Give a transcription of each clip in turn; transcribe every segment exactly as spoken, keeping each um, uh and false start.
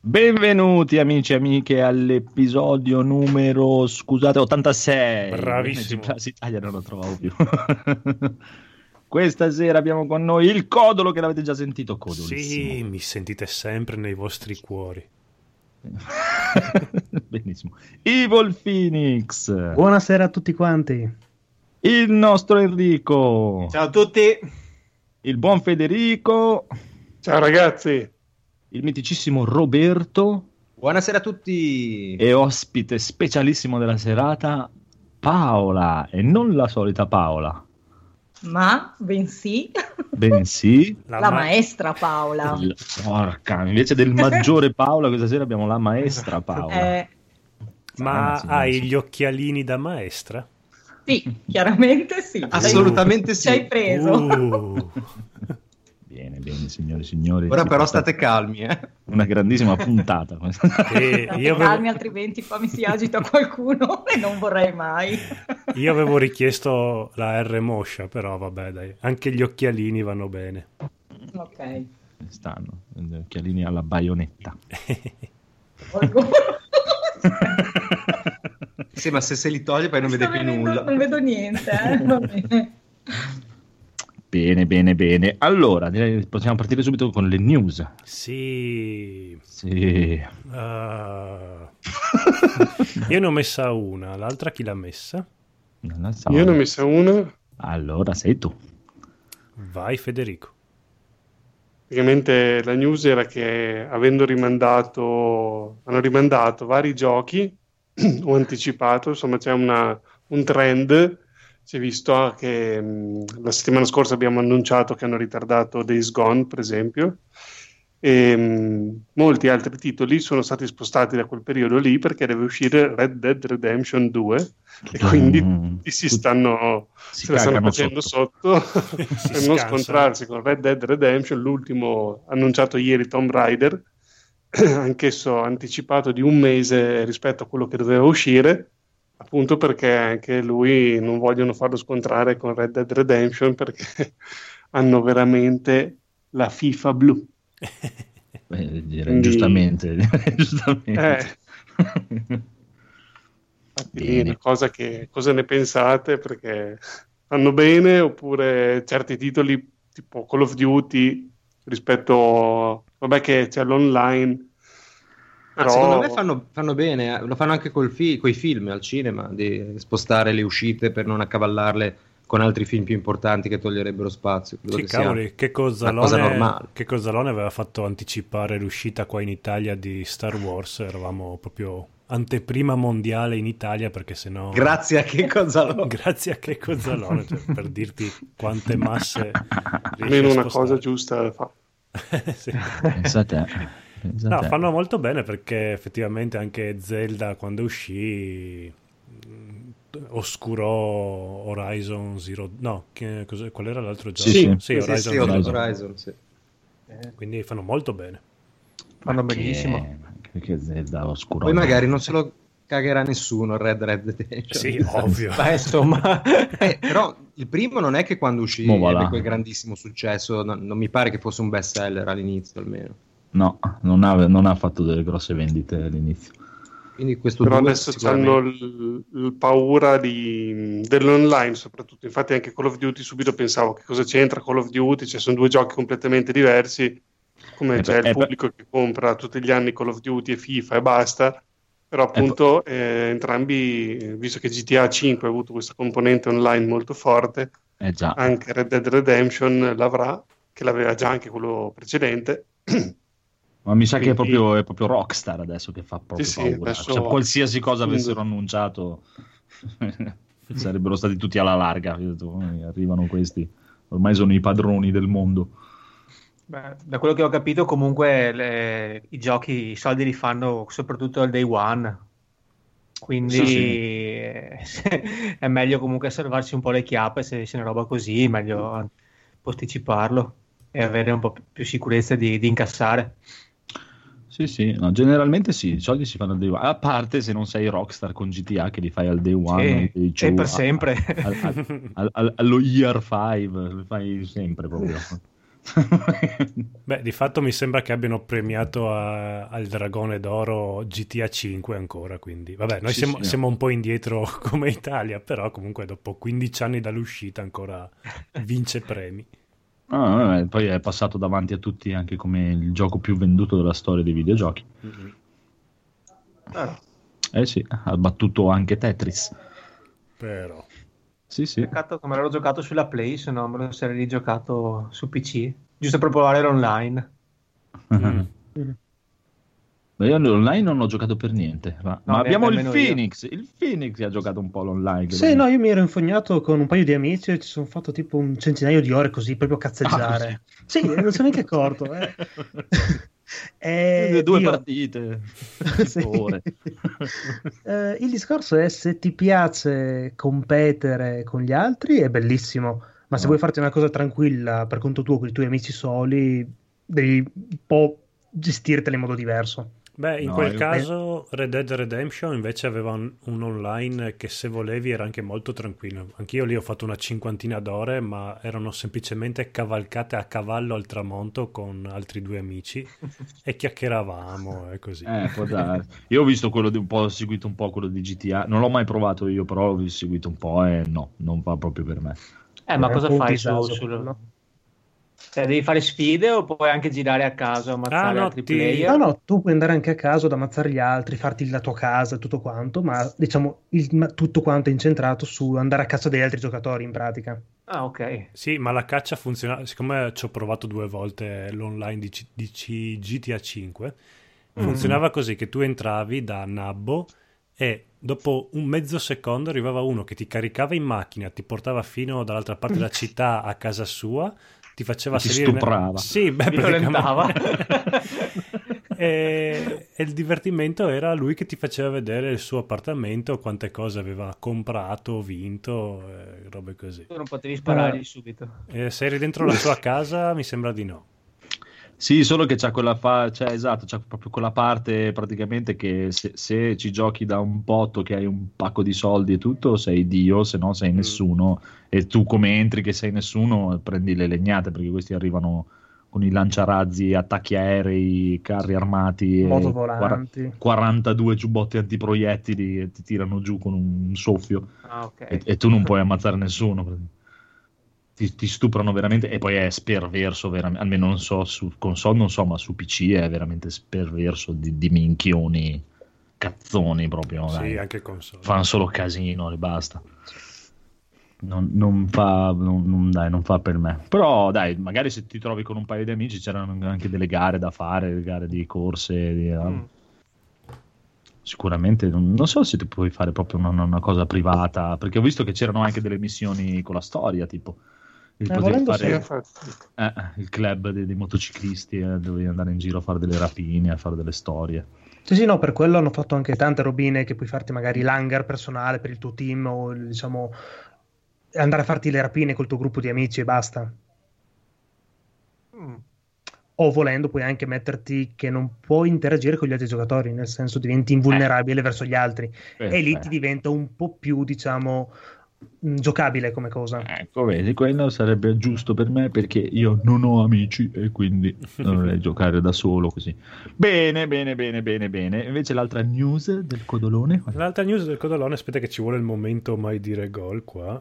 Benvenuti amici e amiche all'episodio numero, scusate, ottantasei. Bravissimo. Plus Italia non lo trovavo più. Questa sera abbiamo con noi il Codolo, che l'avete già sentito, Codolissimo. Sì, mi sentite sempre nei vostri cuori. Benissimo. Evil Phoenix. Buonasera a tutti quanti. Il nostro Enrico. Ciao a tutti. Il buon Federico. Ciao ragazzi. Il miticissimo Roberto. Buonasera a tutti. E ospite specialissimo della serata, Paola. E non la solita Paola, ma bensì bensì la, la ma- maestra Paola. Porca, invece del maggiore Paola questa sera abbiamo la maestra Paola. Eh, ma ah, sì, hai sì. gli occhialini da maestra? Sì, chiaramente sì. Assolutamente uh, sì. Ci hai preso. Uh. Bene, bene, signori e signori. Ora però state calmi, eh. Una grandissima puntata. E state io calmi, avevo... altrimenti qua mi si agita qualcuno e non vorrei mai. Io avevo richiesto la R moscia, però vabbè, dai, anche gli occhialini vanno bene. Ok. Stanno, gli occhialini alla baionetta. Sì, ma se se li toglie poi non vede più vedendo, nulla. Non vedo niente, eh. Va bene. Bene, bene, bene. Allora, direi che possiamo partire subito con le news. Sì. Sì. Uh... Io ne ho messa una, l'altra chi l'ha messa? Non so. Io ne ho messa una. Allora, sei tu. Vai Federico. Praticamente la news era che avendo rimandato, hanno rimandato vari giochi o anticipato, insomma c'è una, un trend. Si è visto che mh, la settimana scorsa abbiamo annunciato che hanno ritardato Days Gone, per esempio, e mh, molti altri titoli sono stati spostati da quel periodo lì perché deve uscire Red Dead Redemption due e quindi Mm, si stanno si se la stanno cagano facendo sotto. sotto, Si per non scansano. scontrarsi con Red Dead Redemption, l'ultimo annunciato ieri, Tomb Raider, anch'esso anticipato di un mese rispetto a quello che doveva uscire, appunto perché anche lui non vogliono farlo scontrare con Red Dead Redemption perché hanno veramente la FIFA blu. Beh, direi Quindi- giustamente, giustamente. Eh. Infatti, Bene. una cosa che cosa ne pensate? Perché fanno bene oppure certi titoli tipo Call of Duty rispetto, vabbè che c'è l'online, Ah, però secondo me fanno, fanno bene, eh. Lo fanno anche col fi- coi film al cinema, di spostare le uscite per non accavallarle con altri film più importanti che toglierebbero spazio. Credo Sì, che sia cavoli, che una cosa Cozzalone, normale. che Cozzalone aveva fatto anticipare l'uscita qua in Italia di Star Wars, eravamo proprio anteprima mondiale in Italia perché sennò... Grazie a che cosa lo... Grazie a che Cozzalone, cioè, per dirti quante masse riesce almeno a una spostare. cosa giusta da fare. Sì. Pensa a te. Pensa a No, te. fanno molto bene perché effettivamente anche Zelda quando uscì mh, oscurò Horizon Zero, no, che, cos'è- qual era l'altro gioco? Sì, sì. Sì, Horizon sì, Zero Horizon. Dawn. Horizon, sì. Quindi fanno molto bene. Fanno Che- benissimo. Che Zelda oscuro. Poi magari non se lo cagherà nessuno Red Red Redemption. Sì, ovvio. Beh, insomma, Eh, però il primo non è che quando uscì Mo va là. ebbe quel grandissimo successo, no- non mi pare che fosse un best seller all'inizio almeno. No, non ha, non ha fatto delle grosse vendite all'inizio. Quindi questo Però due adesso sicuramente- hanno il, il paura di, dell'online soprattutto, infatti anche Call of Duty subito pensavo che cosa c'entra Call of Duty, cioè sono due giochi completamente diversi, come Eh, c'è beh, il eh, pubblico che compra tutti gli anni Call of Duty e FIFA e basta, però appunto eh, entrambi, eh, visto che G T A cinque ha avuto questa componente online molto forte, Eh già. anche Red Dead Redemption l'avrà, che l'aveva già anche quello precedente. Ma mi sa che è Quindi- proprio, è proprio Rockstar adesso che fa proprio Sì, sì, paura. adesso- Cioè, qualsiasi cosa Mm. avessero annunciato sarebbero stati tutti alla larga. Io ho detto, "Oh, arrivano questi, ormai sono i padroni del mondo." beh, da quello che ho capito, comunque le- i giochi, i soldi li fanno soprattutto al day one. Quindi Sì, sì. eh, è meglio comunque salvarsi un po' le chiappe se c'è una roba così, è meglio posticiparlo e avere un po' più- più sicurezza di, di incassare. Sì, sì, no, generalmente sì, i soldi si fanno al day one, a parte se non sei Rockstar con G T A che li fai al day one, Sì, al day e two, per a- sempre. al- al- al- al- allo year five, li fai sempre proprio. Beh, di fatto mi sembra che abbiano premiato a, al Dragone d'Oro G T A cinque ancora, quindi vabbè, noi Sì, siamo, sì. siamo un po' indietro come Italia, però comunque dopo quindici anni dall'uscita ancora vince premi. Ah, vabbè, poi è passato davanti a tutti anche come il gioco più venduto della storia dei videogiochi. Mm-hmm. Ah, Eh sì, ha battuto anche Tetris. Però Sì, sì. peccato che me l'ero giocato sulla Play, se no me lo sarei rigiocato su P C, giusto per provare l'online. mm. Beh, io online non ho giocato per niente, ma, ma abbiamo il nemmeno io. Phoenix, il Phoenix ha giocato un po' l'online. Sì, no, io mi ero infognato con un paio di amici e ci sono fatto tipo un centinaio di ore così, proprio a cazzeggiare. Ah, sì, non sono neanche accorto. Eh. Eh, Due io- partite, Sì. tipo ore. Eh, il discorso è se ti piace competere con gli altri è bellissimo, ma se No. vuoi farti una cosa tranquilla per conto tuo con i tuoi amici soli, devi un po' gestirtela in modo diverso. Beh, in No, quel io- caso Red Dead Redemption invece aveva un, un online che se volevi era anche molto tranquillo. Anch'io lì ho fatto una cinquantina d'ore, ma erano semplicemente cavalcate a cavallo al tramonto con altri due amici e chiacchieravamo e così. Eh, può darsi. Io ho visto quello di un po', ho seguito un po' quello di G T A, non l'ho mai provato io, però ho seguito un po' e no, non va proprio per me. Eh, ma È cosa un po' un fai su, disagio, sul... no? Cioè, devi fare sfide o puoi anche girare a caso, ammazzare Ah, no, altri ti- player? No, no, tu puoi andare anche a caso ad ammazzare gli altri, farti la tua casa e tutto quanto, ma diciamo il- ma tutto quanto è incentrato su andare a caccia degli altri giocatori in pratica. Ah, ok. Sì, ma la caccia funziona. Siccome ci ho provato due volte l'online di, C- di C- G T A cinque, funzionava così che tu entravi da nabbo e dopo un mezzo secondo arrivava uno che ti caricava in macchina, ti portava fino dall'altra parte della città a casa sua, ti faceva Ti salire... stuprava. Sì, beh, Ti violentava. praticamente. e, e il divertimento era lui che ti faceva vedere il suo appartamento, quante cose aveva comprato, vinto, eh, robe così. Tu non potevi sparargli subito. E se eri dentro la sua casa, mi sembra di no. Sì, solo che c'ha quella fa- cioè, esatto, c'ha proprio quella parte praticamente che se, se ci giochi da un botto che hai un pacco di soldi e tutto, sei Dio, se no sei Mm. nessuno. E tu come entri che sei nessuno, prendi le legnate perché questi arrivano con i lanciarazzi, attacchi aerei, carri armati, e Motovolanti. quarantadue giubbotti antiproiettili e ti tirano giù con un soffio. Ah, ok. E, e tu non puoi ammazzare nessuno. Ti, ti stuprano veramente e poi è sperverso veramente, almeno non so su console non so, ma su P C è veramente sperverso di, di minchioni cazzoni proprio, Sì, dai. anche console. Fanno solo casino e basta. Non, non fa non, non- dai, non fa per me. Però dai, magari se ti trovi con un paio di amici c'erano anche delle gare da fare, gare di corse di- Mm. sicuramente non, non so se ti puoi fare proprio una, una cosa privata, perché ho visto che c'erano anche delle missioni con la storia, tipo il Eh, poter volendo fare sì. Infatti. eh, il club dei, dei motociclisti, eh, dovevi andare in giro a fare delle rapine, a fare delle storie. Sì, sì, no, per quello hanno fatto anche tante robine che puoi farti magari l'hangar personale per il tuo team o diciamo andare a farti le rapine col tuo gruppo di amici e basta. Mm. O volendo puoi anche metterti che non puoi interagire con gli altri giocatori, nel senso diventi invulnerabile verso gli altri e lì Eh, ti diventa un po' più, diciamo, mh, giocabile come cosa. Ecco, vedi, quello sarebbe giusto per me perché io non ho amici e quindi dovrei giocare da solo così. Bene, bene, bene, bene, bene. Invece l'altra news del codolone? L'altra news del codolone, aspetta che ci vuole il momento mai dire gol qua.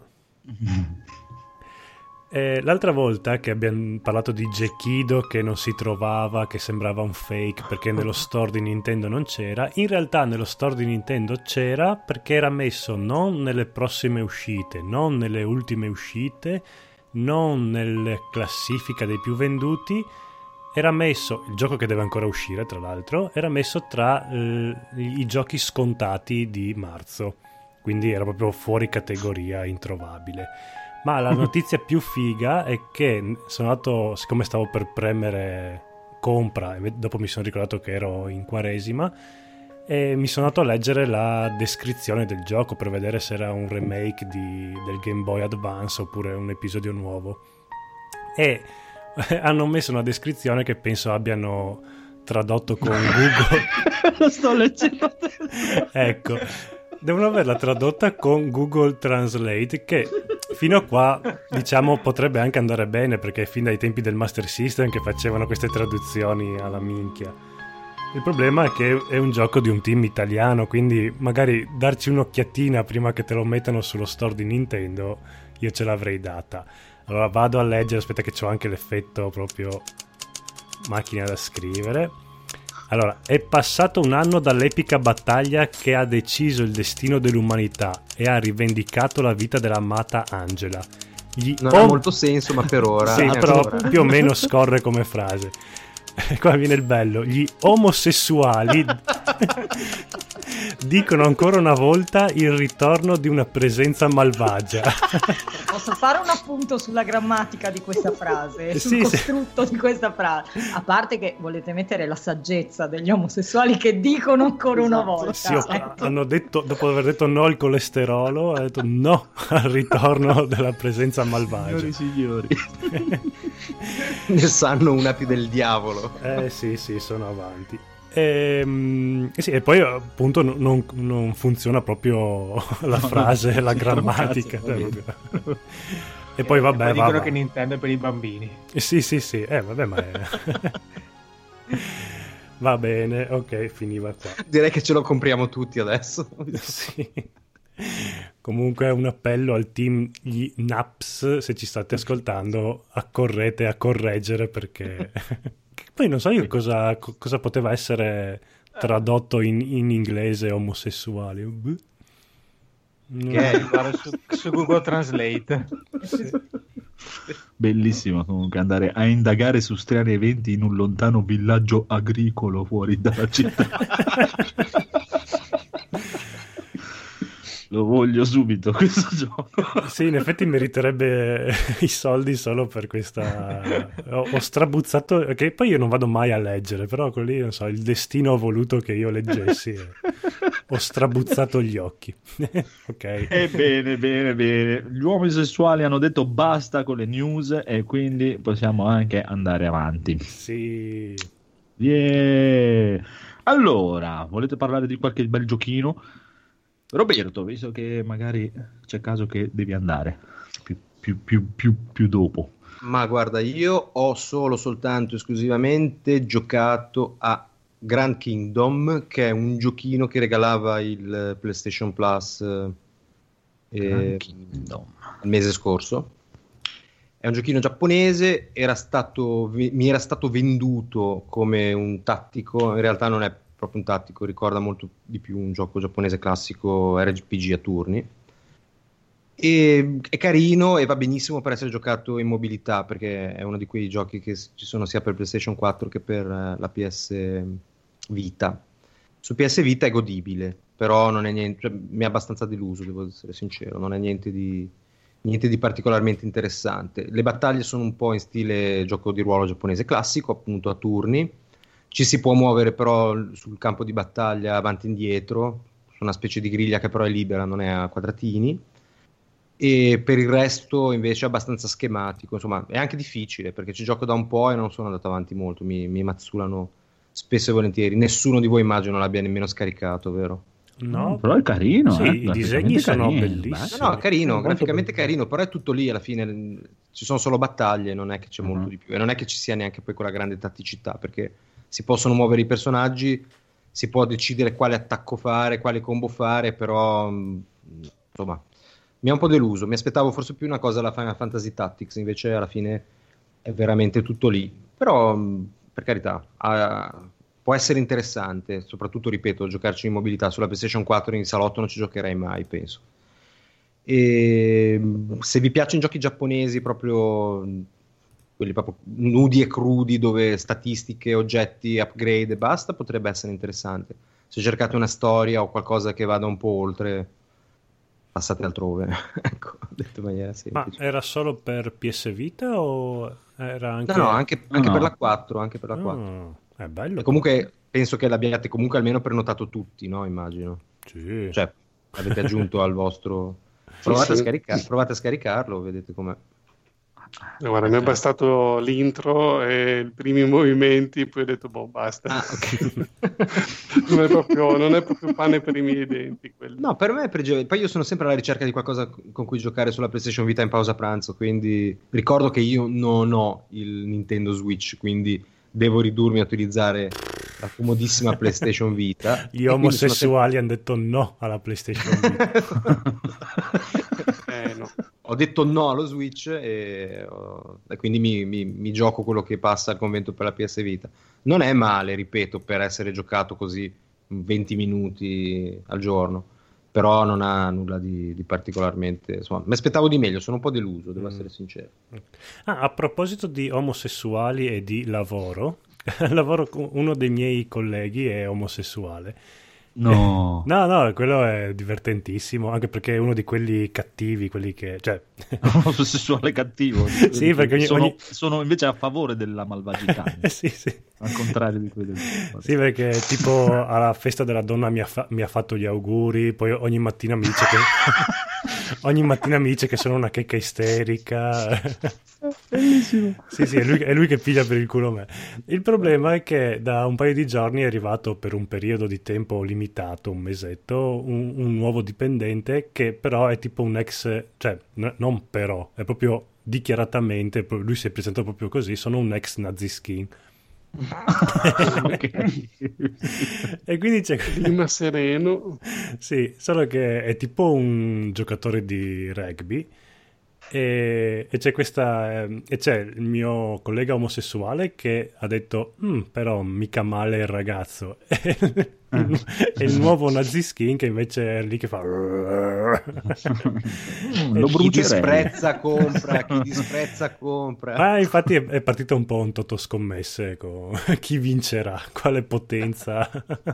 Eh, l'altra volta che abbiamo parlato di Gekido che non si trovava, che sembrava un fake perché nello store di Nintendo non c'era, in realtà nello store di Nintendo c'era perché era messo non nelle prossime uscite, non nelle ultime uscite, non nelle classifica dei più venduti, era messo, il gioco che deve ancora uscire tra l'altro, era messo tra eh, i giochi scontati di marzo, quindi era proprio fuori categoria, introvabile. Ma la notizia più figa è che sono andato, siccome stavo per premere compra e dopo mi sono ricordato che ero in quaresima e mi sono andato a leggere la descrizione del gioco per vedere se era un remake di, del Game Boy Advance oppure un episodio nuovo, e hanno messo una descrizione che penso abbiano tradotto con Google. Lo sto leggendo. Ecco, devono averla tradotta con Google Translate, che fino a qua, diciamo, potrebbe anche andare bene, perché è fin dai tempi del Master System che facevano queste traduzioni alla minchia. Il problema è che è un gioco di un team italiano, quindi magari darci un'occhiatina prima che te lo mettano sullo store di Nintendo, io ce l'avrei data. Allora vado a leggere, aspetta che c'ho anche l'effetto proprio macchina da scrivere. Allora, è passato un anno dall'epica battaglia che ha deciso il destino dell'umanità e ha rivendicato la vita dell'amata Angela. Gli Non om- ha molto senso, ma per ora... sì, eh, però ancora. più o meno scorre come frase. Qua viene il bello. Gli omosessuali dicono ancora una volta il ritorno di una presenza malvagia. Posso fare un appunto sulla grammatica di questa frase, sul Sì, costrutto di questa frase? A parte che volete mettere la saggezza degli omosessuali che dicono ancora una Esatto. volta. Sì, ho- ecco. hanno detto, dopo aver detto no al colesterolo, ha detto no al ritorno della presenza malvagia. Signori, signori. Ne sanno una più del diavolo. Eh sì, sì, sono avanti. E, sì, e poi appunto non, non- non funziona proprio la frase, la grammatica. Cazzo, va bene. E poi vabbè, Poi dicono va, che va. Nintendo è per i bambini. Eh, Sì, sì, sì, eh vabbè, ma è... Va bene, ok, finiva qua. Direi che ce lo compriamo tutti adesso. Sì. Comunque un appello al team gli Naps, se ci state ascoltando, accorrete a correggere, perché che poi non so io cosa, co- cosa poteva essere tradotto in, in inglese omosessuali. Boh. Non- Che è- Guarda su, su Google Translate. Bellissimo comunque andare a indagare su strani eventi in un lontano villaggio agricolo fuori dalla città. Lo voglio subito questo gioco. Sì, in effetti meriterebbe i soldi solo per questa. Ho, ho strabuzzato, che poi io non vado mai a leggere, però quello lì, non so, il destino ha voluto che io leggessi e ho strabuzzato gli occhi. Ok. E bene, bene, bene. Gli uomini sessuali hanno detto basta con le news e quindi possiamo anche andare avanti. Sì. Yeah. Allora, volete parlare di qualche bel giochino? Roberto, visto che magari c'è caso che devi andare più, più, più, più, più dopo. Ma guarda, io ho solo soltanto esclusivamente giocato a Grand Kingdom, che è un giochino che regalava il PlayStation Plus eh, Grand Kingdom. il mese scorso. È un giochino giapponese, era stato, mi era stato venduto come un tattico, in realtà non è proprio un tattico, ricorda molto di più un gioco giapponese classico R P G a turni. E è carino e va benissimo per essere giocato in mobilità, perché è uno di quei giochi che ci sono sia per PlayStation quattro che per eh, la P S Vita. Su P S Vita è godibile, però non è niente, cioè, mi ha abbastanza deluso, devo essere sincero, non è niente di, niente di particolarmente interessante. Le battaglie sono un po' in stile gioco di ruolo giapponese classico, appunto a turni. Ci si può muovere però sul campo di battaglia avanti e indietro, su una specie di griglia che però è libera, non è a quadratini. E per il resto invece è abbastanza schematico, insomma è anche difficile perché ci gioco da un po' e non sono andato avanti molto, mi, mi mazzulano spesso e volentieri. Nessuno di voi immagino l'abbia nemmeno scaricato, vero? No, Però è carino, sì, eh, i disegni graficamente sono carino, bellissimi. No, no, carino, Molto graficamente bello. carino, però è tutto lì alla fine, ci sono solo battaglie, non è che c'è Mhm. molto di più e non è che ci sia neanche poi quella grande tatticità, perché si possono muovere i personaggi, si può decidere quale attacco fare, quale combo fare, però mh, insomma mi ha un po' deluso, mi aspettavo forse più una cosa alla Final Fantasy Tactics, invece alla fine è veramente tutto lì, però mh, per carità ha- può essere interessante, soprattutto ripeto, giocarci in mobilità sulla PlayStation quattro in salotto non ci giocherei mai, penso. E mh, se vi piacciono i giochi giapponesi proprio mh, quelli proprio nudi e crudi dove statistiche, oggetti, upgrade e basta, potrebbe essere interessante. Se cercate una storia o qualcosa che vada un po' oltre, passate altrove. Ecco, detto in maniera Ma semplice. era solo per P S Vita o era anche... No, no, anche, anche No, per no. la quattro, anche per la quattro. Ah, è bello. E comunque penso che l'abbiate comunque almeno prenotato tutti, no? Immagino. Sì. Cioè, l'avete aggiunto al vostro... Provate, sì. A scarica- provate a scaricarlo, vedete com'è. No, guarda, mi è bastato l'intro e i primi movimenti, poi ho detto, boh, basta. Ah, ok. non, è proprio, non è proprio pane per i miei denti. Quello. No, per me è pregevole. Poi io sono sempre alla ricerca di qualcosa con cui giocare sulla PlayStation Vita in pausa pranzo, quindi ricordo che io non ho il Nintendo Switch, quindi devo ridurmi a utilizzare la comodissima PlayStation Vita. Gli omosessuali hanno detto no alla PlayStation Vita. eh, no. Ho detto no allo Switch e, oh, e quindi mi, mi, mi gioco quello che passa al convento per la P S Vita. Non è male, ripeto, per essere giocato così venti minuti al giorno, però non ha nulla di, di particolarmente, insomma, mi aspettavo di meglio, sono un po' deluso, devo mm. essere sincero. Ah, a proposito di omosessuali e di lavoro, lavoro con uno dei miei colleghi è omosessuale. No. no, no, quello è divertentissimo, anche perché è uno di quelli cattivi, quelli che, cioè... omosessuale cattivo. Sì, perché ogni, sono, ogni... sono invece a favore della malvagità. sì, sì. Al contrario di quelli. Sì, perché tipo alla festa della donna mi ha, fa- mi ha fatto gli auguri, poi ogni mattina mi dice che ogni mattina mi dice che sono una checca isterica. Bellissimo. Sì, sì, è lui, è lui che piglia per il culo me. Il problema è che da un paio di giorni è arrivato per un periodo di tempo limitato, un mesetto, un, un nuovo dipendente che però è tipo un ex, cioè n- non però, è proprio dichiaratamente, lui si è presentato proprio così, sono un ex nazi skin. Okay. E quindi c'è clima sereno. Sì, solo che è tipo un giocatore di rugby e, e c'è questa eh, e c'è il mio collega omosessuale che ha detto però mica male il ragazzo e, e il nuovo nazi skin che invece è lì che fa lo chi disprezza compra chi disprezza compra ah, infatti è, è partito un po' un totò scommesse con chi vincerà, quale potenza.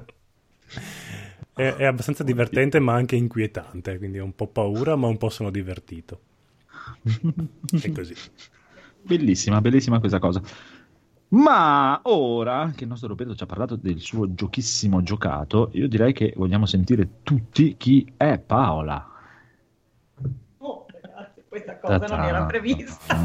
è, è abbastanza divertente ma anche inquietante, quindi ho un po' paura ma un po' sono divertito. È così. Bellissima, bellissima questa cosa. Ma ora che il nostro Roberto ci ha parlato del suo giochissimo giocato, io direi che vogliamo sentire tutti chi è Paola. Oh, grazie, questa cosa Ta-ta. non era prevista.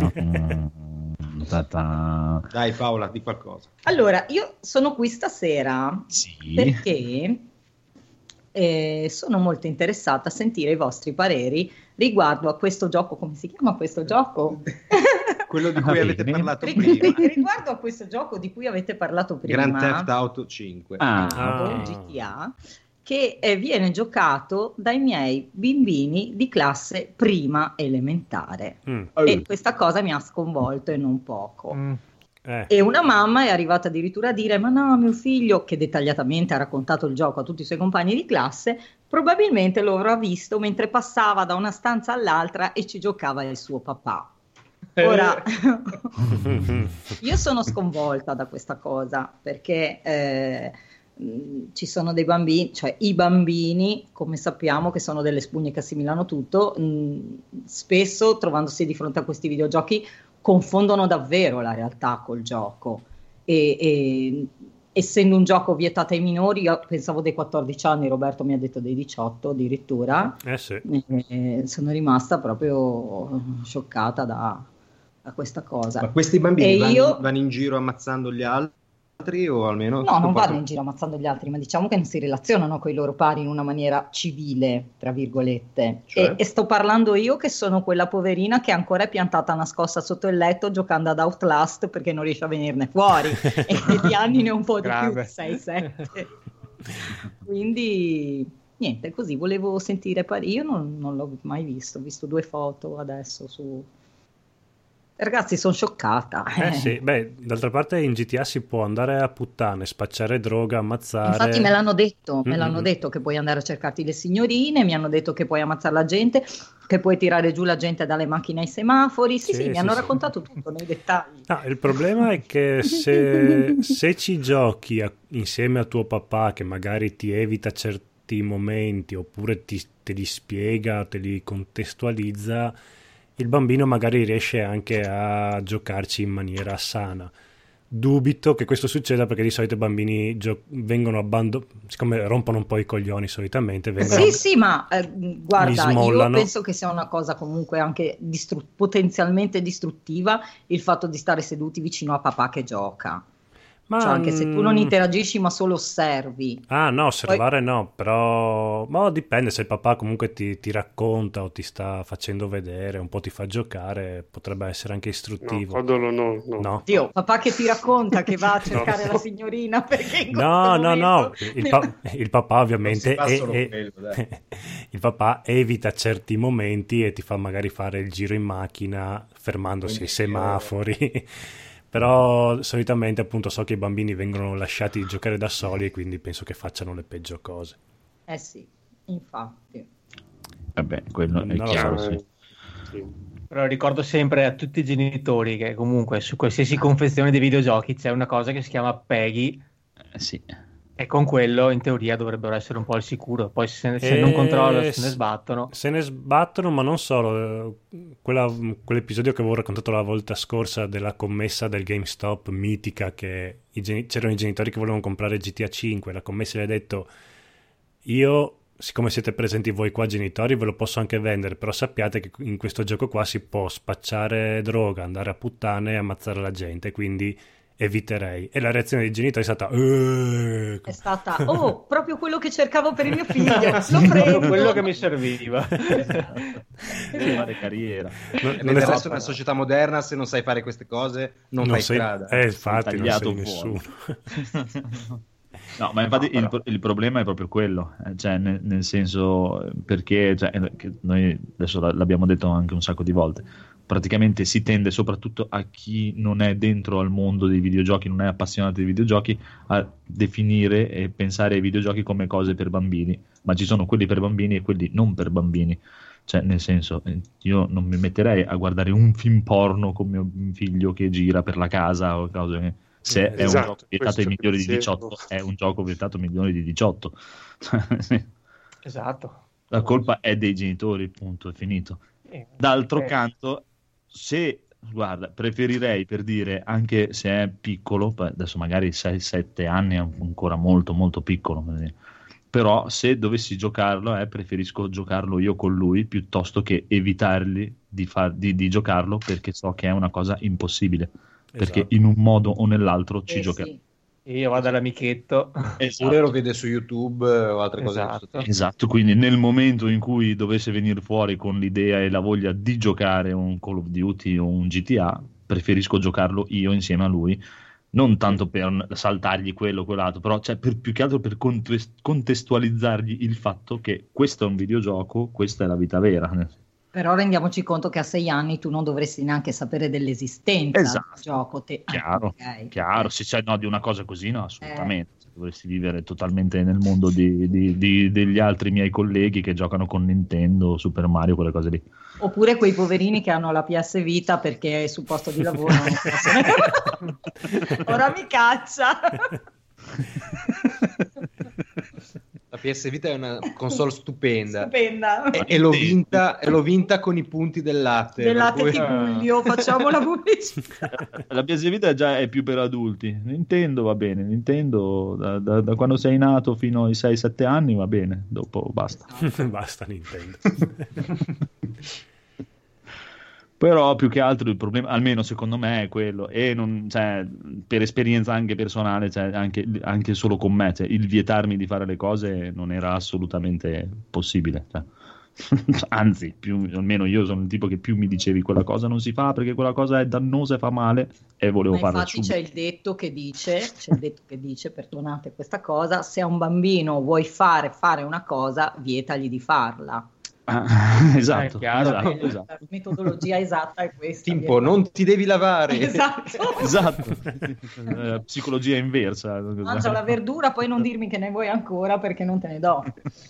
Ta-ta. Dai Paola, di qualcosa. Allora, io sono qui stasera sì. perché eh, sono molto interessata a sentire i vostri pareri riguardo a questo gioco. Come si chiama questo gioco? Quello di cui avete parlato Rig- prima. Riguardo a questo gioco di cui avete parlato prima, Grand Theft Auto cinque, ah, ah. G T A, che eh, viene giocato dai miei bambini di classe prima elementare. Mm. E questa cosa mi ha sconvolto e non poco. Mm. Eh. E una mamma è arrivata addirittura a dire: ma no, mio figlio, che dettagliatamente ha raccontato il gioco a tutti i suoi compagni di classe, probabilmente lo avrà visto mentre passava da una stanza all'altra e ci giocava il suo papà. Ora, io sono sconvolta da questa cosa perché eh, ci sono dei bambini, cioè i bambini, come sappiamo, che sono delle spugne che assimilano tutto, mh, spesso trovandosi di fronte a questi videogiochi confondono davvero la realtà col gioco e, e essendo un gioco vietato ai minori, io pensavo dei quattordici anni, Roberto mi ha detto dei diciotto addirittura, eh sì. e sono rimasta proprio scioccata da, da questa cosa. Ma questi bambini vanno, io... vanno in giro ammazzando gli altri o almeno... No, non vanno in giro ammazzando gli altri, ma diciamo che non si relazionano con i loro pari in una maniera civile, tra virgolette. Cioè? E, e sto parlando io che sono quella poverina che ancora è piantata nascosta sotto il letto giocando ad Outlast perché non riesce a venirne fuori e di anni ne ho un po' di più, sei sette. Quindi niente, così volevo sentire pari. Io non, non l'ho mai visto, ho visto due foto adesso su... Ragazzi, sono scioccata. Eh sì, beh, d'altra parte in G T A si può andare a puttane, spacciare droga, ammazzare. Infatti me l'hanno detto, me Mm-mm. l'hanno detto che puoi andare a cercarti le signorine, mi hanno detto che puoi ammazzare la gente, che puoi tirare giù la gente dalle macchine ai semafori. Sì, sì, Sì, sì mi sì, hanno sì. raccontato tutto nei dettagli. No, il problema è che se, se ci giochi a- insieme a tuo papà, che magari ti evita certi momenti oppure ti, te li spiega, te li contestualizza, il bambino magari riesce anche a giocarci in maniera sana. dubito che questo succeda, perché di solito i bambini gio- vengono abbandonati, siccome rompono un po' i coglioni solitamente, vengono sì sì ma eh, guarda, io penso che sia una cosa comunque anche distru- potenzialmente distruttiva il fatto di stare seduti vicino a papà che gioca. Ma cioè, anche se tu non interagisci ma solo osservi. Ah no, osservare Poi... no, però ma dipende, se il papà comunque ti, ti racconta o ti sta facendo vedere, un po' ti fa giocare, potrebbe essere anche istruttivo. No, Codolo no, no. no. Dio, papà che ti racconta che va a cercare no. la signorina perché in no no momento... no il, pa- il papà ovviamente è, è... quello, il papà evita certi momenti e ti fa magari fare il giro in macchina fermandosi ai semafori. Però solitamente appunto so che i bambini vengono lasciati giocare da soli e quindi penso che facciano le peggio cose. Eh sì, infatti. Vabbè, quello è non chiaro, so. sì. Sì. Però ricordo sempre a tutti i genitori che comunque su qualsiasi confezione dei videogiochi c'è una cosa che si chiama Peggy. Eh, sì. E con quello in teoria dovrebbero essere un po' al sicuro. Poi se, se non controllano se ne sbattono. Se ne sbattono, ma non solo. Quella, quell'episodio che avevo raccontato la volta scorsa della commessa del GameStop mitica, che i geni- c'erano i genitori che volevano comprare G T A cinque, la commessa gli ha detto: io, siccome siete presenti voi qua genitori, ve lo posso anche vendere, però sappiate che in questo gioco qua si può spacciare droga, andare a puttane e ammazzare la gente, quindi eviterei. E la reazione dei genitori è stata Eeeh! È stata oh, proprio quello che cercavo per il mio figlio, lo prendo, quello che mi serviva. Fare carriera. Non, non è una società moderna, se non sai fare queste cose non, non fai sei, strada. Eh, infatti non sei nessuno. No, ma infatti il, il problema è proprio quello, eh, cioè nel, nel senso, perché cioè, che noi adesso l'abbiamo detto anche un sacco di volte, praticamente si tende soprattutto a chi non è dentro al mondo dei videogiochi, non è appassionato dei videogiochi, a definire e pensare ai videogiochi come cose per bambini, ma ci sono quelli per bambini e quelli non per bambini. Cioè, nel senso, io non mi metterei a guardare un film porno con mio figlio che gira per la casa o cose. Se è esatto, un gioco vietato ai milioni di diciotto, è un gioco vietato ai milioni di diciotto. Esatto. La colpa è dei genitori, punto, è finito. D'altro eh. canto, se, guarda, preferirei, per dire, anche se è piccolo, adesso magari sei sette anni è ancora molto molto piccolo, però se dovessi giocarlo, eh, preferisco giocarlo io con lui piuttosto che evitargli di, far, di, di giocarlo, perché so che è una cosa impossibile. Perché esatto. in un modo o nell'altro ci eh giocherà. Sì. Io vado all'amichetto, esatto. Oppure lo vede su YouTube o altre esatto. cose. Esatto, quindi nel momento in cui dovesse venire fuori con l'idea e la voglia di giocare un Call of Duty o un G T A, preferisco giocarlo io insieme a lui, non tanto per saltargli quello o quell'altro, però cioè, per, più che altro per contestualizzargli il fatto che questo è un videogioco, questa è la vita vera. Però rendiamoci conto che a sei anni tu non dovresti neanche sapere dell'esistenza esatto. del gioco. Te... Chiaro, ah, okay, chiaro. okay. Se c'è no, di una cosa così, no, assolutamente. Eh. Dovresti vivere totalmente nel mondo di, di, di, degli altri miei colleghi che giocano con Nintendo, Super Mario, quelle cose lì. Oppure quei poverini che hanno la P S Vita perché sul posto di lavoro non possono... Ora mi caccia! La P S Vita è una console stupenda, stupenda. E, e, l'ho vinta, e l'ho vinta con i punti del latte. Del latte cui... Tibuglio, facciamo la pubblicità. La P S Vita già è più per adulti. Nintendo va bene, Nintendo da, da, da quando sei nato fino ai sei sette anni va bene, dopo basta. Basta Nintendo. Però più che altro il problema, almeno secondo me, è quello, e non, cioè, per esperienza anche personale, cioè, anche, anche solo con me, cioè, il vietarmi di fare le cose non era assolutamente possibile, cioè. Anzi, più, almeno io sono il tipo che più mi dicevi quella cosa non si fa perché quella cosa è dannosa e fa male e volevo farla infatti subito. C'è il detto che dice, c'è il detto che dice, perdonate questa cosa, se a un bambino vuoi fare fare una cosa, vietagli di farla. Ah, esatto, chiaro, esatto, esatto. La metodologia esatta è questa. Tipo, non ti devi lavare. Esatto. Esatto. uh, psicologia inversa. Mangia la verdura, poi non dirmi che ne vuoi ancora perché non te ne do.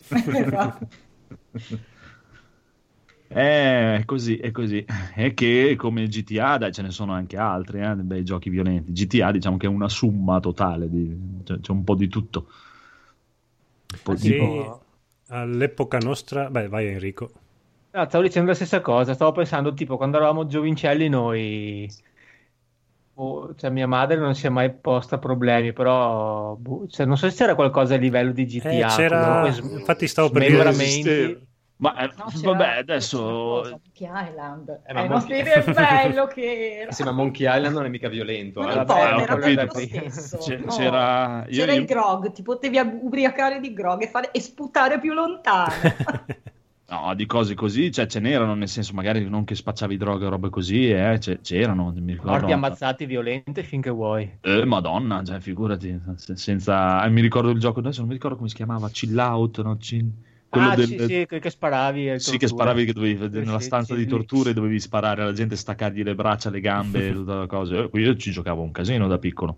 È così, è così. È che come G T A, dai, ce ne sono anche altri, eh, bei giochi violenti. G T A diciamo che è una somma totale, di, cioè, c'è un po' di tutto. Un po' sì. Di... All'epoca nostra, beh, vai Enrico. No, stavo dicendo la stessa cosa, stavo pensando tipo quando eravamo giovincelli noi oh, cioè, mia madre non si è mai posta problemi, però boh, cioè, non so se c'era qualcosa a livello di G T A. Eh, c'era... Sm- Infatti stavo per dire... Ma eh, no, vabbè, adesso Monkey Island eh, ma eh, Monkey... non è bello che era. Sì, ma Monkey Island non è mica violento. Non eh. importa, ho era capito. lo stesso. C- no. c'era io, c'era io... il grog, ti potevi ubriacare di grog e, fare... e sputare più lontano. No, di cose così, cioè ce n'erano, nel senso magari non che spacciavi droga o robe così, eh, c- c'erano, mi ricordo. Morti ammazzati violente finché vuoi. Eh, madonna, cioè figurati, se- senza... eh, mi ricordo il gioco, adesso non mi ricordo come si chiamava, Chill Out, no? Chill... Quello Ah, del... sì, sì, che, che sparavi. e Sì, che torture. sparavi, che dovevi, Sì, nella sì, stanza sì, di lì. torture dovevi sparare alla gente, staccargli le braccia, le gambe, tutta la cosa. Eh, Io ci giocavo un casino da piccolo.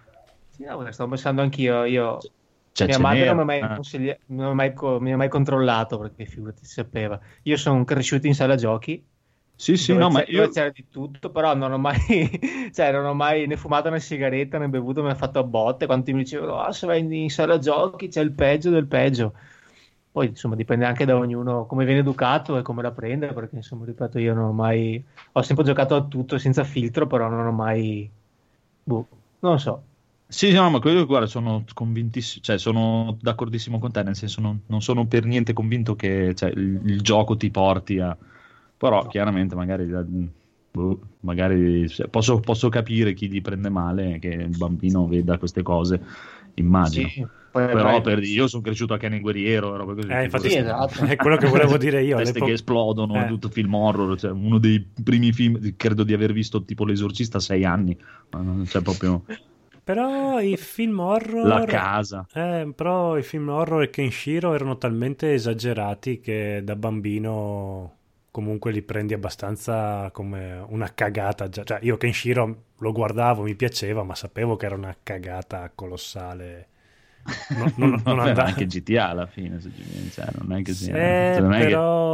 Sì, no, stavo pensando anch'io, io... Cioè, mia ce madre n'era, non mi ha mai, eh. consigli- non mi ha mai co- mi ha mai controllato perché figurati si sapeva. Io sono cresciuto in sala giochi. Sì, sì, dove no, ma c'è- dove io... c'era di tutto, però non ho mai, cioè, non ho mai né fumato né sigaretta né bevuto, mi ha fatto a botte. Quando mi dicevano, ah, se vai in, in sala giochi c'è il peggio del peggio. Poi, insomma, dipende anche da ognuno come viene educato e come la prende, perché, insomma, ripeto, io non ho mai, ho sempre giocato a tutto senza filtro, però non ho mai, boh, non lo so. Sì, sì, no, ma quello, guarda, sono convintissimo, cioè sono d'accordissimo con te, nel senso non, non sono per niente convinto che cioè, il, il gioco ti porti a... Però No. chiaramente magari, boh, magari cioè, posso, posso capire chi gli prende male, che il bambino veda queste cose, immagino. Sì, poi Però vai- per, io sono cresciuto a Kenny Guerriero, roba così. Eh, infatti, Sì, esatto. è quello che volevo dire io. Teste all'epoca- che esplodono, Eh. tutto film horror, cioè, uno dei primi film, credo di aver visto tipo L'Esorcista a sei anni, ma non c'è proprio Però i film horror... la casa. Eh, però i film horror e Kenshiro erano talmente esagerati che da bambino comunque li prendi abbastanza come una cagata. già- Cioè, io Kenshiro lo guardavo, mi piaceva, ma sapevo che era una cagata colossale. Non, non, non Vabbè, andava- anche G T A alla fine, se ci viene, cioè, non è che sia... Eh, cioè, non è che-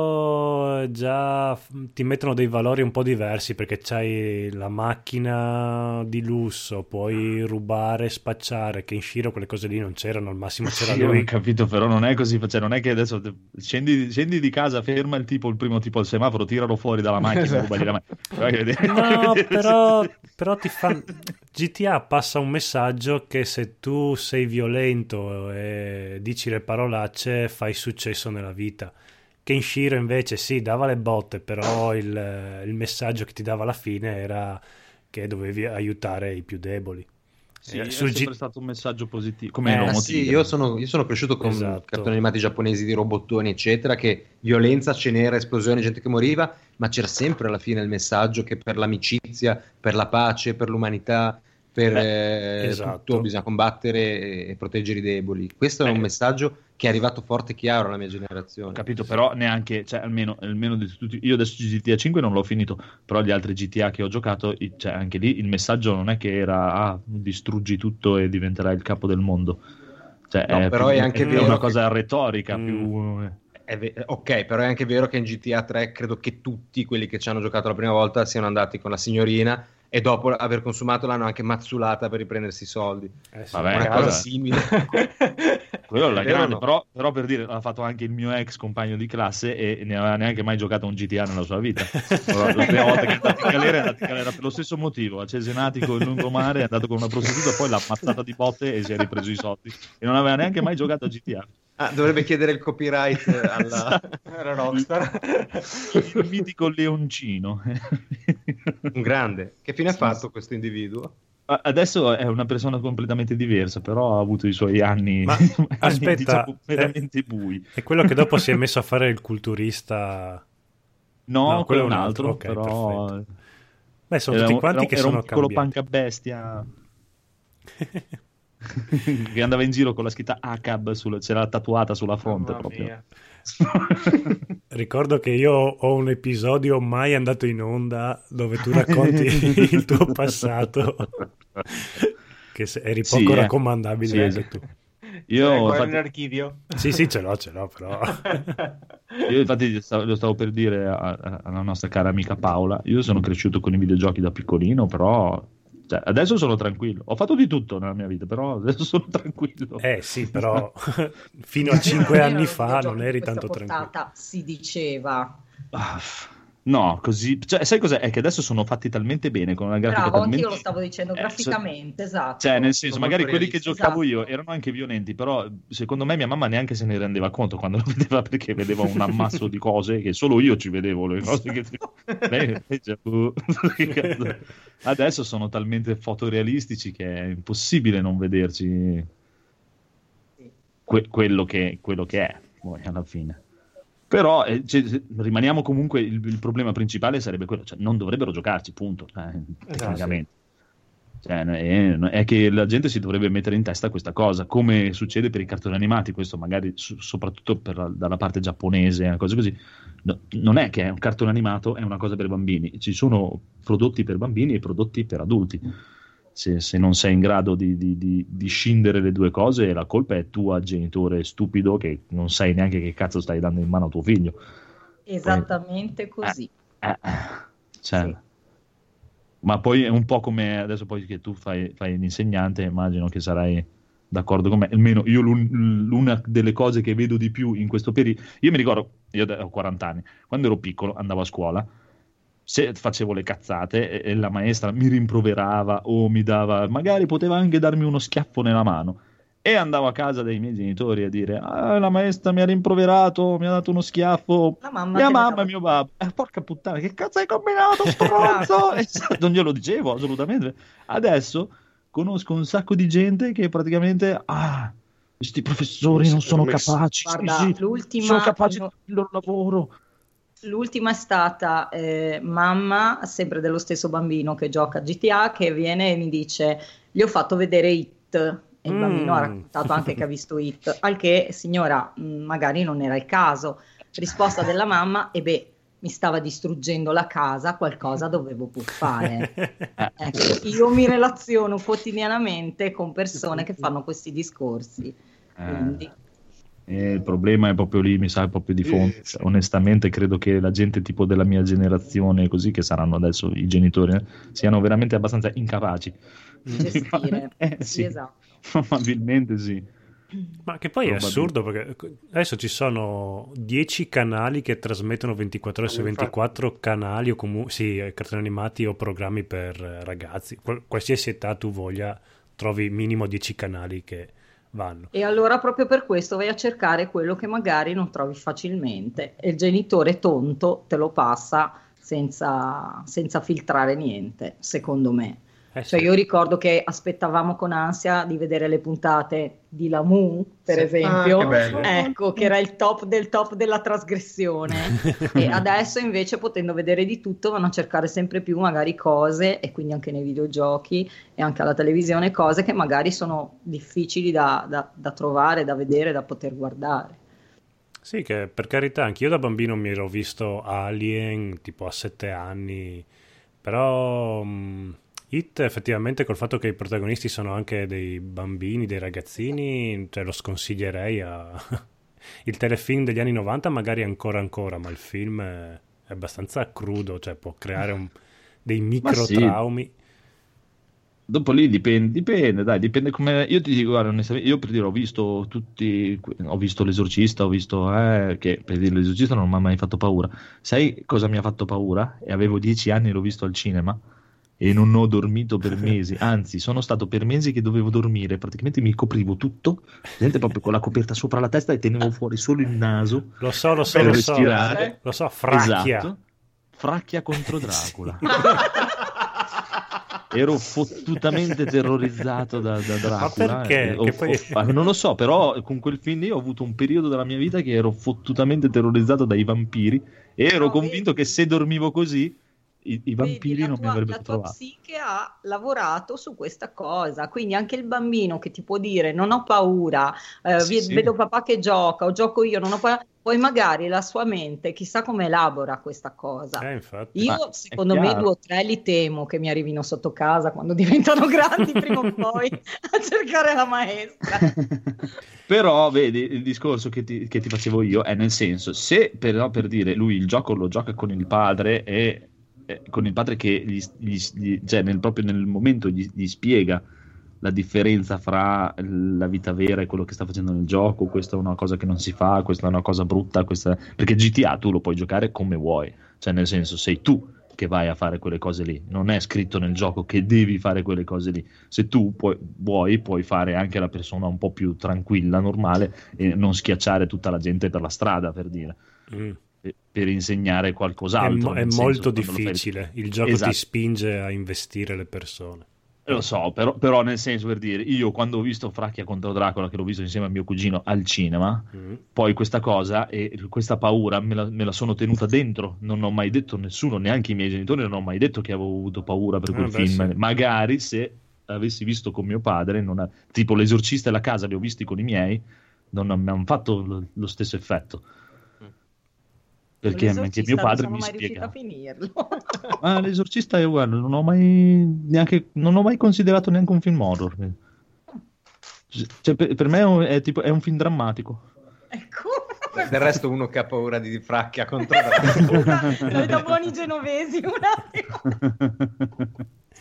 però già f- ti mettono dei valori un po' diversi perché c'hai la macchina di lusso, puoi rubare, spacciare, che in Shiro quelle cose lì non c'erano, al massimo c'era Sì, ho lui. capito, però non è così, cioè, non è che adesso te- scendi, scendi di casa, ferma il tipo, il primo tipo al semaforo, tiralo fuori dalla macchina, Esatto. rubagli la macchina. Vai a vedere- No, vai a vedere però, se- però ti fa... G T A passa un messaggio che se tu sei violento e dici le parolacce fai successo nella vita. Kenshiro invece sì, dava le botte, però il, il messaggio che ti dava alla fine era che dovevi aiutare i più deboli. Sì, Eh, è su sempre G- stato un messaggio positivo, come Eh, l'uomo Ah, sì, tigre. io sono, io sono cresciuto con Esatto. cartoni animati giapponesi di robottoni, eccetera, che violenza ce n'era, esplosioni, gente che moriva, ma c'era sempre alla fine il messaggio che per l'amicizia, per la pace, per l'umanità, per eh, esatto. tutto bisogna combattere e, e proteggere i deboli. Questo è un Eh. messaggio che è arrivato forte e chiaro alla mia Ho generazione. capito, però neanche, cioè almeno, almeno di tutti, io adesso G T A cinque non l'ho finito, però gli altri G T A che ho giocato, i- cioè anche lì il messaggio non è che era ah, distruggi tutto e diventerai il capo del mondo. Cioè, No, però più- è anche vero una che- cosa retorica, Mm. più... È ve- ok, però è anche vero che in G T A tre credo che tutti quelli che ci hanno giocato la prima volta siano andati con la signorina e dopo aver consumato l'hanno anche mazzulata per riprendersi i soldi. Eh sì. Vabbè, Una cosa- cosa simile. Quello è la È vero o grande, no? però, però per dire, l'ha fatto anche il mio ex compagno di classe e ne aveva neanche mai giocato a un G T A nella sua vita. Allora, la prima volta che è andato in galera è andato in galera per lo stesso motivo, a Cesenatico, il lungomare, è andato con una prostituta, poi l'ha ammazzata di botte e si è ripreso i soldi. E non aveva neanche mai giocato a G T A. Ah, dovrebbe chiedere il copyright alla... Era Rockstar. Il mitico leoncino. Un grande. Che fine ha Sì, fatto sì. questo individuo? Adesso è una persona completamente diversa, però ha avuto i suoi anni, Ma anni, aspetta, diciamo, eh, veramente bui. È quello che dopo si è messo a fare il culturista. No, No, quello è quello un è un altro, altro, ok, però perfetto. Beh, sono era, tutti un- quanti era, che era sono un piccolo cambiati. panca bestia che andava in giro con la scritta A C A B, sulla, c'era tatuata sulla fronte Mamma proprio. mia. Ricordo che io ho un episodio mai andato in onda dove tu racconti il tuo passato, che se- eri poco Sì, eh. raccomandabile Sì, anche esatto. tu. Io, È ancora in infatti, archivio. Sì, sì, ce l'ho, ce l'ho, però. io infatti stavo- lo stavo per dire a- a- alla nostra cara amica Paola, io sono cresciuto con i videogiochi da piccolino, però cioè, adesso sono tranquillo. Ho fatto di tutto nella mia vita, però adesso sono tranquillo. Eh sì, però fino a cinque Erano anni fa videogiochi non di eri questa tanto tranquillo. portata, si diceva. Ah, No, così, cioè, sai cos'è? È che adesso sono fatti talmente bene con una grafica Bravo, talmente... anche io lo stavo dicendo, eh, graficamente, cioè, esatto. Cioè, nel senso, Sono magari molto quelli che realisti. giocavo Esatto. io erano anche violenti, però secondo me mia mamma neanche se ne rendeva conto quando lo vedeva, perché vedeva un ammasso di cose che solo io ci vedevo, le cose che... Lei invece, uh, che cazzo. Adesso sono talmente fotorealistici che è impossibile non vederci que- quello, che, quello che è, poi alla fine. Però eh, cioè, rimaniamo comunque, il, il problema principale sarebbe quello, cioè non dovrebbero giocarci, punto, eh, tecnicamente. Cioè, è, è che la gente si dovrebbe mettere in testa questa cosa, come succede per i cartoni animati, questo magari su, soprattutto per la, dalla parte giapponese, cose così. No, non è che è un cartone animato, è una cosa per bambini, ci sono prodotti per bambini e prodotti per adulti. Se, se non sei in grado di, di, di, di scindere le due cose, la colpa è tua, genitore stupido, che non sai neanche che cazzo stai dando in mano a tuo figlio. Esattamente poi, così. Eh, eh, cioè, sì. Ma poi è un po' come adesso, poi che tu fai, fai l'insegnante, immagino che sarai d'accordo con me. Almeno io l'un, l'una delle cose che vedo di più in questo periodo, io mi ricordo, io ho quaranta anni, quando ero piccolo andavo a scuola, se facevo le cazzate e, e la maestra mi rimproverava o mi dava, magari poteva anche darmi uno schiaffo nella mano, e andavo a casa dai miei genitori a dire: ah, la maestra mi ha rimproverato, mi ha dato uno schiaffo, la mamma mia mamma e mio babbo. Eh, porca puttana, che cazzo hai combinato, stronzo? Non glielo dicevo assolutamente. Adesso conosco un sacco di gente che praticamente, ah, questi professori non sono capaci. Guarda, sì, l'ultima, sono capaci no, del loro lavoro. L'ultima è stata eh, mamma, sempre dello stesso bambino che gioca a G T A, che viene e mi dice: gli ho fatto vedere It, e il bambino mm. ha raccontato anche che ha visto It, al che, signora, magari non era il caso. Risposta della mamma: e beh, mi stava distruggendo la casa, qualcosa dovevo pur fare. Ecco, io mi relaziono quotidianamente con persone che fanno questi discorsi, quindi... Eh, il problema è proprio lì, mi sa, proprio di fondo. Cioè, onestamente credo che la gente tipo della mia generazione, così, che saranno adesso i genitori, eh, siano veramente abbastanza incapaci di gestire. eh, sì, sì, esatto. Probabilmente sì. Ma che poi è assurdo, perché adesso ci sono dieci canali che trasmettono ventiquattro ore su ventiquattro, canali o comunque sì, cartoni animati o programmi per ragazzi. Qual- qualsiasi età tu voglia, trovi minimo dieci canali che vanno. E allora proprio per questo vai a cercare quello che magari non trovi facilmente, e il genitore tonto te lo passa senza, senza filtrare niente, secondo me. Eh sì. Cioè, io ricordo che aspettavamo con ansia di vedere le puntate di Lamu, per sì. esempio, ah, che ecco, che era il top del top della trasgressione. E adesso invece, potendo vedere di tutto, vanno a cercare sempre più magari cose, e quindi anche nei videogiochi e anche alla televisione, cose che magari sono difficili da, da, da trovare, da vedere, da poter guardare. Sì, che per carità, anch'io da bambino mi ero visto Alien tipo a sette anni, però... Mh... It, effettivamente, col fatto che i protagonisti sono anche dei bambini, dei ragazzini, cioè lo sconsiglierei a... Il telefilm degli anni novanta magari ancora ancora, ma il film è, è abbastanza crudo, cioè può creare un... dei micro traumi. Sì. Dopo lì dipende, dipende, dai, dipende come... Io ti dico, guarda, onestamente, io per dire ho visto tutti, ho visto L'Esorcista, ho visto, eh, che per dire L'Esorcista non mi ha mai fatto paura. Sai cosa mi ha fatto paura? E avevo dieci anni e l'ho visto al cinema. E non ho dormito per mesi, anzi sono stato per mesi che dovevo dormire, praticamente mi coprivo tutto, gente proprio con la coperta sopra la testa, e tenevo fuori solo il naso. Lo so, lo so, per lo respirare. so, lo so, fracchia. Esatto. Fracchia contro Dracula. Ero fottutamente terrorizzato da, da Dracula. Ma perché? Eh, ho, poi... ho, non lo so, però con quel film lì ho avuto un periodo della mia vita che ero fottutamente terrorizzato dai vampiri, e ero no, convinto vedi. che se dormivo così I, i vampiri Vedi, non tua, mi avrebbero trovato. La tua psiche ha lavorato su questa cosa, quindi anche il bambino che ti può dire non ho paura, eh, sì, vedo, sì. vedo papà che gioca o gioco io, non ho paura, poi magari la sua mente chissà come elabora questa cosa. Eh, infatti. Io Ma secondo me due o tre li temo che mi arrivino sotto casa quando diventano grandi prima o poi a cercare la maestra. Però vedi, il discorso che ti, che ti facevo io è nel senso, se però per dire lui il gioco lo gioca con il padre e con il padre che gli, gli, gli, cioè nel, proprio nel momento gli, gli spiega la differenza fra la vita vera e quello che sta facendo nel gioco, questa è una cosa che non si fa, questa è una cosa brutta, questa... perché G T A tu lo puoi giocare come vuoi, cioè nel senso sei tu che vai a fare quelle cose lì, non è scritto nel gioco che devi fare quelle cose lì, se tu puoi, vuoi puoi fare anche la persona un po' più tranquilla, normale, e non schiacciare tutta la gente per la strada, per dire, mm. per, per insegnare qualcos'altro. È, mo- è molto difficile, fai... il gioco esatto. ti spinge a investire le persone. Lo so, però, però nel senso, per dire, io quando ho visto Fracchia contro Dracula, che l'ho visto insieme a mio cugino al cinema, mm. poi questa cosa e questa paura me la, me la sono tenuta dentro, non ho mai detto a nessuno, neanche i miei genitori, non ho mai detto che avevo avuto paura per quel ah, beh, film, sì. Magari se avessi visto con mio padre, non ha... tipo L'Esorcista e La Casa li ho visti con i miei, non mi hanno fatto lo, lo stesso effetto. Perché anche mio padre mi spiega. Ma L'Esorcista io guarda, non ho mai neanche non ho mai considerato neanche un film horror. Cioè, per, per me è tipo è un film drammatico. Ecco. Del resto uno che ha paura di Fracchia contro Dracula. Noi da buoni genovesi un attimo.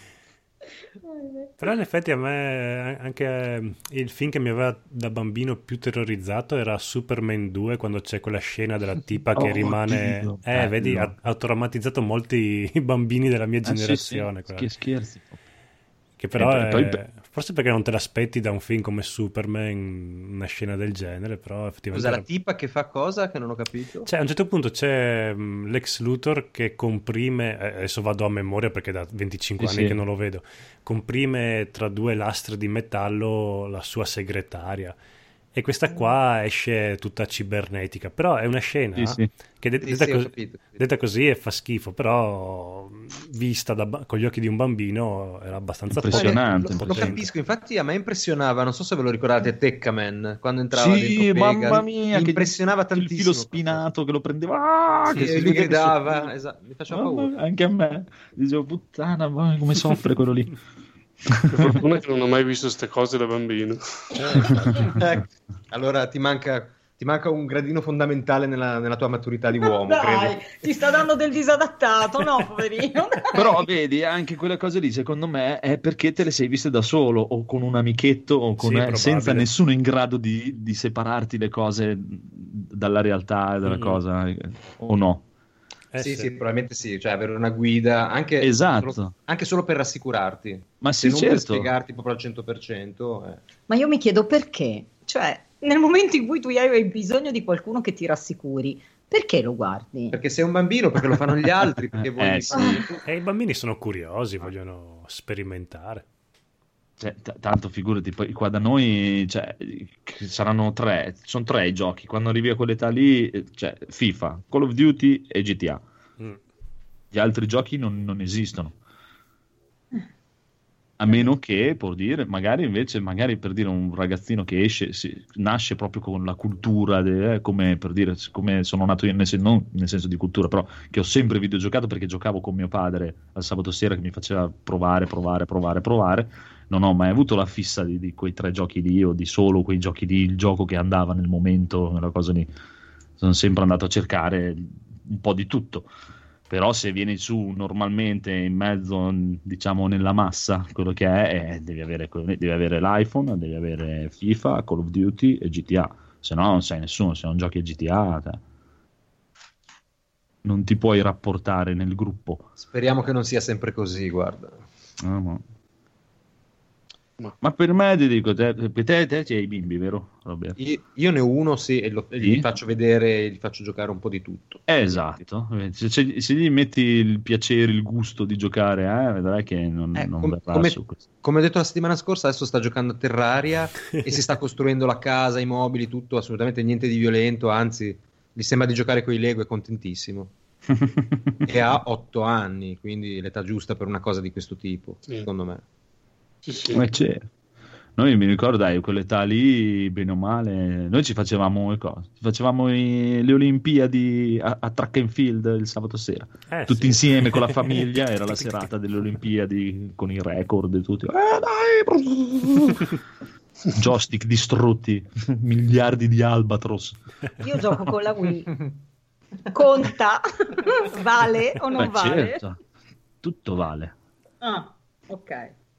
Però in effetti a me anche il film che mi aveva da bambino più terrorizzato era Superman due, quando c'è quella scena della tipa che oh, rimane Dio, eh bello. Vedi ha, ha traumatizzato molti bambini della mia generazione, eh, sì, sì. Scherzi che però è, poi... forse perché non te l'aspetti da un film come Superman una scena del genere, però effettivamente cosa la tipa che fa cosa che non ho capito, cioè a un certo punto c'è um, Lex Luthor che comprime eh, adesso vado a memoria perché da venticinque sì, anni sì. che non lo vedo, comprime tra due lastre di metallo la sua segretaria e questa qua esce tutta cibernetica, però è una scena sì, sì. che det- sì, detta, sì, cos- capito, sì. detta così e fa schifo, però vista da ba- con gli occhi di un bambino era abbastanza impressionante. Lo, lo capisco, infatti a me impressionava, non so se ve lo ricordate, Tekkaman, quando entrava sì, dentro Pega, mamma mia, mi impressionava che tantissimo. Il filo spinato che lo prendeva, ah, sì, che si lui gridava, so... esatto, mi faceva mamma, paura. Anche a me, dicevo puttana, ma come soffre quello lì. Per fortuna che non ho mai visto queste cose da bambino. Eh, allora ti manca, ti manca un gradino fondamentale nella, nella tua maturità di uomo. Dai, credo. Ti sta dando del disadattato, no, poverino? Però vedi, anche quelle cose lì, secondo me, è perché te le sei viste da solo o con un amichetto o con, sì, eh, senza nessuno in grado di, di separarti le cose dalla realtà della mm. cosa, o no? Eh sì, sì, sì, probabilmente sì, cioè avere una guida anche, esatto. solo, anche solo per rassicurarti, ma se sì, non certo. per spiegarti proprio al cento per cento. Eh. Ma io mi chiedo perché, cioè nel momento in cui tu hai bisogno di qualcuno che ti rassicuri, perché lo guardi? Perché sei un bambino, perché lo fanno gli altri, perché vuoi... eh, sì. E i bambini sono curiosi, vogliono sperimentare. Cioè, t- tanto figurati, poi qua da noi cioè, saranno tre, sono tre i giochi, quando arrivi a quell'età lì, cioè FIFA, Call of Duty e G T A. Mm. Gli altri giochi non, non esistono. A meno che, per dire, magari invece, magari per dire un ragazzino che esce, si, nasce proprio con la cultura, de, eh, come per dire, come sono nato io, nel sen- non nel senso di cultura, però che ho sempre videogiocato perché giocavo con mio padre al sabato sera che mi faceva provare, provare, provare, provare. Non ho mai avuto la fissa di, di quei tre giochi lì o di solo quei giochi lì, il gioco che andava nel momento, quella cosa lì. Sono sempre andato a cercare un po' di tutto. Però se vieni su normalmente in mezzo, diciamo, nella massa, quello che è, è devi, avere, devi avere l'iPhone, devi avere FIFA, Call of Duty e G T A. Se no non sei nessuno, se non giochi a G T A te. Non ti puoi rapportare nel gruppo. Speriamo che non sia sempre così, guarda. No, no. Ma per me ti dico, te, per te, te c'hai i bimbi, vero Roberto? Io, io ne ho uno, sì, e, lo, e sì? gli faccio vedere, gli faccio giocare un po' di tutto. Esatto, se, se, se gli metti il piacere, il gusto di giocare, eh, vedrai che non, eh, non com, verrà come, su questo. Come ho detto la settimana scorsa, adesso sta giocando a Terraria e si sta costruendo la casa, i mobili, tutto, assolutamente niente di violento, anzi, gli sembra di giocare con i Lego, è contentissimo. E ha otto anni, quindi l'età giusta per una cosa di questo tipo, sì. Secondo me. Sì, sì. Ma c'è. Noi mi ricordo, dai, quell'età lì, bene o male, noi ci facevamo le cose, ci facevamo i, le Olimpiadi a, a track and field il sabato sera, eh, tutti sì. insieme con la famiglia, era la serata delle Olimpiadi con i record e tutti. Eh, dai! Joystick distrutti, miliardi di albatros. Io gioco con la Wii. Conta? Vale o non Beh, vale? Certo. Tutto vale. Ah, ok.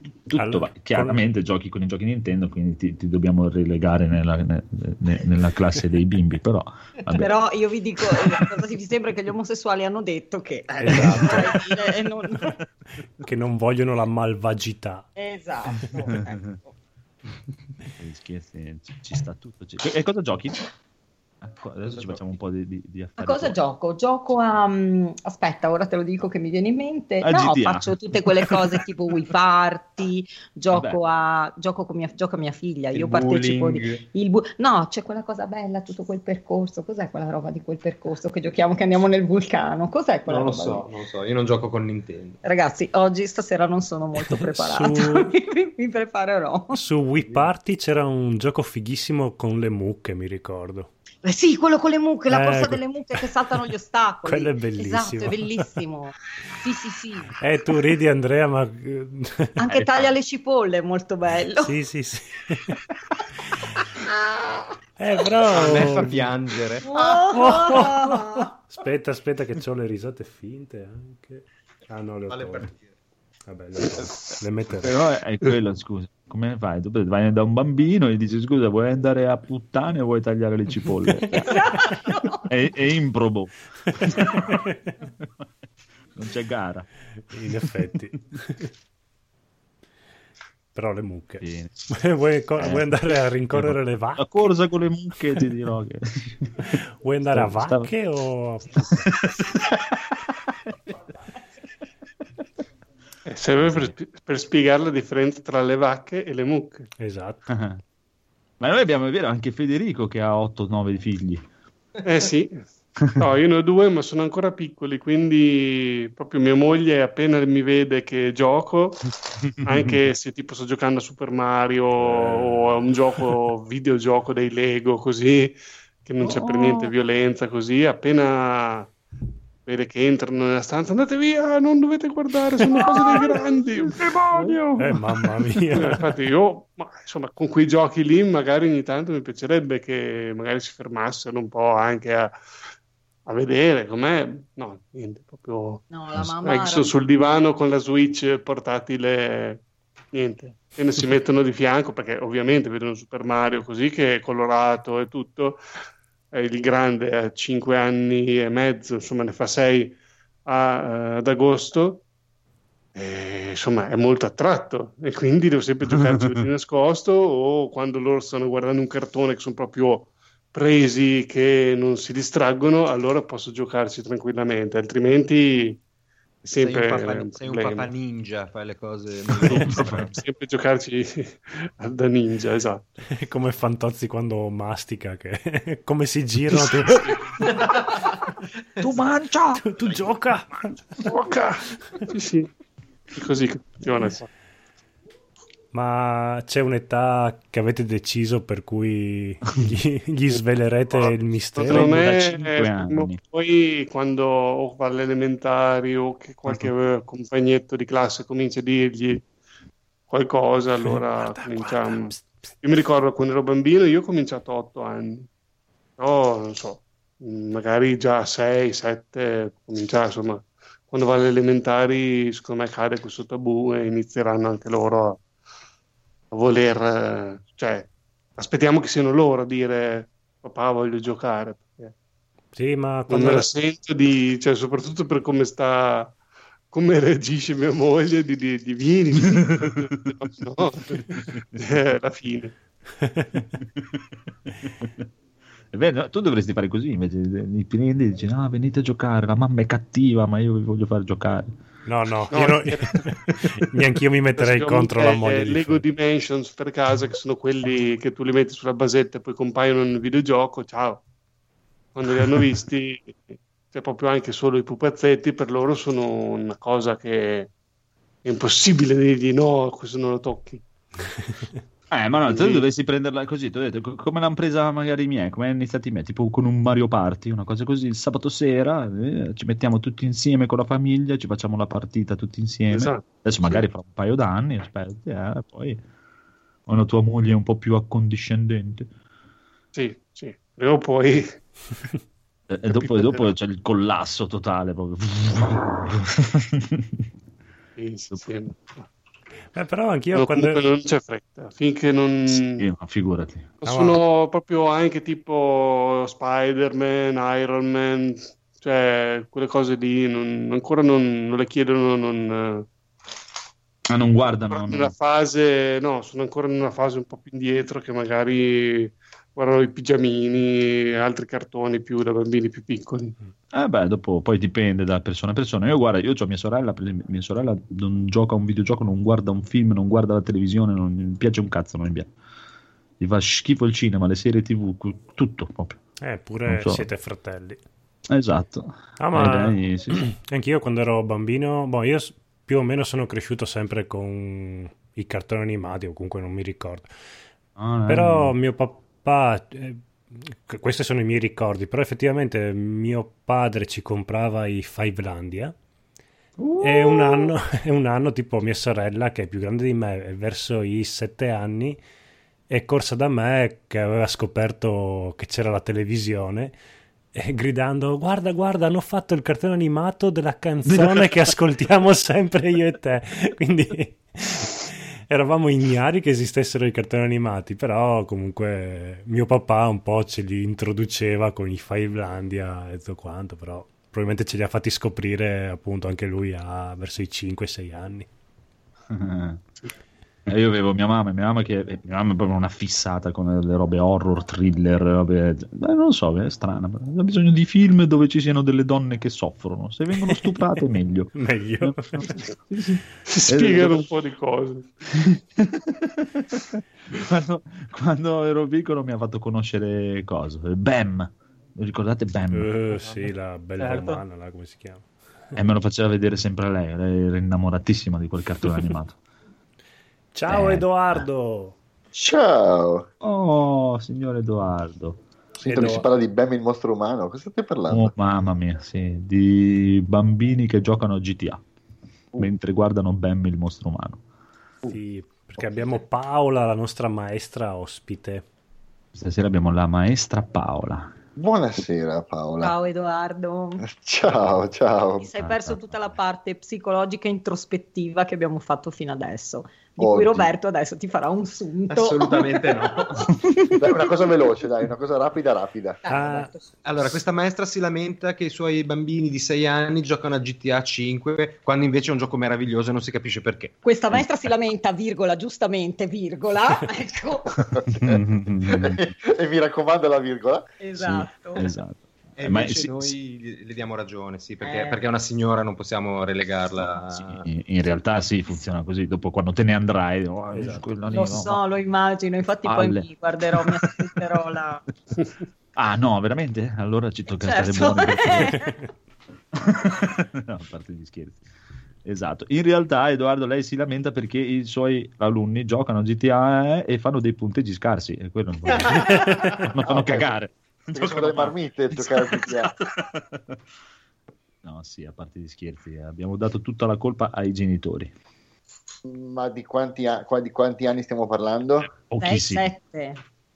tutto allora, va. Chiaramente con... giochi con i giochi Nintendo, quindi ti, ti dobbiamo relegare nella, ne, ne, nella classe dei bimbi, però vabbè. Però io vi dico, cosa mi sembra che gli omosessuali hanno detto che esatto. dire, non... che non vogliono la malvagità. Esatto. Ecco. Scherzi, ci, ci sta tutto. E cosa giochi? Adesso ci facciamo un po' di, di, di affari. A cosa gioco? Gioco a... Um, aspetta, ora te lo dico che mi viene in mente. A no, G T A. Faccio tutte quelle cose tipo Wii Party, gioco a... Gioco con mia, gioco a mia figlia, il io partecipo... Di, il bu... No, c'è quella cosa bella, tutto quel percorso. Cos'è quella roba di quel percorso che giochiamo, che andiamo nel vulcano? Cos'è quella non lo roba so, lì? non lo so, io non gioco con Nintendo. Ragazzi, oggi, stasera non sono molto preparato. Su... mi, mi preparerò. Su Wii Party c'era un gioco fighissimo con le mucche, mi ricordo. Eh sì, quello con le mucche, la eh, corsa que- delle mucche che saltano gli ostacoli. Quello è bellissimo. Esatto, è bellissimo. Sì, sì, sì. Eh, tu ridi, Andrea, ma... Anche Taglia le cipolle è molto bello. Sì, sì, sì. eh, però... A me fa piangere. Oh, oh. Aspetta, aspetta che c'ho le risate finte anche. Ah, no, le ho Vale tolte. Vabbè, le, le metterò. Però è quello, scusa. Come fai? Tu vai da un bambino e gli dici scusa, vuoi andare a puttane o vuoi tagliare le cipolle? Esatto. È, è improbo. Non c'è gara. In effetti. Però le mucche. eh, vuoi, vuoi andare a rincorrere le vacche? La corsa con le mucche ti dirò che... Vuoi andare stavo, a vacche stavo... o... Serve per, per spiegare la differenza tra le vacche e le mucche. Esatto. Uh-huh. Ma noi abbiamo, è vero, anche Federico che ha otto nove figli. Eh sì, no, io ne ho due ma sono ancora piccoli, quindi proprio mia moglie appena mi vede che gioco, anche se tipo sto giocando a Super Mario o a un gioco, videogioco dei Lego così, che non c'è per niente violenza così, appena... vede che entrano nella stanza, andate via, non dovete guardare, sono cose dei grandi, un demonio! Eh, mamma mia! Eh, infatti io, ma, insomma, con quei giochi lì magari ogni tanto mi piacerebbe che magari si fermassero un po' anche a, a vedere com'è. No, niente, proprio... No, la mamma... Eh, sono sul divano con la Switch portatile, niente. E ne si mettono di fianco, perché ovviamente vedono Super Mario così, che è colorato e tutto... il grande ha cinque anni e mezzo, insomma ne fa sei a, ad agosto, e, insomma è molto attratto e quindi devo sempre giocarci di nascosto, o quando loro stanno guardando un cartone che sono proprio presi, che non si distraggono, allora posso giocarci tranquillamente, altrimenti sempre sei un papà, un sei un papà ninja, fai le cose sempre giocarci da ninja, esatto. Come Fantozzi quando mastica, che come si girano tu, tu mangia, tu, tu gioca gioca sì sì, così che funziona. Ma c'è un'età che avete deciso per cui gli, gli svelerete no, il mistero? Secondo me poi quando o fa le elementari o che qualche uh-huh. compagnetto di classe comincia a dirgli qualcosa, allora guarda, cominciamo. Guarda. Io mi ricordo quando ero bambino, io ho cominciato a otto anni, però non so, magari già a sei, sette cominciare, insomma, quando va alle elementari secondo me cade questo tabù e inizieranno anche loro a a voler, cioè aspettiamo che siano loro a dire papà voglio giocare, perché sì, ma non me la sento di, cioè soprattutto per come sta, come reagisce mia moglie di, di, di vieni, no, è la fine. È vero, tu dovresti fare così, invece li prendi e dici no, venite a giocare, la mamma è cattiva ma io vi voglio far giocare. No, no, no, io no neanche io mi metterei contro la moglie. Lego Dimensions per casa, che sono quelli che tu li metti sulla basetta e poi compaiono nel videogioco, ciao. Quando li hanno visti, cioè proprio anche solo i pupazzetti, per loro sono una cosa che è impossibile dirgli no, questo non lo tocchi. Eh, ma no, tu dovresti prenderla così, ti ho detto, come l'hanno presa magari i miei, come hanno iniziati i miei, tipo con un Mario Party, una cosa così, il sabato sera eh, ci mettiamo tutti insieme con la famiglia, ci facciamo la partita tutti insieme, esatto. Adesso magari sì. Fra un paio d'anni, aspetti, eh, poi quando tua moglie è un po' più accondiscendente. Sì, sì, però poi... e, e dopo, e dopo c'è il collasso totale proprio. Sì, sì, sì. Eh, però anch'io no, quando... non c'è fretta, finché non... Sì, ma figurati. Sono ah, proprio anche tipo Spider-Man, Iron Man, cioè quelle cose lì, non, ancora non, non le chiedono, non... Ah, non guardano. In una fase, no, sono ancora in una fase un po' più indietro che magari guardano i pigiamini, altri cartoni più da bambini più piccoli. Eh beh, dopo poi dipende da persona a persona. Io guarda, io ho mia sorella, per esempio, mia sorella non gioca a un videogioco, non guarda un film, non guarda la televisione, non mi piace un cazzo, non mi piace. Gli fa schifo il cinema, le serie tv, tutto proprio. Eh, pure so. Siete fratelli. Esatto. Ah, ma eh, lei, sì. Anch'io quando ero bambino, boh, io più o meno sono cresciuto sempre con i cartoni animati, o comunque non mi ricordo. Ah, però eh. mio papà, eh, questi sono i miei ricordi, però effettivamente mio padre ci comprava i Fivelandia uh. e un anno, un anno tipo mia sorella, che è più grande di me, verso i sette anni, è corsa da me che aveva scoperto che c'era la televisione, e gridando guarda guarda hanno fatto il cartone animato della canzone che ascoltiamo sempre io e te, quindi eravamo ignari che esistessero i cartoni animati, però comunque mio papà un po' ce li introduceva con i Fivelandia e tutto quanto, però probabilmente ce li ha fatti scoprire appunto anche lui a verso i cinque sei anni. Eh, io avevo mia mamma, mia mamma che mia mamma è proprio una fissata con le robe horror, thriller, robe, beh, non so, è strana. Ha bisogno di film dove ci siano delle donne che soffrono. Se vengono stuprate, meglio. meglio. Si spiegano un po' di cose. quando, quando ero piccolo mi ha fatto conoscere cosa? Bam. Ricordate Bam? Uh, sì, la bella certo. Romana, là, come si chiama? E me lo faceva vedere sempre lei. Lei era innamoratissima di quel cartone animato. Ciao eh, Edoardo. Ciao. Oh, signor Edoardo. Sento Edo... che si parla di Bam il mostro umano. Cosa stai parlando? Oh, mamma mia, sì, di bambini che giocano a G T A uh. mentre guardano Bam il mostro umano. Sì, perché abbiamo Paola, la nostra maestra ospite. Stasera abbiamo la maestra Paola. Buonasera Paola. Ciao Edoardo. Ciao, ciao. Ti sei perso tutta la parte psicologica e introspettiva che abbiamo fatto fino adesso, di Oddio. cui Roberto adesso ti farà un sunto. Assolutamente no. Dai, una cosa veloce, dai, una cosa rapida, rapida. Ah, allora, questa maestra si lamenta che i suoi bambini di sei anni giocano a G T A cinque, quando invece è un gioco meraviglioso e non si capisce perché. Questa maestra si lamenta, virgola, giustamente, virgola, ecco. E mi raccomando la virgola. Esatto. Sì, esatto. E invece sì, noi sì. le diamo ragione, sì, perché, eh. perché è una signora, non possiamo relegarla. Sì, in realtà sì, funziona così. Dopo quando te ne andrai, oh, esatto. Lo lì, so, no. Lo immagino. Infatti Alle. Poi mi guarderò, mi aspetterò la. Ah no, veramente? Allora ci tocca certo. stare buoni. Perché... no, a parte gli scherzi. Esatto. In realtà Edoardo, lei si lamenta perché i suoi alunni giocano a G T A e fanno dei punteggi scarsi e quello non fanno okay. cagare. Sono delle marmitte giocare a G T A. No, sì, a parte gli scherzi, abbiamo dato tutta la colpa ai genitori. Ma di quanti, a- di quanti anni stiamo parlando? Pochissimi. sei sette.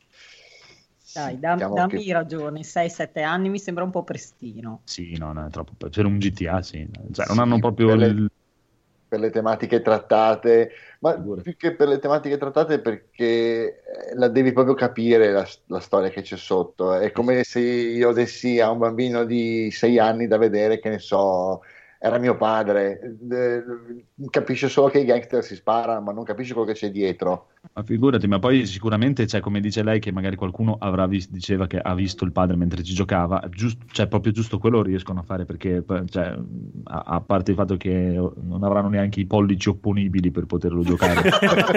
Dai, dam- diciamo dammi che... ragione, sei sette anni mi sembra un po' prestino. Sì, no, no, è troppo. Per un G T A, sì. Cioè, non sì, hanno proprio per le, il... per le tematiche trattate, ma Figure. più che per le tematiche trattate perché la devi proprio capire la, la storia che c'è sotto. È come se io dessi a un bambino di sei anni da vedere, che ne so, era mio padre, capisce solo che i gangster si sparano, ma non capisce quello che c'è dietro. Ma figurati, ma poi sicuramente, cioè, come dice lei, che magari qualcuno avrà visto, diceva che ha visto il padre mentre ci giocava, giusto, cioè proprio giusto quello riescono a fare, perché cioè, a, a parte il fatto che non avranno neanche i pollici opponibili per poterlo giocare.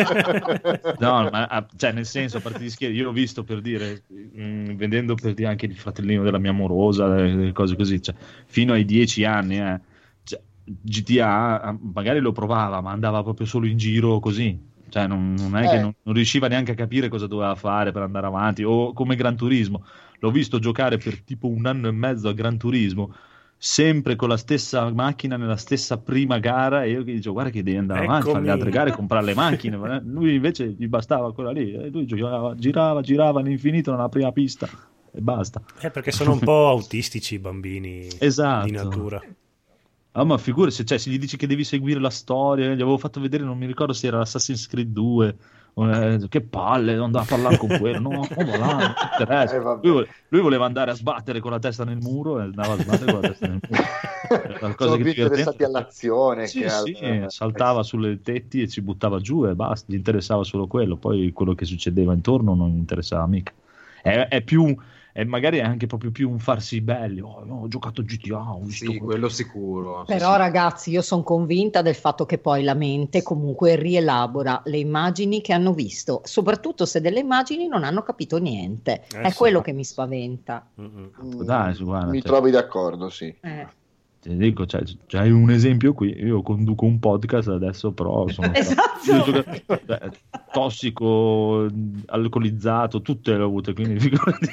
No, ma cioè, nel senso, a parte di scherzi, io ho visto, per dire, mh, vedendo per dire anche il fratellino della mia amorosa, le cose così, cioè, fino ai dieci anni, eh, cioè, G T A magari lo provava, ma andava proprio solo in giro così. Cioè non, non è eh. che non, non riusciva neanche a capire cosa doveva fare per andare avanti, o come Gran Turismo, l'ho visto giocare per tipo un anno e mezzo a Gran Turismo, sempre con la stessa macchina nella stessa prima gara, e io che dicevo guarda che devi andare Eccomi. avanti, fare le altre gare e comprare le macchine. Lui invece gli bastava quella lì, e lui giocava, girava, girava all'infinito nella prima pista e basta. Eh, perché sono un po' autistici i bambini esatto. di natura. Ah, ma figurati, cioè, se gli dici che devi seguire la storia, gli avevo fatto vedere, non mi ricordo se era Assassin's Creed due, eh, che palle, non andava a parlare con quello, no, no, va là, non interessa. Eh, lui, vole- lui voleva andare a sbattere con la testa nel muro e andava a sbattere con la testa nel muro. Era la cosa Sono che più divertente. interessati all'azione Sì, che sì, al... saltava sulle tetti e ci buttava giù e basta, gli interessava solo quello, poi quello che succedeva intorno non gli interessava mica. È, è più... E magari è anche proprio più un farsi belli. Oh, no, ho giocato G T A, ho visto Sì, quello sicuro. Però sì, ragazzi, io sono convinta del fatto che poi la mente comunque rielabora le immagini che hanno visto, soprattutto se delle immagini non hanno capito niente. Eh, è sì. quello che mi spaventa. Mm-mm. Mm, Dai, guarda, mi cioè- trovi d'accordo, sì. Eh. Ti dico, cioè, c'hai un esempio qui. Io conduco un podcast adesso, però sono Esatto. io gioca- cioè, tossico, alcolizzato, tutte le ho avute, quindi figurati.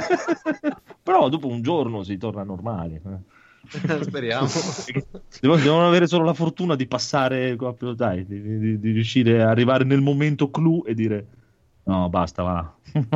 Però dopo un giorno si torna normali. eh. Speriamo. Devo- Devono avere solo la fortuna di passare proprio, dai, di, di- di riuscire a arrivare nel momento clou e dire no, basta, va.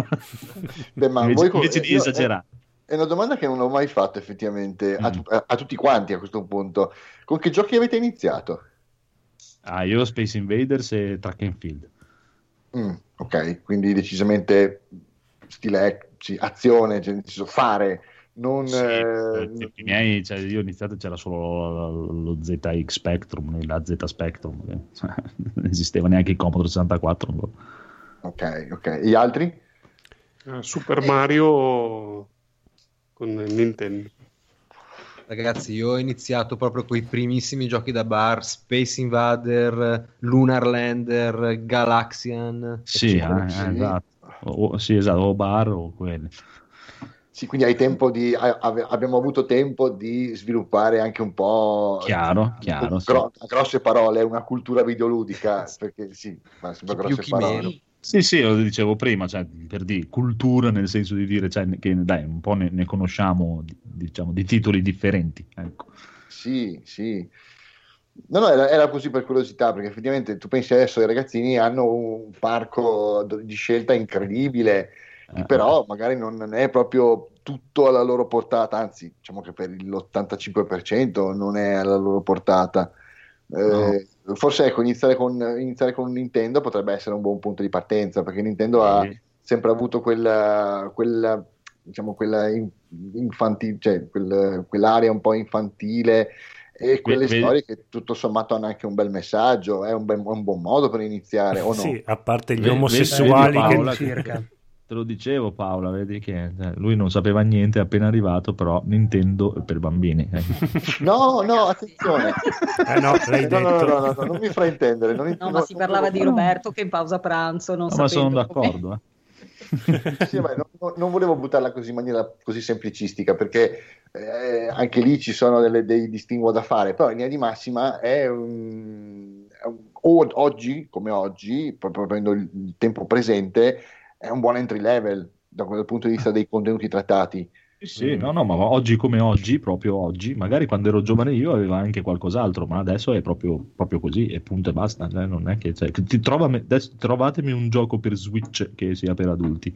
Beh, ma invece voi co- invece di io- esagerare. È una domanda che non ho mai fatto effettivamente a, Mm. tu- a- a tutti quanti a questo punto. Con che giochi avete iniziato? Ah, io Space Invaders e Track and Field. Mm, ok, quindi decisamente stile sì, azione, cioè, nel senso fare, non... Sì, eh, i tempi miei, cioè, io ho iniziato c'era solo lo Z X Spectrum, la Z Spectrum, che, cioè, non esisteva neanche il Commodore sessantaquattro. ok, ok. Gli altri? Eh, Super Mario con Nintendo. Ragazzi, io ho iniziato proprio con i primissimi giochi da bar, Space Invader, Lunar Lander, Galaxian. Sì, eccetera. eh, sì. esatto. O, sì, esatto, o bar o quelli. Sì, quindi hai tempo di, a- ave- abbiamo avuto tempo di sviluppare anche un po'... Chiaro, chiaro, sì. gro- a grosse parole, una cultura videoludica, perché sì, ma sembra Chi più, grosse chi parole. meno. Sì, sì, lo dicevo prima, cioè, per dire cultura nel senso di dire cioè, che dai, un po' ne, ne conosciamo di- diciamo di titoli differenti, ecco. Sì, sì. No, no, era, era così per curiosità, perché effettivamente tu pensi adesso i ragazzini hanno un parco d- di scelta incredibile, che Eh, però magari non non è proprio tutto alla loro portata, anzi, diciamo che per l'ottantacinque per cento non è alla loro portata. Eh, Forse ecco, iniziare con, iniziare con Nintendo potrebbe essere un buon punto di partenza, perché Nintendo ha Sì. sempre avuto quella, quella diciamo, quella in- infantile, cioè quel- quell'area un po' infantile e quelle Vedi- storie che tutto sommato hanno anche un bel messaggio, è un, bel- un buon modo per iniziare, o no? Sì, a parte gli Vedi- omosessuali vedi che... Paola, circa. Te lo dicevo Paola, vedi che eh, lui non sapeva niente, è appena arrivato, però Nintendo è per bambini. eh. No, no, attenzione. Eh no, l'hai No, no, detto. no, no, no, non mi fraintendere. Non, No, non- ma si non parlava di volevo- Roberto che in pausa pranzo non No, ma sono sapendo come- d'accordo. eh. Sì, ma non, non- non volevo buttarla così in maniera così semplicistica, perché eh, anche lì ci sono delle- dei distinguo da fare, però in linea di massima è un, è un- o- oggi, come oggi, proprio prendo il, il tempo presente, è un buon entry level da quel punto di vista dei contenuti trattati. Sì, sì, no, no, ma oggi come oggi, proprio oggi, magari quando ero giovane io aveva anche qualcos'altro, ma adesso è proprio, proprio così e punto e basta. cioè, non è che, cioè, che ti trova, adesso trovatemi un gioco per Switch che sia per adulti.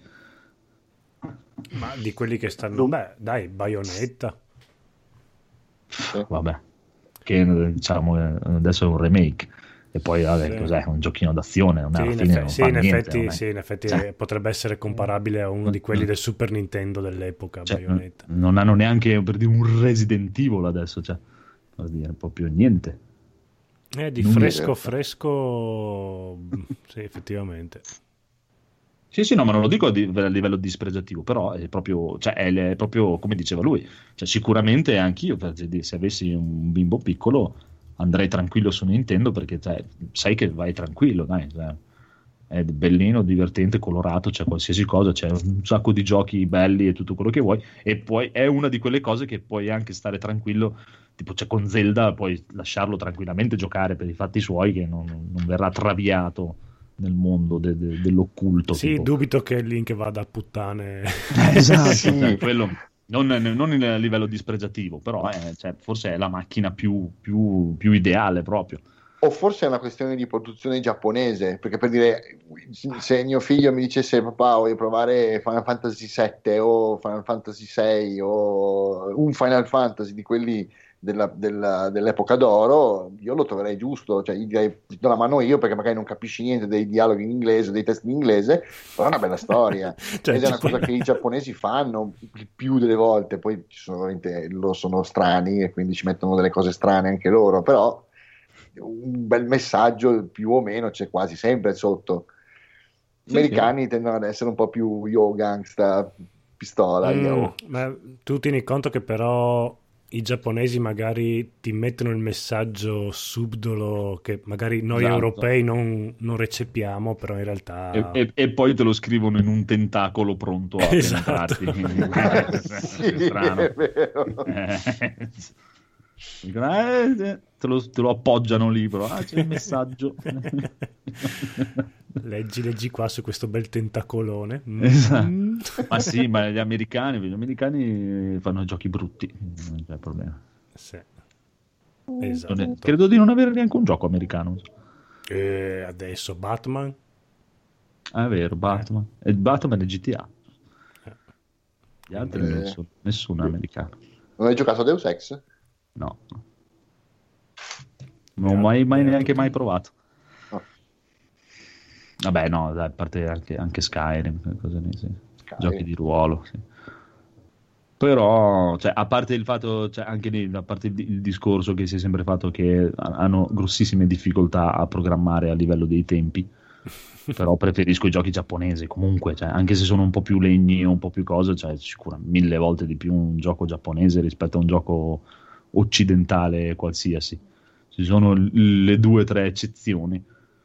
Ma di quelli che stanno... Beh, dai, Bayonetta. Vabbè, che diciamo eh, adesso è un remake e poi vabbè, Sì. cos'è? Un giochino d'azione, non è Sì, alla in, fine effe- non sì, fa in niente, effetti, non è- sì, in effetti Cioè, potrebbe essere comparabile a uno di quelli del Super Nintendo dell'epoca, cioè, Bayonetta. non hanno neanche per dire un Resident Evil adesso, cioè, per dire proprio niente. Eh, di Non fresco è- fresco... Sì, effettivamente. Sì, sì, no, ma non lo dico a, di- a livello dispregiativo, però è proprio, cioè, è, è proprio come diceva lui, cioè, sicuramente anch'io, per dire, se avessi un bimbo piccolo, andrei tranquillo su Nintendo perché cioè, sai che vai tranquillo, dai, cioè, è bellino, divertente, colorato, c'è qualsiasi cosa, c'è un sacco di giochi belli e tutto quello che vuoi, e poi è una di quelle cose che puoi anche stare tranquillo, tipo c'è con Zelda, puoi lasciarlo tranquillamente giocare per i fatti suoi, che non, non verrà traviato nel mondo de- de- dell'occulto. Sì, tipo. dubito che il Link vada a puttane. Esatto, Sì. cioè, quello non, non a livello dispregiativo, però è, cioè, forse è la macchina più, più, più ideale proprio. O forse è una questione di produzione giapponese, perché per dire, se mio figlio mi dicesse papà voglio provare Final Fantasy sette o Final Fantasy sei o un Final Fantasy di quelli della, della, dell'epoca d'oro, io lo troverei giusto, cioè gli direi, do la mano io perché magari non capisci niente dei dialoghi in inglese, dei testi in inglese, però è una bella storia. Cioè, ed è una cosa che i giapponesi fanno il più delle volte, poi ci sono, loro sono strani e quindi ci mettono delle cose strane anche loro, però un bel messaggio più o meno c'è quasi sempre sotto. Gli sì, americani sì. tendono ad essere un po' più yo gangsta, pistola. Mm, yo. Ma tu tieni conto che però i giapponesi magari ti mettono il messaggio subdolo che magari noi esatto. europei non, non recepiamo, però in realtà... E, e, e poi te lo scrivono in un tentacolo pronto a esatto. penetrarti. Sì, strano. È vero. Eh, te, lo, te lo appoggiano lì, però ah, c'è il messaggio. leggi, leggi qua su questo bel tentacolone. Mm. Esatto. Ma sì, ma gli americani, gli americani fanno giochi brutti, non c'è problema. Sì. Esatto. Non è, credo di non avere neanche un gioco americano. E adesso Batman. Ah, è vero, Batman. E Batman è G T A. Gli altri eh. non sono, nessuno è americano. Non hai giocato a Deus Ex? No. Non ho mai, mai neanche mai provato. Oh. Vabbè, no, dai, a parte anche, anche Skyrim, cose lì, sì. Skyrim. Giochi di ruolo, sì. Però, cioè, a parte il fatto, cioè, anche lì, a parte il, il discorso che si è sempre fatto che hanno grossissime difficoltà a programmare a livello dei tempi, però preferisco i giochi giapponesi comunque, cioè, anche se sono un po' più legni o un po' più cose, cioè sicuramente mille volte di più un gioco giapponese rispetto a un gioco occidentale qualsiasi. Ci sono le due o tre eccezioni.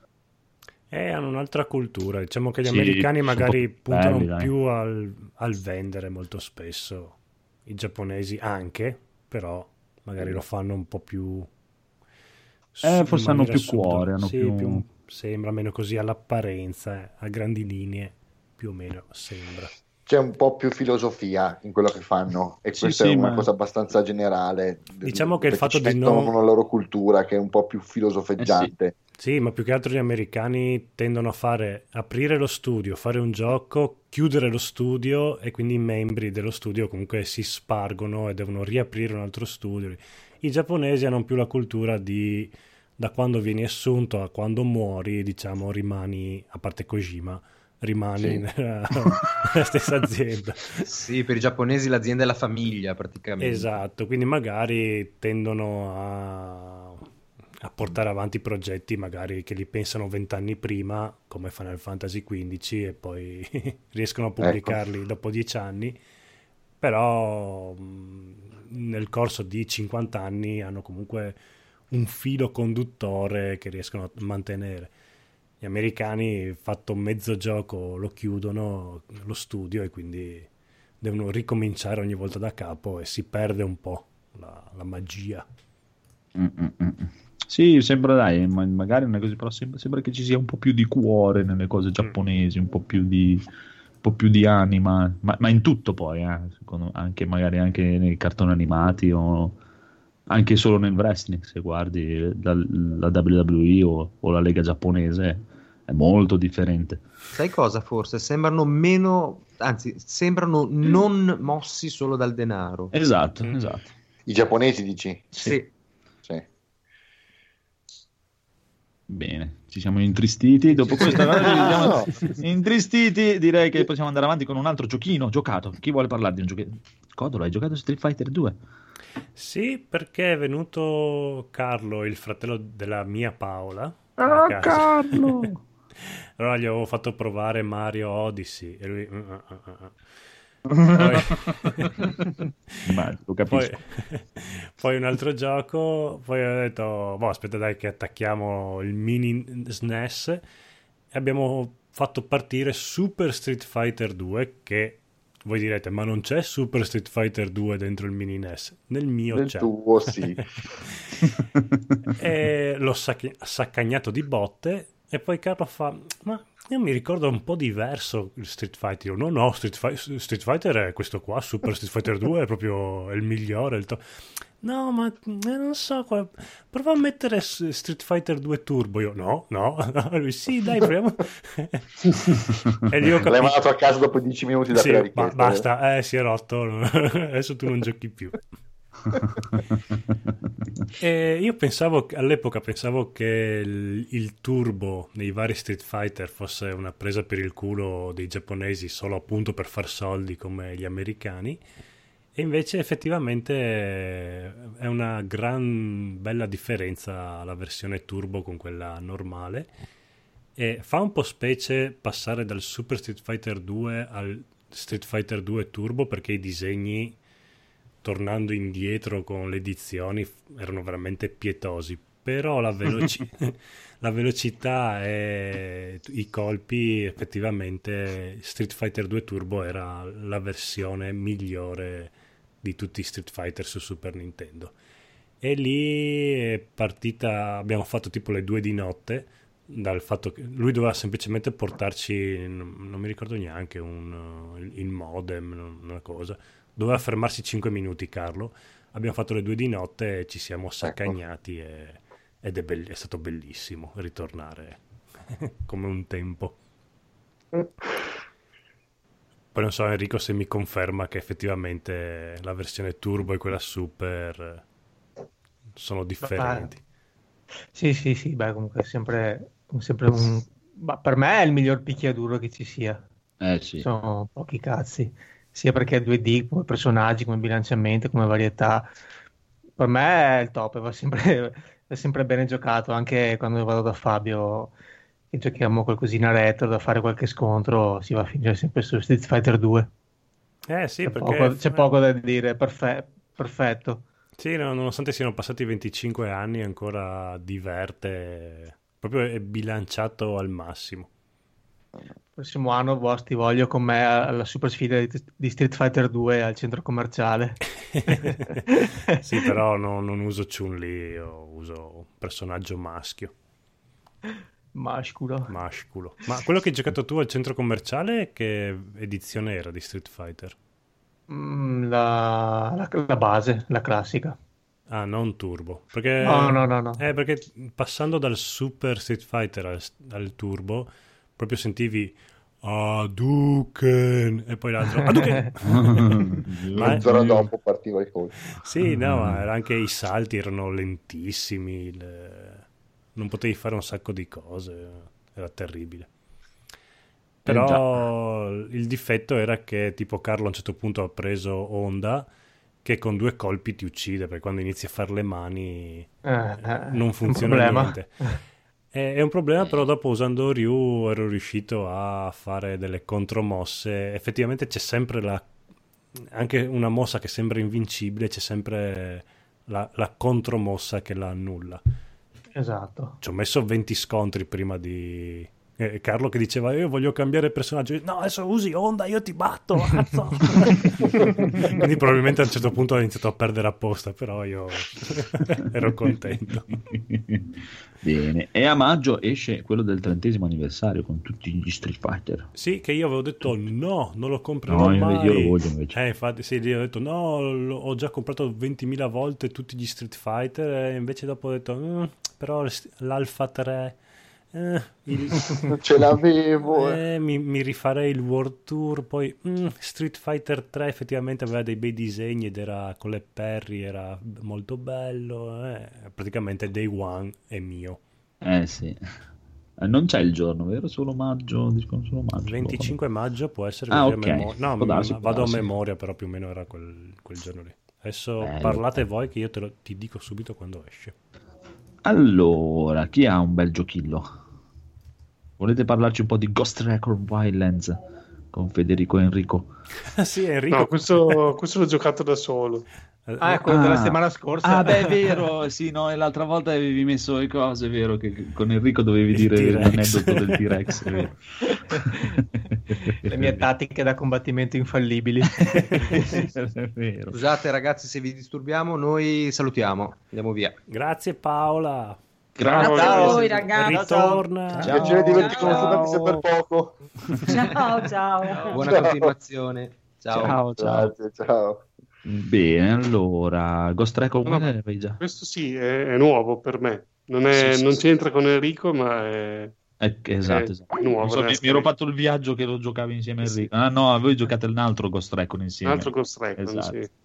E hanno un'altra cultura, diciamo che gli Sì, americani magari puntano belli, più al, al vendere molto spesso, i giapponesi anche, però magari lo fanno un po' più eh, forse hanno più subdola. cuore, hanno sì, più... più sembra meno così all'apparenza, eh, a grandi linee più o meno sembra. C'è un po' più filosofia in quello che fanno e Sì, questa sì, è una ma- cosa abbastanza generale. Diciamo che il perché fatto ci di mettono non- una loro cultura che è un po' più filosofeggiante. Sì, ma più che altro gli americani tendono a fare aprire lo studio, fare un gioco, chiudere lo studio e quindi i membri dello studio comunque si spargono e devono riaprire un altro studio. I giapponesi hanno più la cultura di da quando vieni assunto a quando muori, diciamo, rimani, a parte Kojima, rimani Sì. nella, nella stessa azienda. Sì, per i giapponesi l'azienda è la famiglia praticamente. Esatto, quindi magari tendono a, a portare avanti progetti magari che li pensano vent'anni prima, come Final Fantasy quindici, e poi riescono a pubblicarli Ecco. dopo dieci anni, però mh, nel corso di cinquanta anni hanno comunque un filo conduttore che riescono a mantenere. Gli americani, fatto mezzo gioco, lo chiudono lo studio e quindi devono ricominciare ogni volta da capo e si perde un po' la, la magia. Mm-mm-mm. Sì, sembra, dai, ma magari non è così, però sembra, sembra che ci sia un po' più di cuore nelle cose giapponesi, un po' più di, un po' più di anima, ma, ma in tutto poi, eh, secondo, anche magari anche nei cartoni animati o anche solo nel wrestling, se guardi la, la W W E o, o la Lega giapponese è molto differente. Sai cosa forse? Sembrano meno, anzi, sembrano non mossi solo dal denaro. Esatto, Mm. esatto. I giapponesi dici? Sì. Sì. Bene, ci siamo intristiti. Dopo questa cosa ci siamo intristiti, direi che possiamo andare avanti con un altro giochino giocato. Chi vuole parlare di un giochino? Codolo, hai giocato Street Fighter due? Sì, perché è venuto Carlo, il fratello della mia Paola, Ah, a casa. Carlo! Allora gli avevo fatto provare Mario Odyssey e lui... uh, uh, uh, uh. Poi... Ma lo capisco. Poi, poi un altro gioco, poi ho detto, boh, aspetta dai che attacchiamo il mini S N E S e abbiamo fatto partire Super Street Fighter due, che voi direte, ma non c'è Super Street Fighter due dentro il mini N E S? Nel mio Nel c'è. tuo sì. E l'ho sacc- saccagnato di botte e poi Carlo fa, ma io mi ricordo un po' diverso il Street Fighter. Io, no no, Street, Fi- Street Fighter è questo qua, Super Street Fighter due è proprio il migliore, il to- no ma eh, non so, qua- prova a mettere S- Street Fighter due Turbo. Io no no, lui sì dai proviamo. E lì ho L'hai capito, mandato a casa dopo dieci minuti da sì, quella ba- richiesta. basta, eh si è rotto. Adesso tu non giochi più. E io pensavo, all'epoca pensavo che il, il turbo nei vari Street Fighter fosse una presa per il culo dei giapponesi solo appunto per far soldi come gli americani, e invece effettivamente è una gran bella differenza la versione turbo con quella normale, e fa un po' specie passare dal Super Street Fighter due al Street Fighter due Turbo, perché i disegni, tornando indietro con le edizioni, erano veramente pietosi, però la, veloci- la velocità e i colpi, effettivamente Street Fighter due Turbo era la versione migliore di tutti i Street Fighter su Super Nintendo. E lì è partita, abbiamo fatto tipo le due di notte, dal fatto che lui doveva semplicemente portarci, non mi ricordo neanche, un, il modem, una cosa, doveva fermarsi cinque minuti Carlo, abbiamo fatto le due di notte e ci siamo saccagnati, ecco. e, ed è, be- è stato bellissimo ritornare come un tempo. Poi non so Enrico se mi conferma che effettivamente la versione turbo e quella super sono differenti. Sì, sì, sì, beh, comunque è sempre, sempre un... Ma per me è il miglior picchiaduro che ci sia. Eh sì. Sono pochi cazzi, sia perché è due D, come personaggi, come bilanciamento, come varietà. Per me è il top, va sempre, è sempre bene giocato, anche quando vado da Fabio che giochiamo qualcosina retro, da fare qualche scontro, si va a finire sempre su Street Fighter due. Eh sì, c'è, perché... poco, c'è poco da dire, perfe- perfetto. Sì, no, nonostante siano passati venticinque anni ancora diverte, proprio è bilanciato al massimo. Prossimo anno boh, ti voglio con me alla super sfida di, di Street Fighter due al centro commerciale. Sì, però no, non uso Chun-Li, io uso un personaggio maschio. Masculo. Masculo. Ma quello che hai giocato tu al centro commerciale, che edizione era di Street Fighter? Mm, la, la, la base, la classica. Ah, non Turbo. Perché, no, no, no, no. Eh, perché passando dal Super Street Fighter al, al Turbo, proprio sentivi Hadouken e poi l'altro Hadouken. Mezz'ora dopo partiva il colpo. Sì, no, ma era anche i salti erano lentissimi, le... non potevi fare un sacco di cose, era terribile. Però eh il difetto era che tipo Carlo a un certo punto ha preso Honda, che con due colpi ti uccide, perché quando inizi a fare le mani eh, eh, non funziona niente. È, è un problema, però dopo usando Ryu ero riuscito a fare delle contromosse. Effettivamente c'è sempre la, anche una mossa che sembra invincibile, c'è sempre la, la contromossa che la annulla. Esatto. Ci ho messo venti scontri prima di... Eh, Carlo che diceva io voglio cambiare personaggio, no adesso usi Honda, io ti batto. Quindi probabilmente a un certo punto ho iniziato a perdere apposta, però io ero contento. Bene, e a maggio esce quello del trentesimo anniversario con tutti gli Street Fighter. Sì, che io avevo detto no, non lo comprerò no, mai. Io lo voglio invece. Eh, infatti sì, io ho detto no, lo, ho già comprato ventimila volte tutti gli Street Fighter, e invece dopo ho detto mm, però l'Alpha tre Eh, il... ce l'avevo eh, mi, mi rifarei il World Tour. Poi mm, Street Fighter tre effettivamente aveva dei bei disegni ed era con le Perry, era molto bello, eh. Praticamente Day One è mio. Eh sì, eh, non c'è il giorno, vero? Solo maggio, solo maggio venticinque maggio può essere. Ah, ok. Memor- no, può darsi, m- può vado darsi. a memoria, però più o meno era quel, quel giorno lì. Adesso Bello. Parlate voi che io te lo, ti dico subito quando esce. Allora, chi ha un bel giochillo? Volete parlarci un po' di Ghost Recon Wildlands con Federico e Enrico? Sì, Enrico. No, questo, questo l'ho giocato da solo. Ah, è quello ah, della settimana scorsa. Ah, beh, è vero, sì, no, e l'altra volta avevi messo le cose, è vero, che con Enrico dovevi il dire T-Rex. L'aneddoto del T-Rex, è vero. Le mie tattiche da combattimento infallibili. È vero. Scusate ragazzi se vi disturbiamo, noi salutiamo, andiamo via. Grazie Paola. Grazie a voi ragazzi. Ritorna. Ciao. Piacere di averti conosciuto anche se per poco. Ciao, ciao. Buona Ciao. continuazione. Ciao. Ciao, ciao. Grazie, ciao. Bene, allora, Ghost Recon No, no, no, già. Questo sì, è, è nuovo per me. Non, è, Sì, sì, non sì. c'entra con Enrico, ma è... Eh, esatto, è esatto. nuovo. Non so, mi, nella mi ero storia. fatto il viaggio che lo giocavi insieme a Sì, Enrico. Ah no, voi giocate un altro Ghost Recon Un insieme. altro Ghost Recon, Esatto. sì.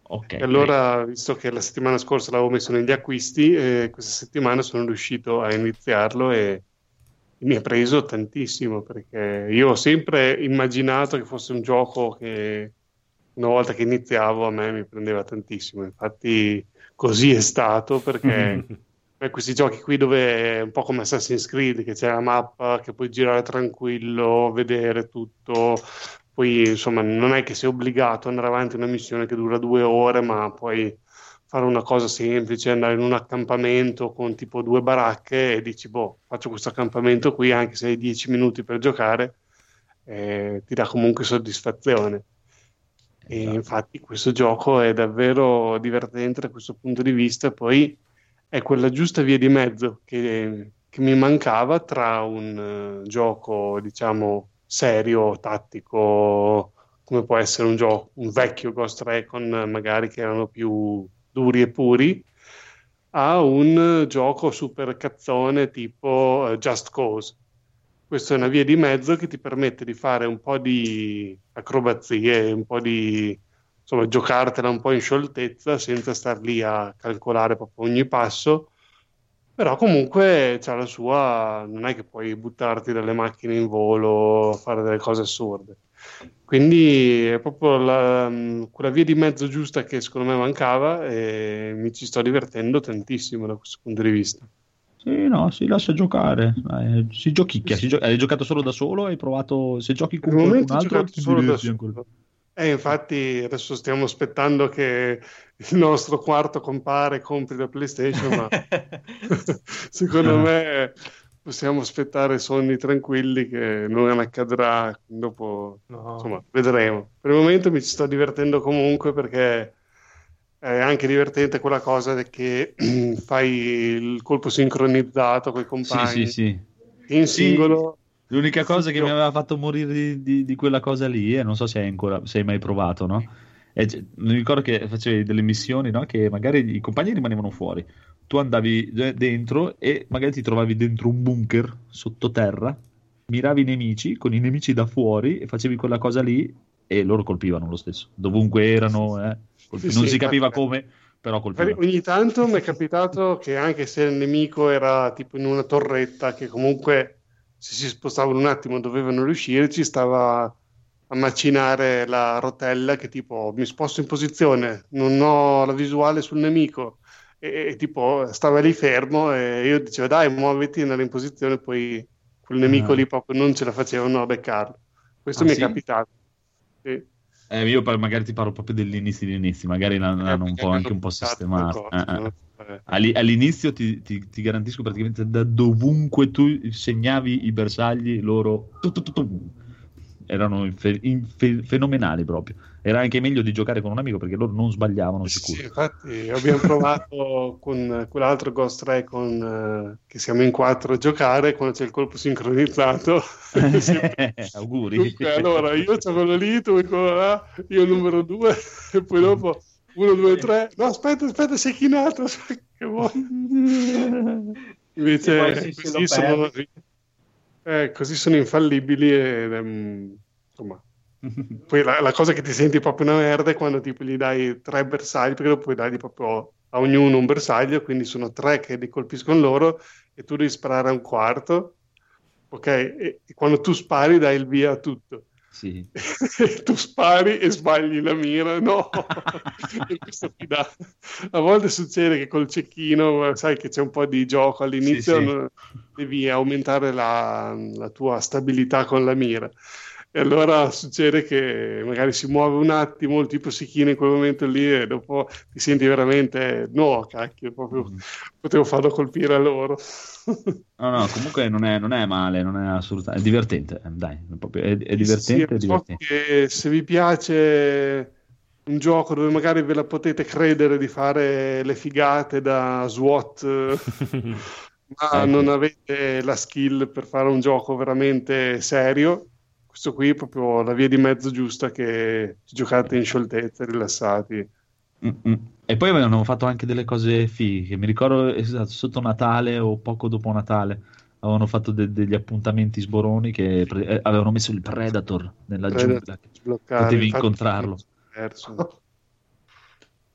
Okay, e allora, visto che la settimana scorsa l'avevo messo negli acquisti, eh, questa settimana sono riuscito a iniziarlo e mi ha preso tantissimo, perché io ho sempre immaginato che fosse un gioco che una volta che iniziavo a me mi prendeva tantissimo. Infatti così è stato, perché per questi giochi qui dove è un po' come Assassin's Creed, che c'è la mappa che puoi girare tranquillo, vedere tutto, poi insomma non è che sei obbligato ad andare avanti una missione che dura due ore, ma puoi fare una cosa semplice, andare in un accampamento con tipo due baracche e dici, boh, faccio questo accampamento qui, anche se hai dieci minuti per giocare, eh, ti dà comunque soddisfazione. E infatti questo gioco è davvero divertente da questo punto di vista. Poi è quella giusta via di mezzo che, che mi mancava tra un uh, gioco, diciamo, serio, tattico, come può essere un gioco, un vecchio Ghost Recon, magari, che erano più duri e puri, a un gioco super cazzone tipo uh, Just Cause. Questa è una via di mezzo che ti permette di fare un po' di acrobazie, un po' di, insomma, giocartela un po' in scioltezza senza star lì a calcolare proprio ogni passo, però comunque c'ha la sua, non è che puoi buttarti dalle macchine in volo, fare delle cose assurde. Quindi è proprio la, quella via di mezzo giusta che secondo me mancava, e mi ci sto divertendo tantissimo da questo punto di vista. Sì, no, si lascia giocare, eh, si giochicchia, si gio- hai giocato solo da solo, hai provato, se giochi con qualcun altro ti solo da diverti ancora. Eh, infatti adesso stiamo aspettando che il nostro quarto compare, compri la PlayStation, ma secondo me possiamo aspettare sonni tranquilli che non accadrà, dopo no. Insomma, vedremo. Per il momento mi ci sto divertendo comunque, perché è anche divertente quella cosa che fai il colpo sincronizzato con i compagni. Sì, sì, sì. In singolo. Sì. L'unica cosa che mi aveva fatto morire di, di, di quella cosa lì, e non so se hai ancora, se hai mai provato, no? E, mi ricordo che facevi delle missioni, no? Che magari i compagni rimanevano fuori, tu andavi dentro e magari ti trovavi dentro un bunker sottoterra, miravi i nemici con i nemici da fuori e facevi quella cosa lì e loro colpivano lo stesso, dovunque erano, eh. Colpi- sì, non sì, si capiva infatti, come, però colpivano. Ogni tanto mi è capitato che anche se il nemico era tipo in una torretta, che comunque se si spostavano un attimo dovevano riuscire, ci stava a macinare la rotella, che tipo mi sposto in posizione, non ho la visuale sul nemico, e, e tipo stava lì fermo e io dicevo dai muoviti, andare in posizione, poi quel nemico Ah. lì proprio non ce la facevano a beccarlo. Questo Ah, mi sì? è capitato. Sì. Eh, io par- magari ti parlo proprio degli inizi degli inizi, magari l'hanno Eh, un po' anche un po' sistemato. Eh, eh. Alli- all'inizio ti, ti- ti garantisco praticamente da dovunque tu segnavi i bersagli, loro tu, tu, tu, tu, erano infe- infe- fenomenali proprio. Era anche meglio di giocare con un amico perché loro non sbagliavano sicuro. Sì, infatti abbiamo provato con quell'altro Ghost Recon eh, che siamo in quattro a giocare, quando c'è il colpo sincronizzato. Auguri. Dunque, allora io c'ho quello lì, tu quello là, io il numero due, e poi dopo uno, due, tre. No, aspetta, aspetta, sei chinato. Che vuoi? Invece sì, così, sono, eh, così sono infallibili ed è, insomma. Poi la, la cosa che ti senti proprio una merda è quando tipo gli dai tre bersagli, perché lo puoi dargli proprio a ognuno un bersaglio, quindi sono tre che li colpiscono loro e tu devi sparare a un quarto, ok? E, e quando tu spari dai il via a tutto. Sì. Tu spari e sbagli la mira, no? E questo ti dà. A volte succede che col cecchino, sai che c'è un po' di gioco all'inizio, Sì, sì. non- devi aumentare la, la tua stabilità con la mira. E allora succede che magari si muove un attimo, il tipo si china in quel momento lì e dopo ti senti veramente, no, cacchio, proprio Mm. potevo farlo colpire a loro. No, no, comunque non è, non è male, non è assolutamente, è divertente, eh, dai, è, proprio, è, è Sì, divertente, è sì, so divertente. che se vi piace un gioco dove magari ve la potete credere di fare le figate da SWAT, ma Ecco. non avete la skill per fare un gioco veramente serio, questo qui è proprio la via di mezzo giusta, che giocate in scioltezza, rilassati. Mm-mm. E poi avevano fatto anche delle cose fighe, mi ricordo esatto, sotto Natale o poco dopo Natale avevano fatto de- degli appuntamenti sboroni che pre- eh, avevano messo il Predator nella Predator, giungla, sbloccare, potevi infatti, incontrarlo. perso.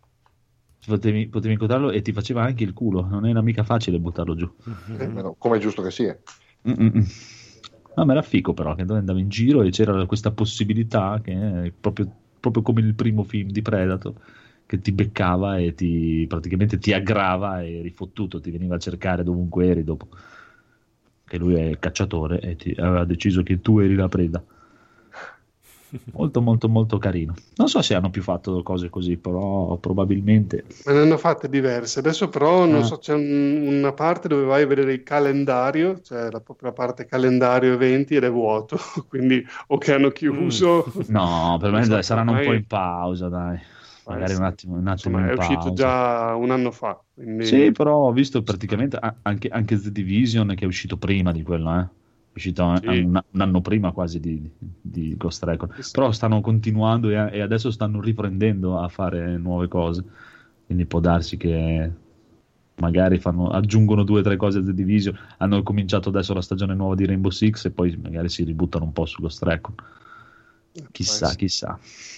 potevi, potevi incontrarlo e ti faceva anche il culo, non era mica facile buttarlo giù. Eh, come è giusto che sia. Mm-mm. No, ma era figo però, che andava in giro e c'era questa possibilità che è proprio, proprio come il primo film di Predator, che ti beccava e ti praticamente ti aggrava e eri fottuto, ti veniva a cercare dovunque eri dopo. Che lui è il cacciatore e ti aveva deciso che tu eri la preda. Molto molto molto carino. Non so se hanno più fatto cose così, però probabilmente me ne hanno fatte diverse. Adesso però non ah. so, c'è un, una parte dove vai a vedere il calendario, cioè la propria parte calendario eventi, ed è vuoto, quindi o che hanno chiuso mm. no, per me so, dai, saranno ormai... un po' in pausa, dai, magari un attimo, un attimo Insomma, in è pausa. uscito già un anno fa, quindi... Sì, però ho visto praticamente anche, anche The Division, che è uscito prima di quello, eh è uscito sì. un, un anno prima quasi di, di Ghost Recon, sì. Però stanno continuando e, e adesso stanno riprendendo a fare nuove cose, quindi può darsi che magari fanno, aggiungono due o tre cose a The Division. Hanno cominciato adesso la stagione nuova di Rainbow Six e poi magari si ributtano un po' su Ghost Recon, chissà chissà.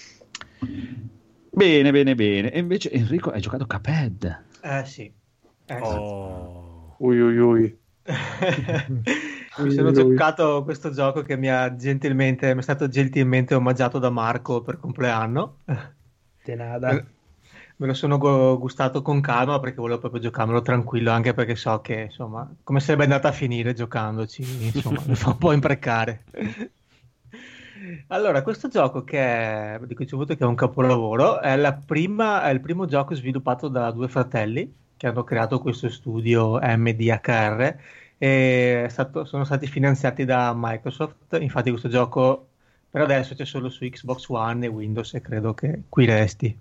Bene bene bene. E invece Enrico hai giocato Cuphead? Eh sì eh, oh. ui ui ui mi sono giocato questo gioco che mi ha gentilmente mi è stato gentilmente omaggiato da Marco per compleanno. De nada. Me, me lo sono gustato con calma perché volevo proprio giocarmelo tranquillo, anche perché so che insomma come sarebbe andata a finire giocandoci, insomma mi fa un po' imprecare. Allora, questo gioco che è, di cui ci ho avuto che è un capolavoro, è, la prima, è il primo gioco sviluppato da due fratelli che hanno creato questo studio M D H R. E è stato, sono stati finanziati da Microsoft. Infatti questo gioco per adesso c'è solo su Xbox One e Windows e credo che qui resti.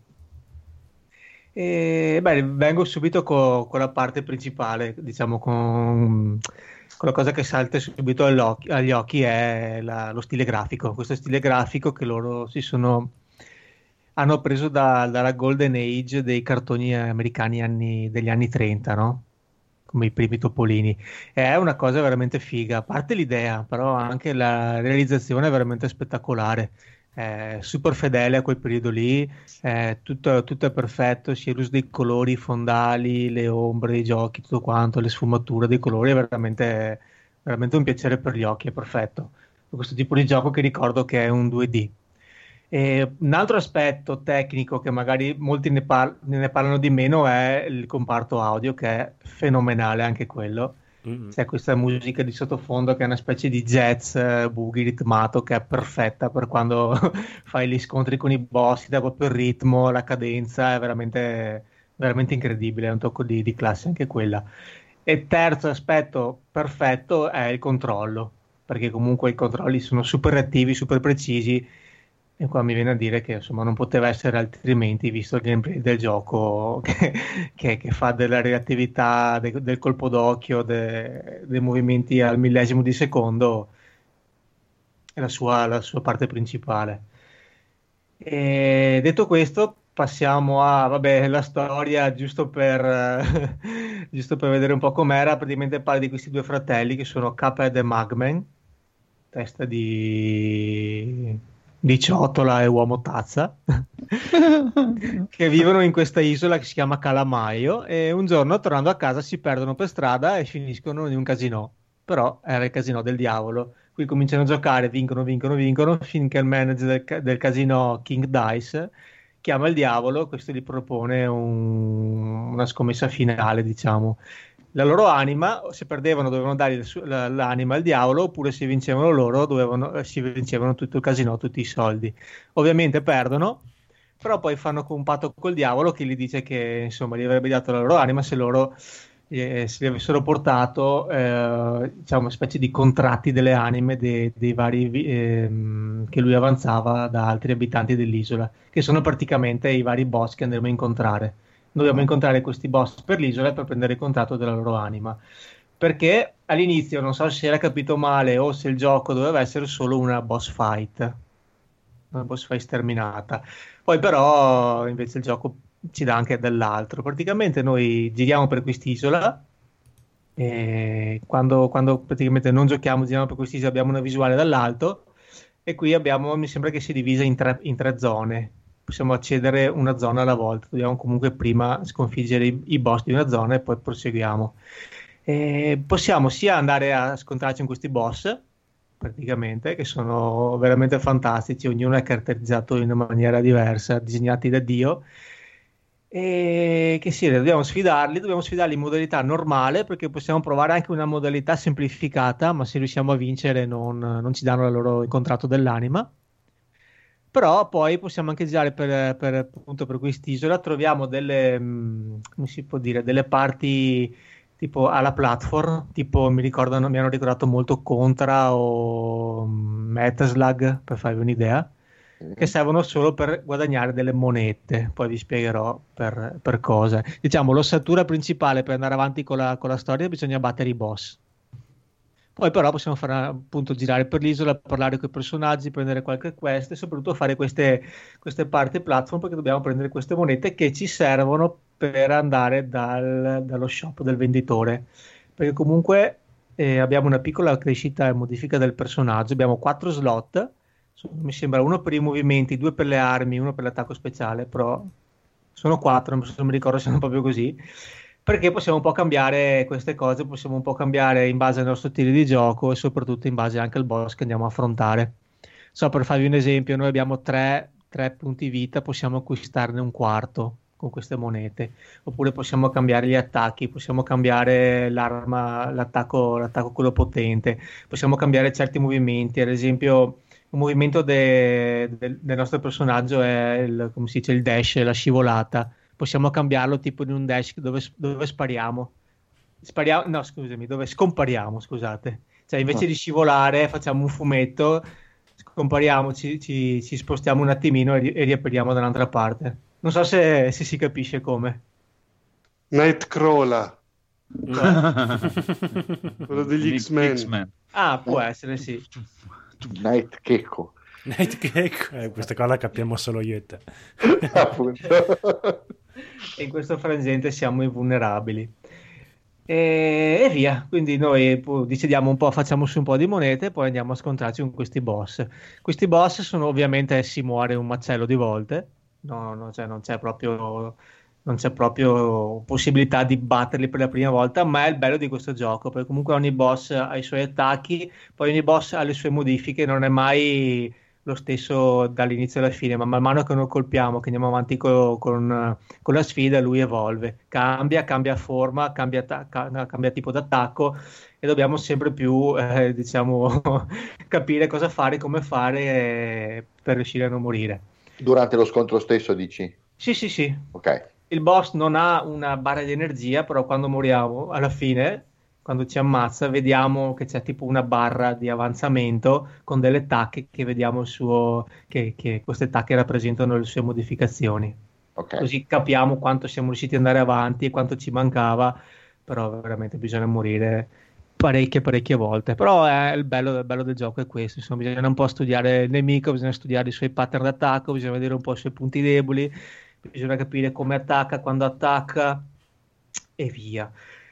E beh, vengo subito co, con la parte principale, diciamo con, con la cosa che salta subito agli occhi, agli occhi è la, lo stile grafico, questo stile grafico che loro si sono hanno preso da, dalla Golden Age dei cartoni americani anni, degli anni trenta, no? Come i primi topolini. È una cosa veramente figa, a parte l'idea, però anche la realizzazione è veramente spettacolare, è super fedele a quel periodo lì, è tutto, tutto è perfetto, sia l'uso dei colori, i fondali, le ombre dei giochi, tutto quanto, le sfumature dei colori, è veramente, veramente un piacere per gli occhi, è perfetto. Questo tipo di gioco che ricordo che è un due D. E un altro aspetto tecnico che magari molti ne, par- ne parlano di meno è il comparto audio, che è fenomenale anche quello. Mm-hmm. C'è questa musica di sottofondo che è una specie di jazz uh, boogie ritmato che è perfetta per quando fai gli scontri con i boss, dà proprio il ritmo, la cadenza, è veramente, veramente incredibile, è un tocco di, di classe anche quella. E terzo aspetto perfetto è il controllo, perché comunque i controlli sono super attivi, super precisi. E qua mi viene a dire che insomma non poteva essere altrimenti, visto il gameplay del gioco che, che, che fa della reattività, de, del colpo d'occhio, de, dei movimenti al millesimo di secondo, è la sua, la sua parte principale. E detto questo, passiamo a vabbè, la storia, giusto per, giusto per vedere un po' com'era. Praticamente parla di questi due fratelli che sono Cuphead e Mugman, testa di... di ciotola e uomo tazza che vivono in questa isola che si chiama Calamaio e un giorno tornando a casa si perdono per strada e finiscono in un casino, però era il casino del diavolo. Qui cominciano a giocare, vincono, vincono, vincono finché il manager del, del casino King Dice chiama il diavolo, questo gli propone un, una scommessa finale, diciamo. La loro anima, se perdevano dovevano dare l'anima al diavolo, oppure se vincevano loro dovevano, si vincevano tutto il casino, tutti i soldi. Ovviamente perdono, però poi fanno un patto col diavolo che gli dice che insomma gli avrebbe dato la loro anima se loro eh, se gli avessero portato eh, diciamo una specie di contratti delle anime de, dei vari eh, che lui avanzava da altri abitanti dell'isola, che sono praticamente i vari boss che andremo a incontrare. Dobbiamo incontrare questi boss per l'isola per prendere il contratto della loro anima, perché all'inizio non so se era capito male o se il gioco doveva essere solo una boss fight, una boss fight sterminata, poi però invece il gioco ci dà anche dell'altro. Praticamente noi giriamo per quest'isola e quando, quando praticamente non giochiamo, giriamo per quest'isola, abbiamo una visuale dall'alto e qui abbiamo, mi sembra che sia divisa in tre, in tre zone. possiamo accedere una zona alla volta, dobbiamo comunque prima sconfiggere i, i boss di una zona e poi proseguiamo. E possiamo sia andare a scontrarci in questi boss, praticamente, che sono veramente fantastici, ognuno è caratterizzato in una maniera diversa, disegnati da Dio, e che sì, dobbiamo sfidarli, dobbiamo sfidarli in modalità normale, perché possiamo provare anche una modalità semplificata, ma se riusciamo a vincere non, non ci danno il loro il contratto dell'anima. Però poi possiamo anche girare per, per, appunto, per quest'isola, troviamo delle, mh, come si può dire, delle parti tipo alla platform, tipo mi ricordano, mi hanno ricordato molto Contra o Metaslug, per farvi un'idea, che servono solo per guadagnare delle monete. Poi vi spiegherò per, per cosa. Diciamo, l'ossatura principale per andare avanti con la, con la storia bisogna battere i boss. Poi però possiamo fare, appunto, girare per l'isola, parlare con i personaggi, prendere qualche quest e soprattutto fare queste, queste parti platform, perché dobbiamo prendere queste monete che ci servono per andare dal, dallo shop del venditore, perché comunque eh, abbiamo una piccola crescita e modifica del personaggio. Abbiamo quattro slot, mi sembra uno per i movimenti, due per le armi, uno per l'attacco speciale, però sono quattro, non mi ricordo se sono proprio così, perché possiamo un po' cambiare queste cose, possiamo un po' cambiare in base al nostro stile di gioco e soprattutto in base anche al boss che andiamo a affrontare. So, per farvi un esempio, noi abbiamo tre, tre punti vita, possiamo acquistarne un quarto con queste monete, oppure possiamo cambiare gli attacchi, possiamo cambiare l'arma, l'attacco, l'attacco quello potente, possiamo cambiare certi movimenti. Ad esempio un movimento de, de, del nostro personaggio è il, come si dice, il dash, la scivolata. Possiamo cambiarlo tipo in un dash dove, dove spariamo. spariamo no scusami dove scompariamo, scusate, cioè invece oh. di scivolare facciamo un fumetto, scompariamo, ci, ci, ci spostiamo un attimino e, ri, e riappariamo dall'altra parte. Non so se, se si capisce come. Nightcrawler, quello degli X-Men. X-Men. Ah, può essere, sì. Night Gecko. Night Gecko, eh, questa qua la capiamo solo io e te. E in questo frangente siamo invulnerabili. E, e via, quindi noi decidiamo un po', facciamo su un po' di monete e poi andiamo a scontrarci con questi boss. Questi boss sono, ovviamente si muore un macello di volte, no, no, cioè non c'è proprio non c'è proprio possibilità di batterli per la prima volta, ma è il bello di questo gioco, perché comunque ogni boss ha i suoi attacchi, poi ogni boss ha le sue modifiche, non è mai lo stesso dall'inizio alla fine, ma man mano che noi colpiamo, che andiamo avanti co- con, con la sfida, lui evolve, cambia, cambia forma, cambia, ta- ca- cambia tipo d'attacco e dobbiamo sempre più eh, diciamo capire cosa fare, come fare eh, per riuscire a non morire. Durante lo scontro stesso, dici? Sì, sì, sì. Ok. Il boss non ha una barra di energia, però quando moriamo, alla fine, quando ci ammazza, vediamo che c'è tipo una barra di avanzamento con delle tacche che vediamo il suo, che, che queste tacche rappresentano le sue modificazioni. Okay. Così capiamo quanto siamo riusciti ad andare avanti e quanto ci mancava, però veramente bisogna morire parecchie parecchie volte. Però è il bello, il bello del gioco è questo, insomma, bisogna un po' studiare il nemico, bisogna studiare i suoi pattern d'attacco, bisogna vedere un po' i suoi punti deboli, bisogna capire come attacca, quando attacca e via.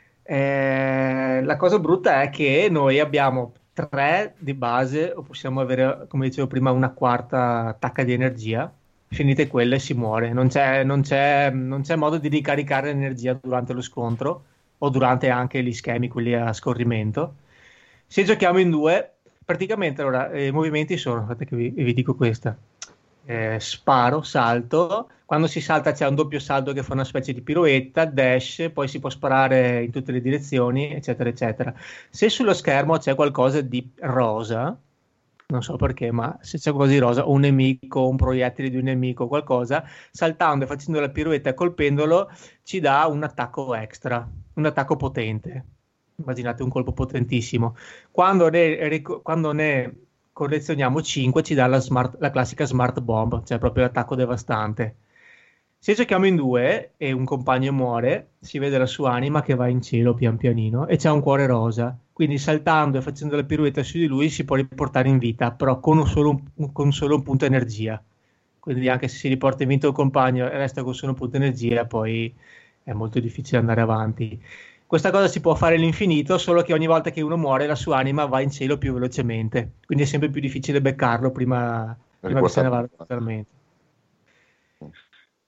Eh, la cosa brutta è che noi abbiamo tre di base, o possiamo avere, come dicevo prima, una quarta attacca di energia. Finite quelle si muore, non c'è, non c'è, non c'è modo di ricaricare l'energia durante lo scontro o durante anche gli schemi, quelli a scorrimento. Se giochiamo in due, praticamente allora i movimenti sono, aspetta che vi, vi dico questa. Eh, sparo, salto, quando si salta c'è un doppio salto che fa una specie di piroetta, dash, poi si può sparare in tutte le direzioni, eccetera eccetera. Se sullo schermo c'è qualcosa di rosa, non so perché, ma se c'è qualcosa di rosa, un nemico, un proiettile di un nemico, qualcosa, saltando e facendo la piroetta e colpendolo ci dà un attacco extra, un attacco potente. Immaginate un colpo potentissimo. Quando ne, quando ne collezioniamo cinque ci dà la, smart, la classica smart bomb, cioè proprio l'attacco devastante. Se giochiamo in due e un compagno muore, si vede la sua anima che va in cielo pian pianino e c'è un cuore rosa, quindi saltando e facendo la piruetta su di lui si può riportare in vita, però con solo un, con solo un punto energia, quindi anche se si riporta in vita un compagno e resta con solo un punto energia, poi è molto difficile andare avanti. Questa cosa si può fare all'infinito, solo che ogni volta che uno muore la sua anima va in cielo più velocemente, quindi è sempre più difficile beccarlo prima, prima che se ne vada totalmente.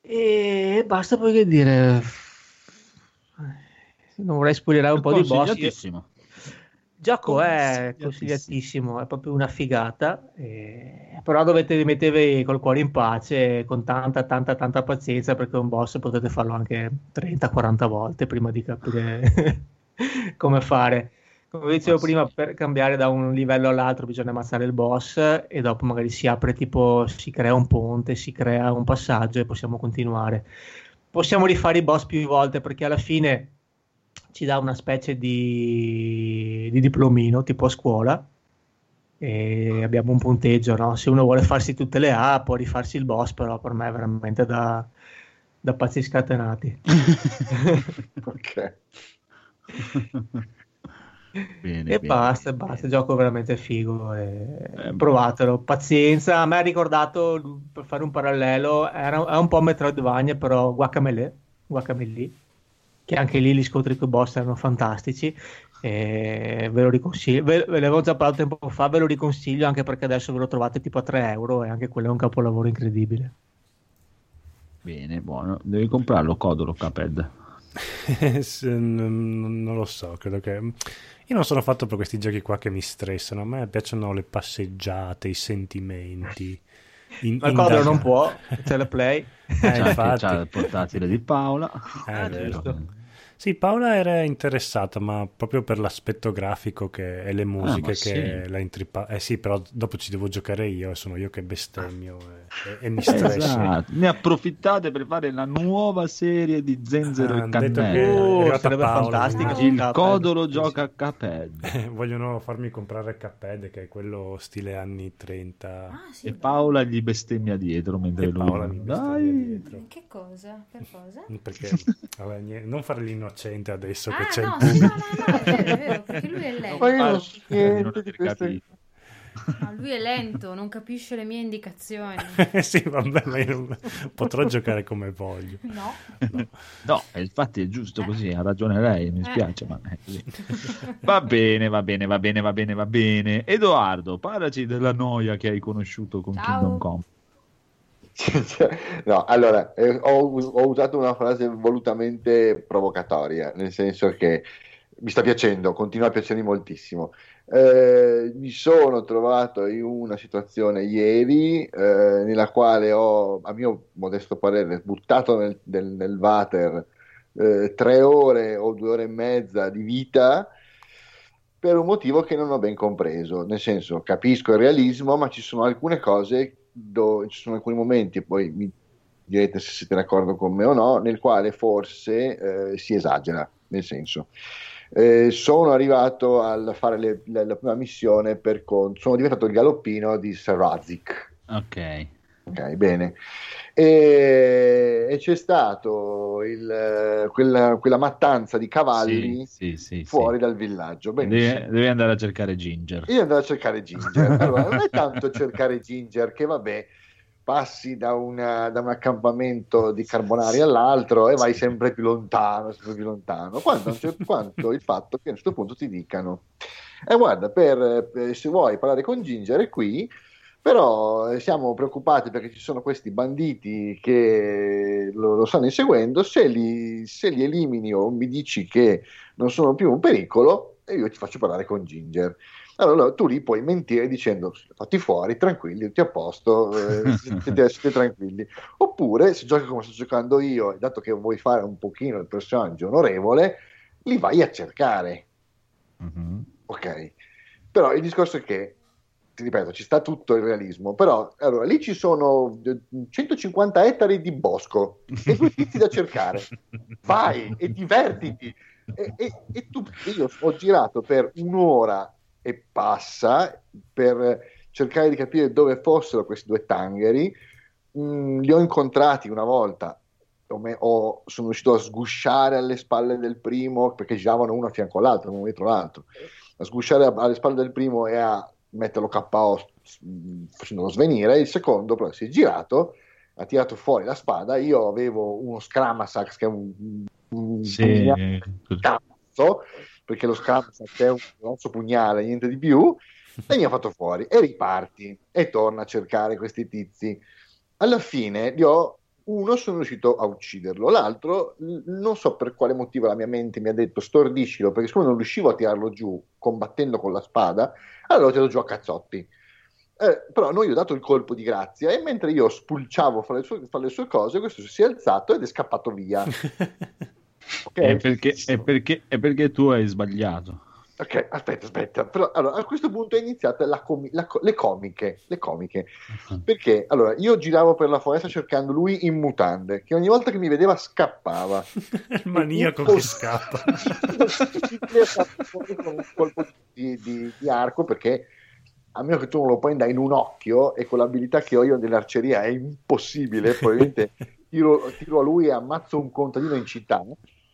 E basta, poi che dire, non vorrei spoilerare un po' di boss. Consigliatissimo. Il gioco è consigliatissimo, è proprio una figata, eh, però dovete rimettervi col cuore in pace, con tanta tanta tanta pazienza, perché un boss potete farlo anche trenta quaranta volte prima di capire come fare. Come dicevo prima, per cambiare da un livello all'altro bisogna ammazzare il boss e dopo magari si apre, tipo si crea un ponte, si crea un passaggio e possiamo continuare. Possiamo rifare i boss più volte, perché alla fine ci dà una specie di, di diplomino tipo a scuola e abbiamo un punteggio, no? Se uno vuole farsi tutte le A può rifarsi il boss, però per me è veramente da, da pazzi scatenati. Ok. Bene, E bene, basta, bene, basta, bene. gioco veramente figo, e... Eh, provatelo, pazienza. A me ha ricordato, per fare un parallelo, era, è un po' Metroidvania, però Guacamelee, Guacamelee, che anche lì gli scontri con i boss erano fantastici, e ve lo riconsiglio, ve, ve l'avevo già parlato tempo fa, ve lo riconsiglio anche perché adesso ve lo trovate tipo a tre euro e anche quello è un capolavoro incredibile. Bene, buono. Devi comprarlo, Codolo Cuphead. Se- non, non lo so, credo che io non sono fatto per questi giochi qua che mi stressano. A me piacciono le passeggiate, i sentimenti. In, Ma il Codolo indaga- non può, c'è la Play. Eh, C'ha, infatti. c'ha il portatile di Paola. Eh, Ah, è vero. giusto. Sì, Paola era interessata, ma proprio per l'aspetto grafico che, e le musiche ma che sì. la intrippa. Eh sì, però dopo ci devo giocare io e sono io che bestemmio e, e- e mi stresso. Esatto. Ne approfittate per fare la nuova serie di Zenzero Ah, e hanno detto che Cannelli. è Oh, arrivata sarebbe Paola, fantastico. quindi- Il Cuphead. Codolo Sì, gioca a Cuphead. Eh, vogliono farmi comprare Cuphead, che è quello stile anni trenta. Ah, sì. E Paola gli bestemmia dietro mentre E lui Paola mi bestemmia dai. dietro. Che cosa? Per cosa? Perché vabbè, niente, non fare l'innocente adesso che Ah, c'è no, il sì, no, pubblico. no, no, è vero, è vero, perché lui è lento. Ma io non so Spero di non niente di aver queste. capito. No, lui è lento, non capisce le mie indicazioni. Sì, vabbè, ma io non- potrò giocare come voglio. No. No, e infatti è giusto così, ha ragione lei, mi Eh. spiace, ma è così. Va bene, va bene, va bene, va bene, va bene. Edoardo, parlaci della noia che hai conosciuto con Ciao. Kingdom Come. No, allora, eh, ho, ho usato una frase volutamente provocatoria, nel senso che mi sta piacendo, continua a piacermi moltissimo. Eh, mi sono trovato in una situazione ieri eh, nella quale ho, a mio modesto parere, buttato nel, nel, nel water eh, tre ore o due ore e mezza di vita per un motivo che non ho ben compreso. Nel senso, capisco il realismo, ma ci sono alcune cose, dove, ci sono alcuni momenti, poi mi direte se siete d'accordo con me o no, nel quale forse eh, si esagera. Nel senso, eh, sono arrivato a fare le, le, la prima missione per conto, sono diventato il galoppino di Sir Razik. Ok. Ok, bene. E, e c'è stato il, quella, quella mattanza di cavalli Sì, sì, sì, fuori sì. dal villaggio. Benissimo. Devi, devi andare a cercare Ginger. Io andavo a cercare Ginger. Allora, non è tanto cercare Ginger che vabbè, passi da, una, da un accampamento di carbonari all'altro e vai sempre più lontano, sempre più lontano. Quanto, a un certo- quanto il fatto che a un certo punto ti dicano: eh, guarda, per, per- se vuoi parlare con Ginger è qui, però eh, siamo preoccupati perché ci sono questi banditi che lo, lo stanno inseguendo. Se li, se li elimini o mi dici che non sono più un pericolo, e io ti faccio parlare con Ginger. Allora tu lì puoi mentire dicendo: fatti fuori, tranquilli, tutti a posto, eh, siete, siete tranquilli. Oppure se giochi come sto giocando io, e dato che vuoi fare un pochino il personaggio onorevole, li vai a cercare. Mhm. Ok, però il discorso è che, ti ripeto, ci sta tutto il realismo, però allora lì ci sono centocinquanta ettari di bosco e due tizi da cercare. Vai e divertiti. E, e, e tu, io ho girato per un'ora e passa per cercare di capire dove fossero questi due tangheri. Mm, li ho incontrati una volta, ho me- ho- sono riuscito a sgusciare alle spalle del primo, perché giravano uno a fianco all'altro, uno dietro l'altro, a sgusciare a- alle spalle del primo e a metterlo K O mm, facendolo svenire. Il secondo però si è girato, ha tirato fuori la spada. Io avevo uno Scramasax che è un, un Sì. pugnale cazzo, perché lo Scramasax è un grosso pugnale, niente di più, e mi ha fatto fuori e riparti e torna a cercare questi tizi. Alla fine li ho Uno sono riuscito a ucciderlo, l'altro non so per quale motivo la mia mente mi ha detto stordiscilo, perché siccome non riuscivo a tirarlo giù combattendo con la spada, allora l'ho tirato giù a cazzotti. Eh, però non gli ho dato il colpo di grazia, e mentre io spulciavo fra le sue, fra le sue cose, questo si è alzato ed è scappato via. Okay? È, perché, è, perché, è perché tu hai sbagliato. Ok, aspetta, aspetta. Però, allora, a questo punto è iniziata la comi- la co- le comiche, le comiche. Perché allora io giravo per la foresta cercando lui in mutande, che ogni volta che mi vedeva scappava. Il maniaco che scappa. Con un colpo di, di, di arco, perché a meno che tu non lo puoi andare in un occhio, e con l'abilità che ho io dell'arceria è impossibile, probabilmente tiro, tiro a lui e ammazzo un contadino in città.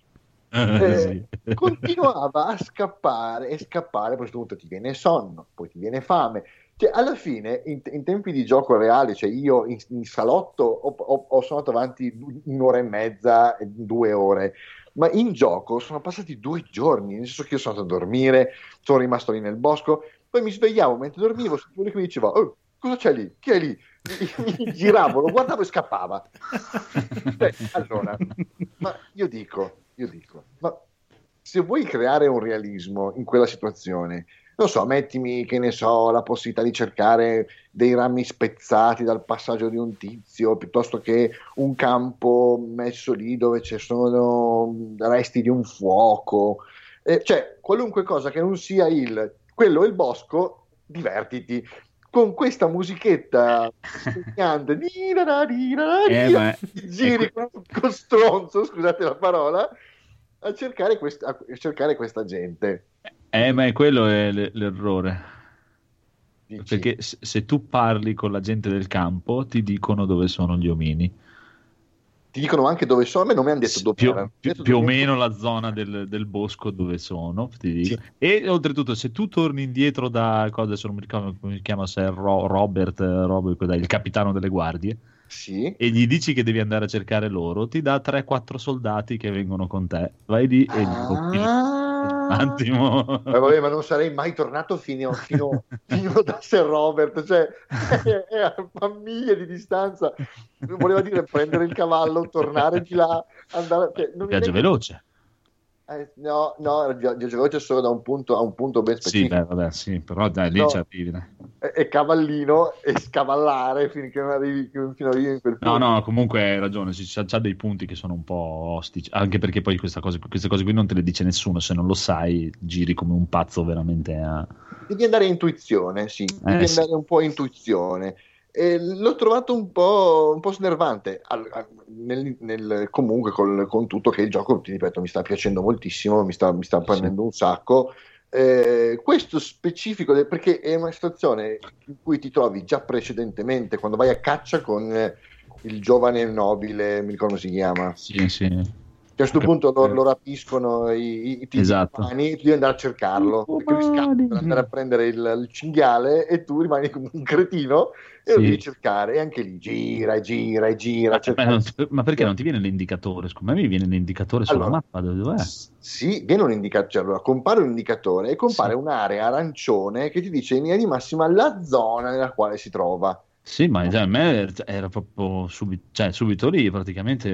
Eh, sì. Continuava a scappare e scappare, poi a questo punto ti viene sonno, poi ti viene fame, cioè alla fine in, in tempi di gioco reale, cioè io in, in salotto ho, ho, ho sono andato avanti un'ora e mezza, due ore, ma in gioco sono passati due giorni, nel senso che io sono andato a dormire, sono rimasto lì nel bosco, poi mi svegliavo mentre dormivo, sentivo lui che mi diceva oh, cosa c'è lì? Chi è lì? Mi giravo, lo guardavo e scappava. Beh, allora, ma io dico Io dico, ma se vuoi creare un realismo in quella situazione, non so, mettimi, che ne so, la possibilità di cercare dei rami spezzati dal passaggio di un tizio, piuttosto che un campo messo lì dove ci sono resti di un fuoco, eh, cioè qualunque cosa che non sia il quello è il bosco, divertiti. Con questa musichetta sognante, eh, ma... giri con un stronzo, scusate la parola, a cercare, quest- a cercare questa gente. Eh, ma quello è l- l'errore. Dici? Perché se-, se tu parli con la gente del campo, ti dicono dove sono gli omini. Ti dicono anche dove sono, a me non mi hanno detto dove più, erano. più, più o meno la zona del, del bosco dove sono, ti dico. Sì. E oltretutto, se tu torni indietro da cosa, adesso non mi ricordo come si chiama, se è Ro- Robert, Robert, il capitano delle guardie, sì. E gli dici che devi andare a cercare loro, ti dà tre quattro soldati che vengono con te. Vai lì e ah. gli un attimo. Eh, vabbè, ma non sarei mai tornato fino, fino, fino da Sir Robert, cioè è, è a famiglie di distanza. Voleva dire prendere il cavallo, tornare di là, andare. Cioè, non viaggio neanche... veloce. Eh, no, no, il viaggio veloce solo da un punto a un punto ben specifico. Sì, beh, vabbè, sì, però dai, lì no, ci arrivi. Dai. È, è cavallino e scavallare finché non arrivi, fino arrivi in quel punto. No, no, comunque hai ragione, c'ha, c'ha dei punti che sono un po' ostici, anche perché poi questa cosa, queste cose qui non te le dice nessuno, se non lo sai giri come un pazzo veramente a... Devi andare a intuizione, sì, devi eh, andare sì. un po' a intuizione. E l'ho trovato un po', un po' snervante al, al, nel, nel, comunque col, con tutto che il gioco, ti ripeto, mi sta piacendo moltissimo, mi sta, mi sta prendendo sì. un sacco. Eh, questo specifico, perché è una situazione in cui ti trovi già precedentemente quando vai a caccia con il giovane nobile, mi ricordo come si chiama. Sì, sì. A questo punto lo, lo rapiscono i, i esatto. umani, tu devi andare a cercarlo, perché lui scappa per andare a prendere il, il cinghiale e tu rimani come un cretino e sì. lo devi cercare, e anche lì gira e gira e gira. Ma, non, ma perché non ti viene l'indicatore? Secondo me mi viene l'indicatore sulla allora, mappa, dov'è? Sì, viene un indicatore, cioè, allora, compare un indicatore e compare sì. un'area arancione che ti dice in linea di massima la zona nella quale si trova. Sì, ma cioè, a me era proprio subito, cioè, subito lì, praticamente,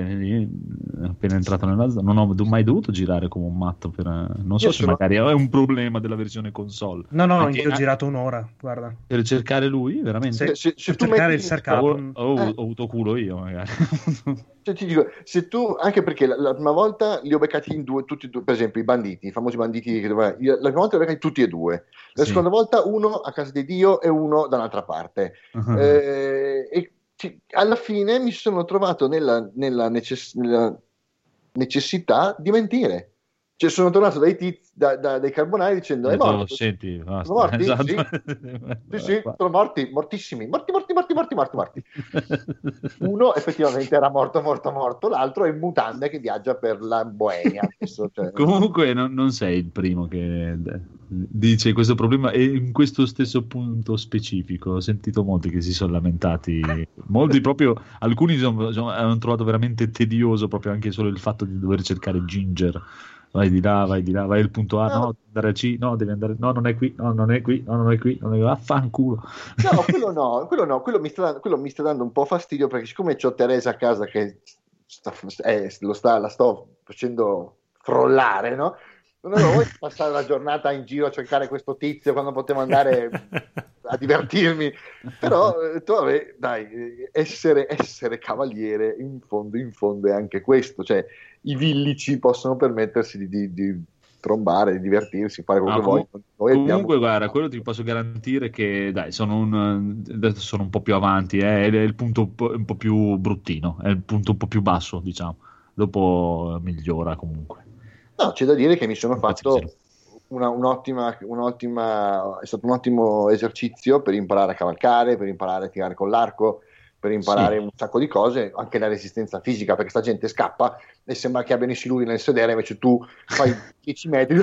appena entrato nella zona. Non ho mai dovuto girare come un matto per... Non so io se sono... magari è un problema della versione console. No, no, anche, io ho girato un'ora, guarda. Per cercare lui, veramente? Se, se, se per tu cercare metti... il Sarcapon... Ho, ho, eh. ho avuto culo io, magari. Cioè, ti dico, se tu, anche perché la, la prima volta li ho beccati in due, tutti e due, per esempio i banditi, i famosi banditi, che doveva, io, la prima volta li ho beccati tutti e due, la sì. seconda volta uno a casa di Dio e uno da un'altra parte. Uh-huh. Eh, e ci, alla fine mi sono trovato nella, nella, necess- nella necessità di mentire. Cioè sono tornato dai tizi, da, da, dai carbonari dicendo è morto. Senti, basta. Sono morti? Esatto. Sì, sì, sì, sono morti, mortissimi, morti, morti, morti, morti, morti, morti. Uno effettivamente era morto, morto, morto, l'altro è in mutande che viaggia per la Boemia. Adesso, cioè... Comunque non, non sei il primo che dice questo problema, e in questo stesso punto specifico ho sentito molti che si sono lamentati, molti proprio, alcuni sono, sono, hanno trovato veramente tedioso proprio anche solo il fatto di dover cercare Ginger vai di là, vai di là, vai al punto A, no, no andare a C, no, devi andare, no, non è qui, no, non è qui, no, non è qui, non è qui, affanculo. No, quello no, quello no, quello mi sta, quello mi sta dando un po' fastidio, perché siccome c'ho Teresa a casa che sta, eh, lo sta, la sto facendo crollare, no? Non avevo voglia di passare la giornata in giro a cercare questo tizio quando potevo andare a divertirmi, però tu, vabbè, dai, essere, essere cavaliere in fondo, in fondo è anche questo, cioè i villici possono permettersi di, di, di trombare, di divertirsi, fare quello no, che vogliono. Noi comunque abbiamo... guarda, quello ti posso garantire che dai, sono un, adesso sono un po' più avanti, eh, è il punto un po', un po' più bruttino, è il punto un po' più basso, diciamo, dopo migliora comunque. No, c'è da dire che mi sono fatto una, un'ottima, un'ottima, è stato un ottimo esercizio per imparare a cavalcare, per imparare a tirare con l'arco, per imparare sì. un sacco di cose, anche la resistenza fisica, perché sta gente scappa e sembra che abbiano i siluri nel sedere, invece tu fai dieci metri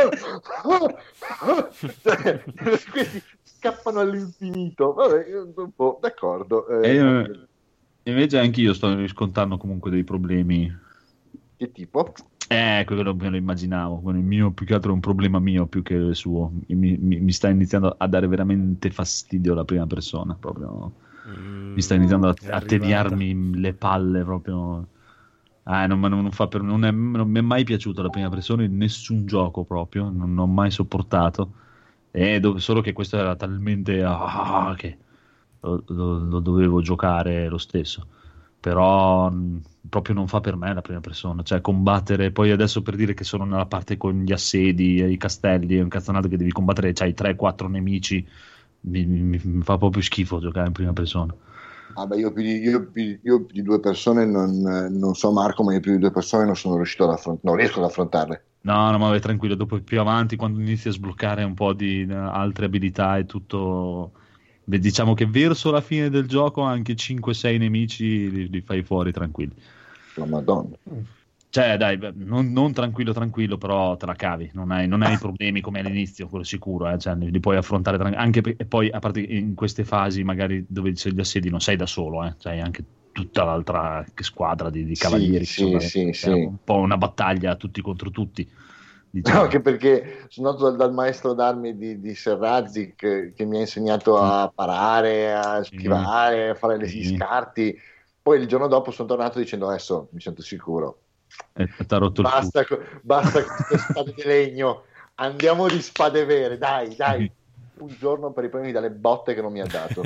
cioè, questi scappano all'infinito. Vabbè, un po' d'accordo. Eh, e invece anche io sto riscontrando comunque dei problemi. Che tipo? Eh, quello me lo immaginavo, il mio più che altro è un problema mio più che il suo, mi, mi, mi sta iniziando a dare veramente fastidio la prima persona, proprio mm, mi sta iniziando a, a tediarmi le palle proprio, eh, non, non, fa per, non, è, non mi è mai piaciuta la prima persona in nessun gioco proprio, non, non ho mai sopportato, e dove, solo che questo era talmente ah, che lo, lo, lo dovevo giocare lo stesso. Però mh, proprio non fa per me la prima persona, cioè combattere, poi adesso per dire che sono nella parte con gli assedi e i castelli, è un cazzonato che devi combattere, c'hai tre quattro nemici, mi, mi, mi fa proprio schifo giocare in prima persona. Ah beh, io più di, io più, io più di due persone non, non so Marco, ma io più di due persone non sono riuscito ad affrontare, non riesco ad affrontarle. No, no, ma vai tranquillo, dopo più avanti, quando inizi a sbloccare un po' di uh, altre abilità e tutto... Beh, diciamo che verso la fine del gioco anche cinque sei nemici li, li fai fuori tranquilli. La Madonna. Cioè dai, non, non tranquillo tranquillo, però te la cavi, non hai, non hai problemi come all'inizio, quello sicuro, eh? Cioè, li puoi affrontare tranquillo. Anche per, e poi a parte in queste fasi magari dove c'è gli assedi non sei da solo, eh? C'hai anche tutta l'altra squadra di, di cavalieri, sì, insomma, sì, sì, un sì. po' una battaglia tutti contro tutti. Diciamo. Anche perché sono andato dal, dal maestro d'armi di, di Serrazzi che, che mi ha insegnato a parare, a schivare, a fare le sì. scarti. Poi il giorno dopo sono tornato dicendo adesso mi sento sicuro. E t'ha rotto il basta, co- basta con queste spade di legno, andiamo di spade vere, dai, dai. Un giorno per i premi dalle botte che non mi ha dato.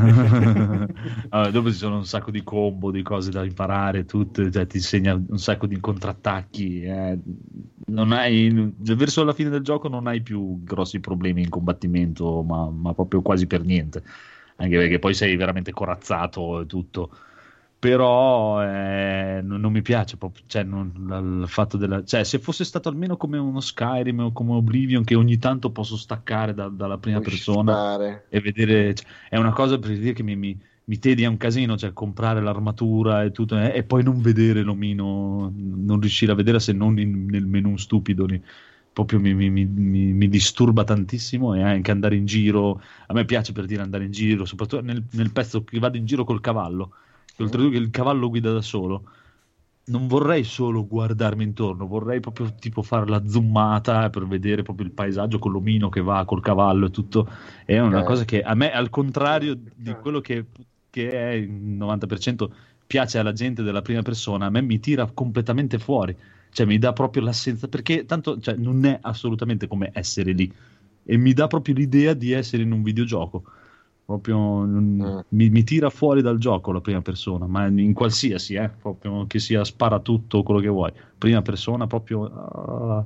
Allora, dopo ci sono un sacco di combo, di cose da imparare, tutte, cioè, ti insegna un sacco di contrattacchi. Eh. Non hai, verso la fine del gioco non hai più grossi problemi in combattimento, ma, ma proprio quasi per niente. Anche perché poi sei veramente corazzato e tutto. Però eh, non, non mi piace proprio, cioè, non, il fatto della, cioè, se fosse stato almeno come uno Skyrim o come Oblivion, che ogni tanto posso staccare da, dalla prima Puoi persona stare. E vedere, cioè, è una cosa per dire che mi, mi, mi tedia un casino, cioè comprare l'armatura e tutto, eh, e poi non vedere l'omino, non riuscire a vedere se non in, nel menu stupido lì. Proprio mi, mi, mi, mi disturba tantissimo, e anche andare in giro, a me piace per dire andare in giro, soprattutto nel, nel pezzo che vado in giro col cavallo. Oltretutto che il cavallo guida da solo, non vorrei solo guardarmi intorno, vorrei proprio tipo fare la zoomata per vedere proprio il paesaggio con l'omino che va col cavallo e tutto. È una eh. cosa che a me, al contrario di quello che, che è il novanta per cento piace alla gente della prima persona, a me mi tira completamente fuori, cioè mi dà proprio l'assenza, perché tanto, cioè, non è assolutamente come essere lì, e mi dà proprio l'idea di essere in un videogioco. Proprio mm. mi, mi tira fuori dal gioco la prima persona, ma in qualsiasi, eh, proprio che sia spara tutto quello che vuoi. Prima persona proprio uh,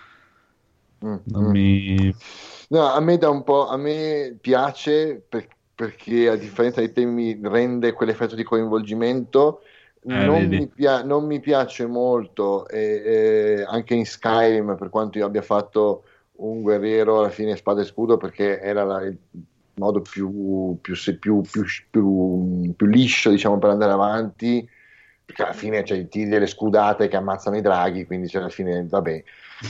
mm. non mi... No, a me da un po', a me piace per, perché a differenza dei temi rende quell'effetto di coinvolgimento. Eh, non, mi pia- non mi piace molto, e, e anche in Skyrim, per quanto io abbia fatto un guerriero alla fine spada e scudo, perché era la, il modo più, più, più, più, più, più liscio, diciamo, per andare avanti, perché alla fine c'è i tiri e le scudate che ammazzano i draghi, quindi c'è alla fine vabbè.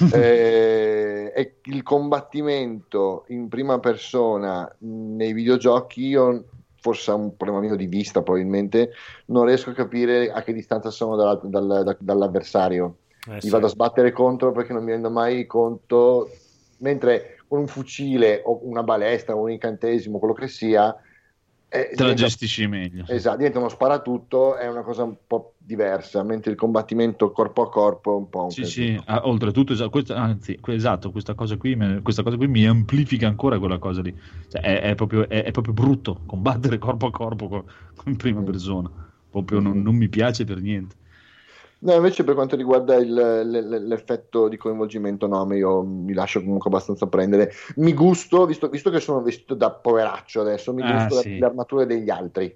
eh, e il combattimento in prima persona nei videogiochi, io forse è un problema mio di vista, probabilmente non riesco a capire a che distanza sono dalla, dal, da, dall'avversario. eh, gli sì. vado a sbattere contro perché non mi rendo mai conto, mentre con un fucile o una balestra o un incantesimo, quello che sia, eh, te la gestisci meglio. Esatto, diventa uno sparatutto, è una cosa un po' diversa, mentre il combattimento corpo a corpo è un po' un sì sì, ah, oltretutto esatto, questa, anzi, esatto, questa cosa qui questa cosa qui mi amplifica ancora quella cosa lì, cioè, è, è, proprio, è, è proprio brutto combattere corpo a corpo con, con prima mm. persona, proprio mm. non, non mi piace per niente. No, invece per quanto riguarda il, l- l'effetto di coinvolgimento, no, io mi lascio comunque abbastanza prendere. Mi gusto, visto, visto che sono vestito da poveraccio adesso, mi ah, gusto sì. le armature degli altri.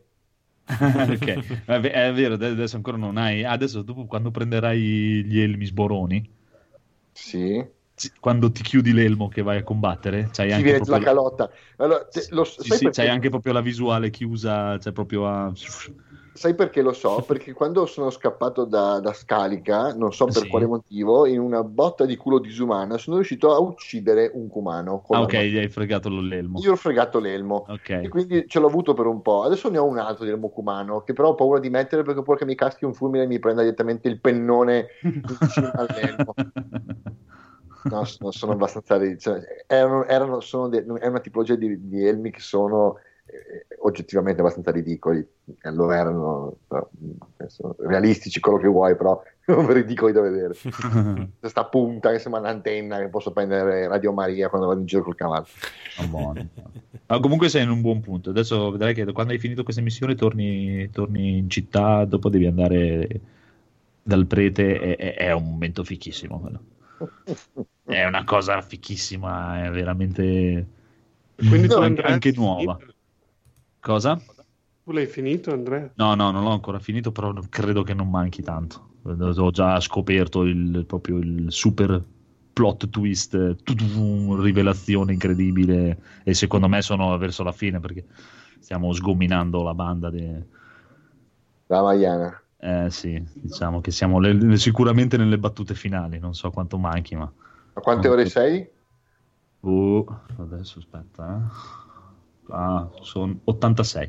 Ok, è vero, adesso ancora non hai. Adesso dopo quando prenderai gli elmi sboroni, sì. Quando ti chiudi l'elmo che vai a combattere, c'hai si anche viene proprio la calotta. Allora, te, lo, sì, sì, c'hai anche proprio la visuale chiusa, cioè proprio a... Sai perché lo so? Perché quando sono scappato da, da Scalica, non so per sì. quale motivo, in una botta di culo disumana sono riuscito a uccidere un cumano. Ah, ok, gli hai fregato l'elmo. Io ho fregato l'elmo. Okay. E quindi ce l'ho avuto per un po'. Adesso ne ho un altro di elmo cumano, che però ho paura di mettere perché pure che mi caschi un fulmine e mi prenda direttamente il pennone vicino all'elmo. No, sono, sono abbastanza... Cioè, erano, erano, sono de, è una tipologia di, di elmi che sono... oggettivamente abbastanza ridicoli, lo erano, sono realistici quello che vuoi, però ridicoli da vedere. Questa punta che sembra un'antenna che posso prendere Radio Maria quando vado in giro col cavallo. Oh, buono. Ma comunque sei in un buon punto. Adesso vedrai che quando hai finito questa missione torni, torni in città, dopo devi andare dal prete, è, è, è un momento fichissimo quello. È una cosa fichissima, è veramente quindi no, anche, anche nuova. Cosa? Tu l'hai finito, Andrea? No, no, non l'ho ancora finito, però credo che non manchi tanto. Ho già scoperto il, proprio il super plot twist, rivelazione incredibile, e secondo me sono verso la fine perché stiamo sgominando la banda de... la Maiana. Eh sì, diciamo che siamo le, sicuramente nelle battute finali, non so quanto manchi, ma... A quante ore sei? Uh, adesso aspetta, eh. Ah, sono ottantasei.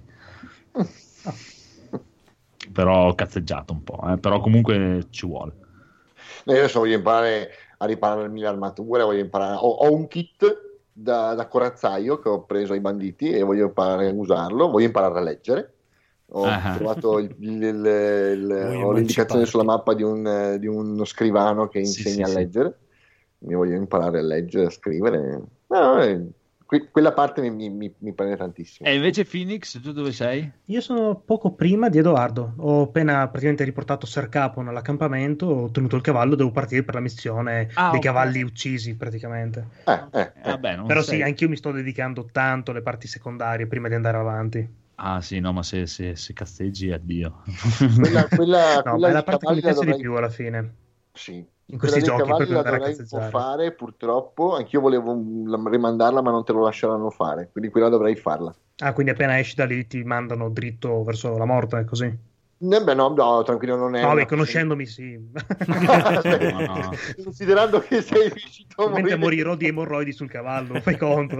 Però ho cazzeggiato un po', eh. Però comunque ci vuole. Io adesso voglio imparare a ripararmi le armature, voglio imparare... ho, ho un kit da, da corazzaio che ho preso ai banditi e voglio imparare a usarlo, voglio imparare a leggere. Ho ah. trovato il, il, il, il, ho l'indicazione sulla mappa di, un, di uno scrivano che insegna sì, sì, a leggere. Sì. Mi voglio imparare a leggere, a scrivere. No, eh, quella parte mi, mi, mi prende tantissimo. E invece Phoenix, tu dove sei? Io sono poco prima di Edoardo. Ho appena praticamente riportato Ser Capon all'accampamento, ho tenuto il cavallo, devo partire per la missione ah, dei okay. cavalli uccisi praticamente. Eh, eh, eh. Vabbè, non Però sei... sì, anch'io mi sto dedicando tanto alle parti secondarie prima di andare avanti. Ah sì, no, ma se, se, se casteggi addio. Quella, quella, no, quella è la parte che mi piace dovrei... di più alla fine. Sì. In questi giochi la dovrei un po' fare, purtroppo anch'io volevo rimandarla ma non te lo lasceranno fare, quindi quella dovrei farla. Ah, quindi appena esci da lì ti mandano dritto verso la morte, è così? Eh beh, no, no, tranquillo, non è no, beh, conoscendomi sì. no, no. Considerando che sei riuscito a morire, morirò di emorroidi sul cavallo, fai conto.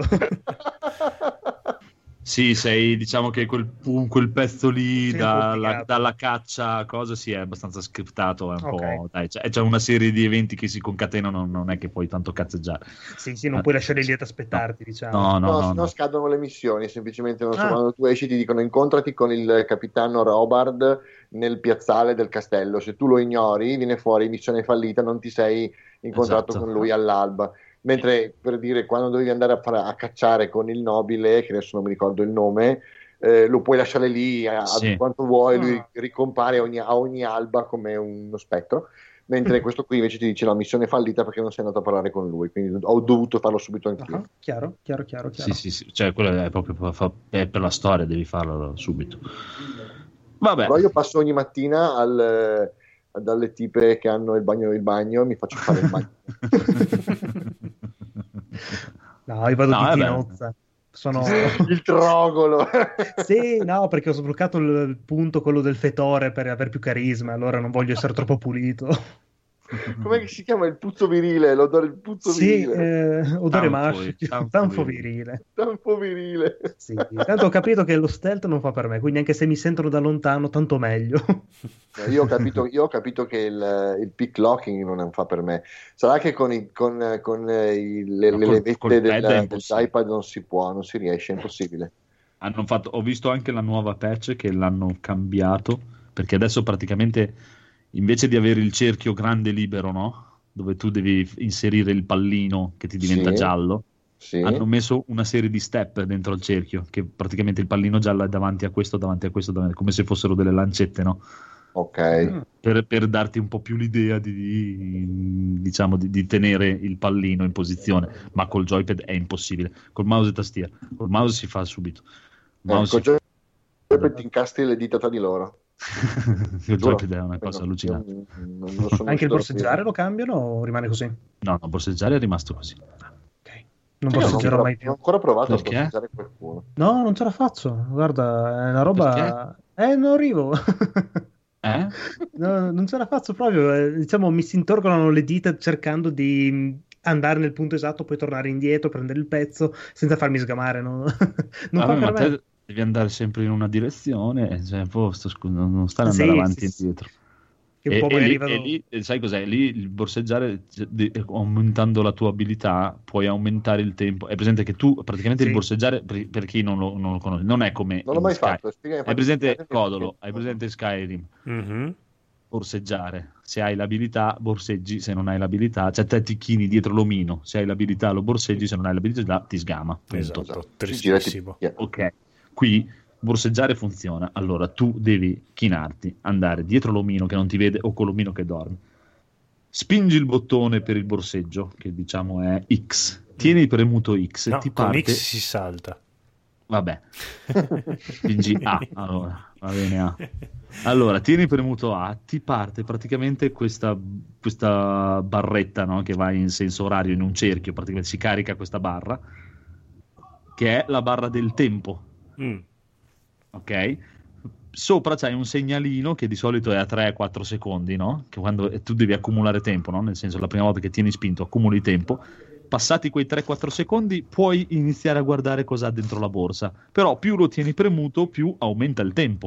Sì, sei, diciamo che quel, quel pezzo lì da, la, dalla caccia, cosa sì, è abbastanza scriptato, è un okay. po', dai, c'è, c'è una serie di eventi che si concatenano, non è che puoi tanto cazzeggiare. Sì, sì, non ah, puoi lasciare lì ad aspettarti, no. diciamo. No, no, no, no, no, no. scadono le missioni, semplicemente non so, ah. quando tu esci ti dicono incontrati con il capitano Robard nel piazzale del castello, se tu lo ignori viene fuori missione fallita, non ti sei incontrato esatto. con lui all'alba. Mentre per dire quando dovevi andare a, fare, a cacciare con il nobile, che adesso non mi ricordo il nome, eh, lo puoi lasciare lì a, sì. a quanto vuoi, lui ricompare ogni, a ogni alba come uno spettro, mentre questo qui invece ti dice la missione fallita perché non sei andato a parlare con lui, quindi ho dovuto farlo subito anch'io. Uh-huh. Chiaro, chiaro, chiaro, chiaro. Sì, sì, sì, cioè quello è proprio è per la storia, devi farlo subito. Vabbè. Però io passo ogni mattina al, dalle tipe che hanno il bagno il bagno e mi faccio fare il bagno. No, io vado no, di tinozza. Sono il trogolo. Sì, no, perché ho sbloccato il punto, quello del fetore, per avere più carisma, allora non voglio essere troppo pulito. Come si chiama il puzzo virile? L'odore il puzzo sì, virile. Eh, odore Tanfo, maschio, tanfo tanfo virile. virile. Tanfo virile. Sì, tanto ho capito che lo stealth non fa per me, quindi anche se mi sentono da lontano, tanto meglio. No, io, ho capito, io ho capito che il, il pick locking non fa per me. Sarà che con, i, con, con i, le, No, le col- levette col pad è del, impossibile. dell'iPad non si può, non si riesce, è impossibile. Hanno fatto, ho visto anche la nuova patch che l'hanno cambiato, perché adesso praticamente invece di avere il cerchio grande libero, no? Dove tu devi inserire il pallino che ti diventa Sì, giallo, sì. hanno messo una serie di step dentro il cerchio, che praticamente il pallino giallo è davanti a questo, davanti a questo, davanti- come se fossero delle lancette, no? Ok. Per, per darti un po' più l'idea di, di- diciamo di, di tenere il pallino in posizione, ma col joypad è impossibile. Col mouse e tastiera, col mouse si fa subito. Il mouse Ecco, si già ti incastri le dita tra di loro. il Giuro. joypad è una cosa No, allucinante. io non- non lo sono Anche il riuscito a borseggiare capire. lo cambiano o rimane così? No, no, borseggiare è rimasto così. Ok. Non Io non ho borseggerò ancora- mai non più. ho ancora provato Perché? a borseggiare qualcuno. No, non ce la faccio. Guarda, è una roba. Eh, non arrivo. Eh? No, non ce la faccio proprio. eh, Diciamo, mi si intorcolano le dita cercando di mh, andare nel punto esatto, poi tornare indietro, prendere il pezzo senza farmi sgamare. No? Non Vabbè, fa ma per me. te devi andare sempre in una direzione, e sei a posto, scusa, non non stare ad Sì, andare avanti sì, e sì. indietro. Che un E, po' e magari lì, vado- e lì, eh, sai cos'è? Lì il borseggiare, cioè, di- aumentando la tua abilità, puoi aumentare il tempo. È presente che tu, praticamente Sì. il borseggiare, per, per chi non lo, non lo conosce, non è come Non l'ho in mai Sky. fatto. spiegami, Hai fatti presente spiegare perché- Codolo, hai presente Skyrim? Mhm. Borseggiare, se hai l'abilità borseggi, se non hai l'abilità, cioè te ti chini dietro l'omino, se hai l'abilità lo borseggi, se non hai l'abilità ti sgama. Punto. Esatto, Si gira, ti tristissimo. picchia. Ok, qui borseggiare funziona, allora tu devi chinarti, andare dietro l'omino che non ti vede o con l'omino che dorme, spingi il bottone per il borseggio, che diciamo è X, tieni premuto X e No, ti con parte... X si salta. Vabbè, spingi A, allora, va bene A. Allora, tieni premuto A, ti parte praticamente questa, questa barretta, no? Che va in senso orario, in un cerchio, praticamente si carica questa barra, che è la barra del tempo, Mm. ok? Sopra c'hai un segnalino che di solito è a tre quattro secondi, no? Che quando e tu devi accumulare tempo, no? Nel senso, la prima volta che tieni spinto accumuli tempo. Passati quei tre quattro secondi puoi iniziare a guardare cosa ha dentro la borsa, però più lo tieni premuto più aumenta il tempo,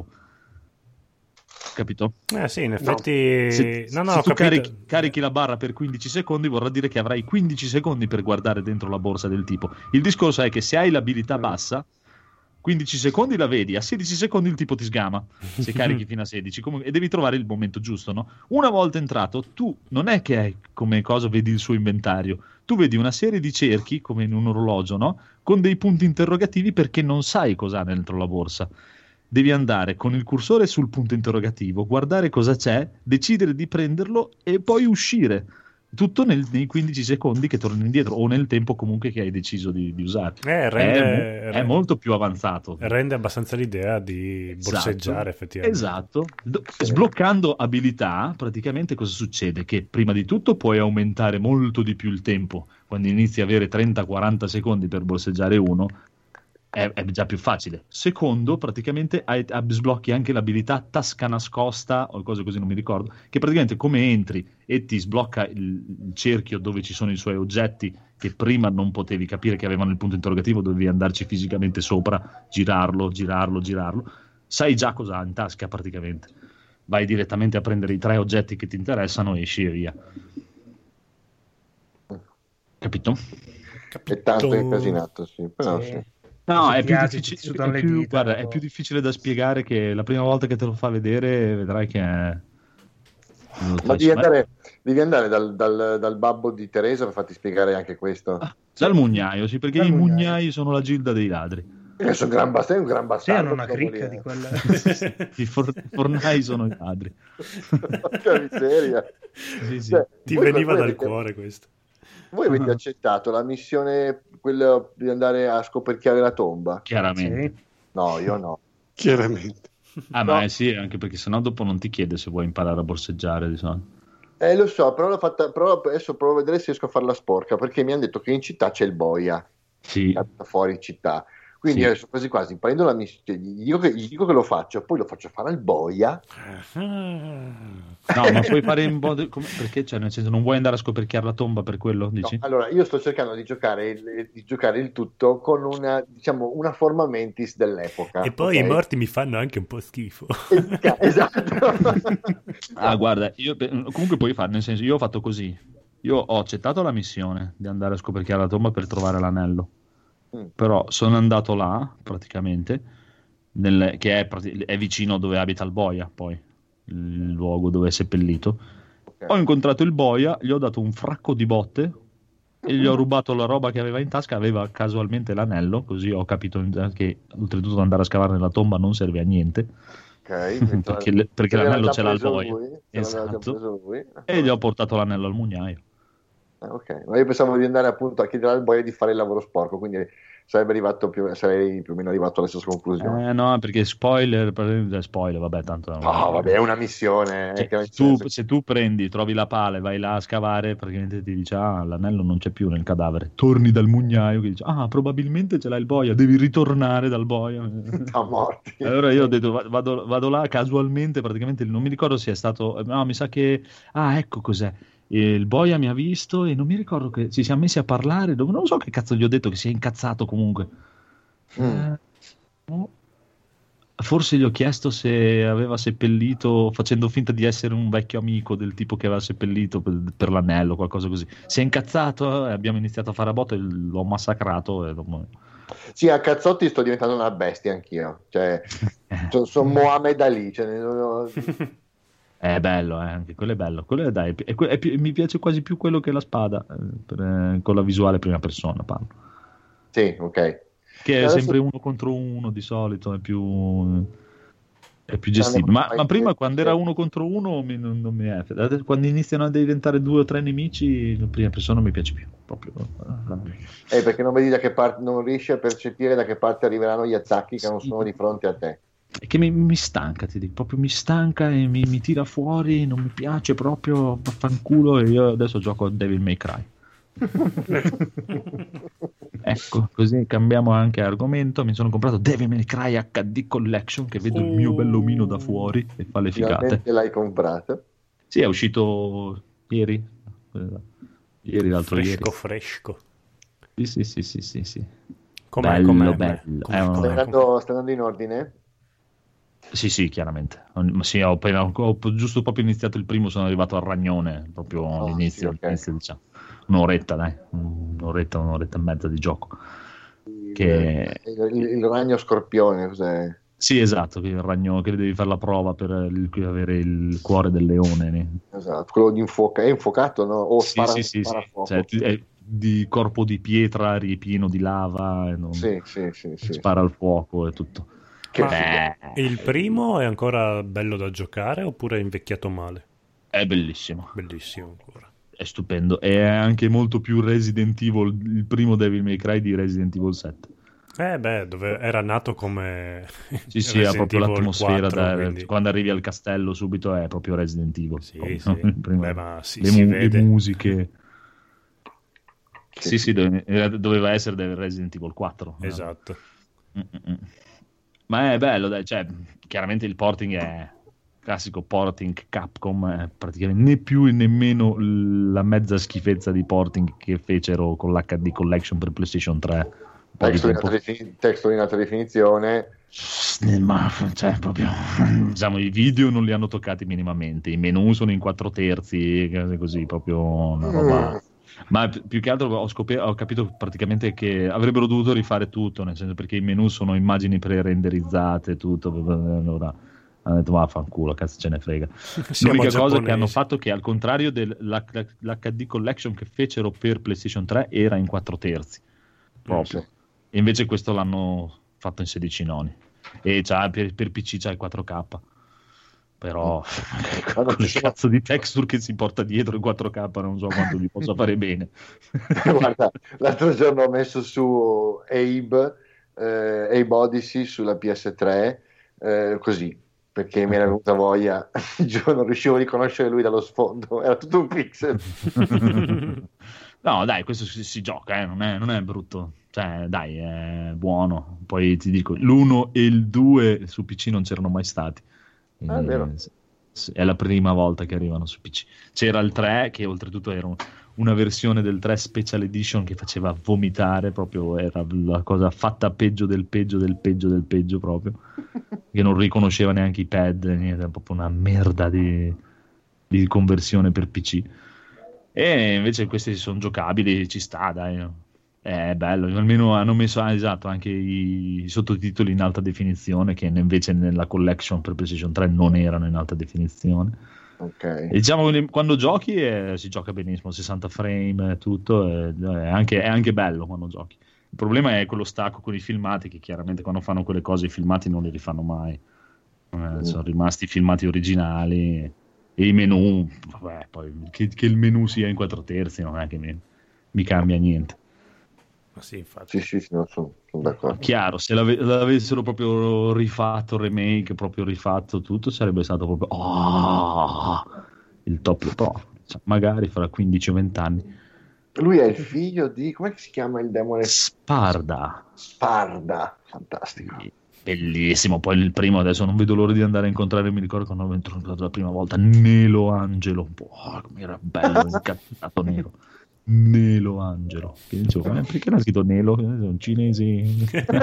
capito? Eh sì, in effetti... Se, no, no, se ho tu capito. carichi, carichi la barra per quindici secondi vorrà dire che avrai quindici secondi per guardare dentro la borsa del tipo. Il discorso è che se hai l'abilità bassa, quindici secondi la vedi, a sedici secondi il tipo ti sgama, se carichi fino a sedici, comunque, e devi trovare il momento giusto, no? Una volta entrato, tu non è che hai come cosa vedi il suo inventario, tu vedi una serie di cerchi, come in un orologio, no? Con dei punti interrogativi perché non sai cosa ha dentro la borsa. Devi andare con il cursore sul punto interrogativo, guardare cosa c'è, decidere di prenderlo e poi uscire. Tutto nel- nei quindici secondi che torni indietro o nel tempo comunque che hai deciso di, di usare. Eh, rende, è, mo- è molto più avanzato. rende abbastanza l'idea di borseggiare, Esatto. effettivamente. Esatto. Do- sbloccando abilità, praticamente cosa succede? Che prima di tutto puoi aumentare molto di più il tempo. Quando inizi a avere trenta quaranta secondi per borseggiare uno, è, è già più facile. Secondo, praticamente hai, ah, sblocchi anche l'abilità tasca nascosta o cose così, non mi ricordo, che praticamente come entri e ti sblocca il, il cerchio dove ci sono i suoi oggetti che prima non potevi capire che avevano il punto interrogativo, dovevi andarci fisicamente sopra, girarlo, girarlo, girarlo, sai già cosa ha in tasca praticamente. Vai direttamente a prendere i tre oggetti che ti interessano, esci e via. Capito? È tanto incasinato, sì. Però Sì. sì. No, Se è ti più, agiti, difficile, ti sudano è, le più, dita, guarda, è dopo. più difficile da spiegare che la prima volta che te lo fa vedere vedrai che è... Ma devi andare, devi andare dal, dal, dal babbo di Teresa per farti spiegare anche questo. Ah, dal mugnaio, sì, perché Dal i mugnaio. mugnai sono la gilda dei ladri. Io sono un gran bastardo, un gran Sì, bastardo. hanno una quello cricca lì, di eh. quella. I for- fornai sono i ladri. Porca miseria. Sì, sì. Cioè, Ti voi- veniva voi dal avete- cuore questo. Voi avete accettato la missione, quella di andare a scoperchiare la tomba? Chiaramente. Sì. No, io no. Chiaramente. Ah, No. ma eh sì, anche perché sennò dopo non ti chiede se vuoi imparare a borseggiare, di solito. Eh, lo so, però, l'ho fatta, però adesso provo a vedere se riesco a farla sporca, perché mi hanno detto che in città c'è il boia, Sì. da fuori città. Quindi Sì. adesso quasi quasi prendo la missione, gli dico, che, gli dico che lo faccio, poi lo faccio fare al boia. No, ma puoi fare in modo come- perché, cioè, nel senso, non vuoi andare a scoperchiare la tomba per quello, No, dici? allora, io sto cercando di giocare il, di giocare il tutto con una, diciamo, una forma mentis dell'epoca. E poi ok? i morti mi fanno anche un po' schifo. Esatto. Ah, guarda, io comunque puoi fare, nel senso, io ho fatto così. Io ho accettato la missione di andare a scoperchiare la tomba per trovare l'anello. Mm. Però sono andato là, praticamente, nel- che è, prati- è vicino dove abita il boia, poi, il luogo dove è seppellito. Ok. Ho incontrato il boia, gli ho dato un fracco di botte e gli ho rubato la roba che aveva in tasca, aveva casualmente l'anello, così ho capito che oltretutto andare a scavare nella tomba non serve a niente. Ok, perché, le- perché se l'aveva l'anello già ce l'ha il preso boia. lui, se l'aveva già Esatto. preso lui. E gli ho portato l'anello al mugnaio. Ah, ok, ma io pensavo di andare appunto a chiedere al boia di fare il lavoro sporco, quindi sarebbe arrivato più, sarei più o meno arrivato alla stessa conclusione. Eh no, perché spoiler, per- spoiler, vabbè, tanto... No, vabbè, è una missione. Cioè, eh, che se, tu, senso- se tu prendi, trovi la pala e vai là a scavare, praticamente ti dice, ah, l'anello non c'è più nel cadavere. Torni dal mugnaio che dice, ah, probabilmente ce l'ha il boia, devi ritornare dal boia. Sta morti. Allora io ho detto, va- vado, vado là casualmente, praticamente non mi ricordo se è stato, no, mi sa che, ah, ecco cos'è. E il boia mi ha visto e non mi ricordo che ci siamo messi a parlare, dove non so che cazzo gli ho detto, che si è incazzato comunque. Mm. Eh, no. Forse gli ho chiesto se aveva seppellito, facendo finta di essere un vecchio amico del tipo che aveva seppellito per, per l'anello, qualcosa così. Si è incazzato e abbiamo iniziato a fare a botte, e l'ho massacrato. E l'ho... Sì, a cazzotti sto diventando una bestia anch'io, cioè sono, sono Mohamed Ali, cioè, non- non- È bello, eh, anche quello è bello. Quello è, dai, è, è più- mi piace quasi più quello che la spada, eh, per, eh, con la visuale prima persona, parlo. Sì, ok. Che è Adesso- sempre uno contro uno di solito, è più, è più Ah, gestibile. no, Ma, ma- ma prima quando era uno contro uno mi- non, non mi è. Adesso, quando iniziano a diventare due o tre nemici, la prima persona mi piace più. Proprio. Eh, perché non vedi da che parte, non riesci a percepire da che parte arriveranno gli attacchi che non Sì. sono di fronte a te. È che mi, mi stanca, ti dico, proprio mi stanca e mi, mi tira fuori, non mi piace proprio, vaffanculo, e io adesso gioco a Devil May Cry. Ecco, così cambiamo anche argomento. Mi sono comprato Devil May Cry acca di Collection, che vedo il mio bellomino da fuori e fa le figate. Finalmente l'hai comprato. Sì, è uscito ieri, ieri, l'altro Fresco, ieri. fresco. Sì, sì, sì, sì, sì, sì. Com'è, Bello, com'è? bello. Com'è, È un- com'è? Stai andando, stai andando in ordine? Sì, sì, chiaramente. Ma sì, ho, appena, ho giusto proprio iniziato il primo, sono arrivato al ragnone, proprio Oh, all'inizio, sì, ok. all'inizio, diciamo. Un'oretta, dai, un'oretta, un'oretta e mezza di gioco. Che... Il, il- il ragno scorpione, cos'è? Sì, esatto, che il ragno, che devi fare la prova per il- avere il cuore del leone. ne- Esatto, quello di infuoca- è infuocato, no? O Sì, spara, sì, sì, spara sì. fuoco. Cioè, ti- è di corpo di pietra ripieno di lava e non Sì, sì, sì, sì. spara al fuoco e tutto. Che Ma Beh, il primo è ancora bello da giocare oppure è invecchiato male? è bellissimo. Bellissimo ancora. È stupendo. È anche molto più Resident Evil, il primo Devil May Cry di Resident Evil sette. Eh beh, dove era nato come Sì, sì, ha Resident proprio Evil l'atmosfera. quattro, da- quindi- Quando arrivi al castello subito è proprio Resident Evil. Sì, Proprio, sì. il primo- Beh, ma si- le, si mu- vede. le musiche. Sì. Sì, sì, dove- era- doveva essere del Resident Evil quattro. Esatto. Mm-mm. Ma è bello, dai, cioè, chiaramente il porting è classico porting Capcom, è praticamente né più e nemmeno la mezza schifezza di porting che fecero con l'H D Collection per PlayStation tre un po' di Texture in tempo alta defini- texture in alta definizione. fa. Ma cioè, proprio, diciamo, i video non li hanno toccati minimamente, i menu sono in quattro terzi, cose così, proprio una roba. Mm. Ma pi- più che altro ho, scop- ho capito praticamente che avrebbero dovuto rifare tutto, nel senso, perché i menu sono immagini pre-renderizzate, tutto. Allora hanno detto vaffanculo, cazzo ce ne frega. Siamo L'unica cosa che giapponesi. hanno fatto, che al contrario dell'H D Collection che fecero per PlayStation tre, era in quattro terzi proprio. Sì. E invece questo l'hanno fatto in sedici noni. E c'ha, per, per P C c'ha il quattro K. Però con Guarda, il ci sono- cazzo di texture che si porta dietro in quattro K non so quanto vi possa fare bene. Guarda, l'altro giorno ho messo su Abe, eh, Abe Odyssey sulla P S tre, eh, così, perché mi era venuta voglia. Il giorno non riuscivo a riconoscere lui dallo sfondo, era tutto un pixel. No, dai, questo si, si gioca, eh, non, è, non è brutto. Cioè, dai, è buono. Poi ti dico, l'uno e il due su P C non c'erano mai stati. Ah, è vero. È la prima volta che arrivano su P C. C'era il tre, che oltretutto era una versione del tre Special Edition che faceva vomitare, proprio era la cosa fatta peggio del peggio del peggio del peggio proprio, che non riconosceva neanche i pad, niente, era proprio una merda di, di conversione per P C. E invece questi sono giocabili, ci sta, dai, è bello, almeno hanno messo ah, esatto, anche i, i sottotitoli in alta definizione, che invece nella collection per PlayStation tre non erano in alta definizione. Okay. E diciamo che quando giochi eh, si gioca benissimo, sessanta frame, tutto, eh, è, anche, è anche bello quando giochi. Il problema è quello stacco con i filmati, che chiaramente quando fanno quelle cose i filmati non li rifanno mai, eh, mm. sono rimasti i filmati originali e i menu, vabbè, poi che, che il menu sia in quattro terzi non è che mi, mi cambia niente. Ma sì, infatti. Sì, sì, sì, no, sono, sono d'accordo. Chiaro, se l'ave- l'avessero proprio rifatto, remake, proprio rifatto tutto, sarebbe stato proprio oh, il top pro. Cioè, magari fra quindici o venti anni. Lui è il figlio di... come si chiama il demone? Sparda. Sparda, fantastico. Bellissimo, poi il primo adesso non vedo l'ora di andare a incontrare, mi ricordo quando ho incontrato la prima volta Nelo Angelo, oh, come era bello, incazzato nero. Nelo Angelo, che dicevo, ma perché l'ha scritto Nelo? Sono cinesi,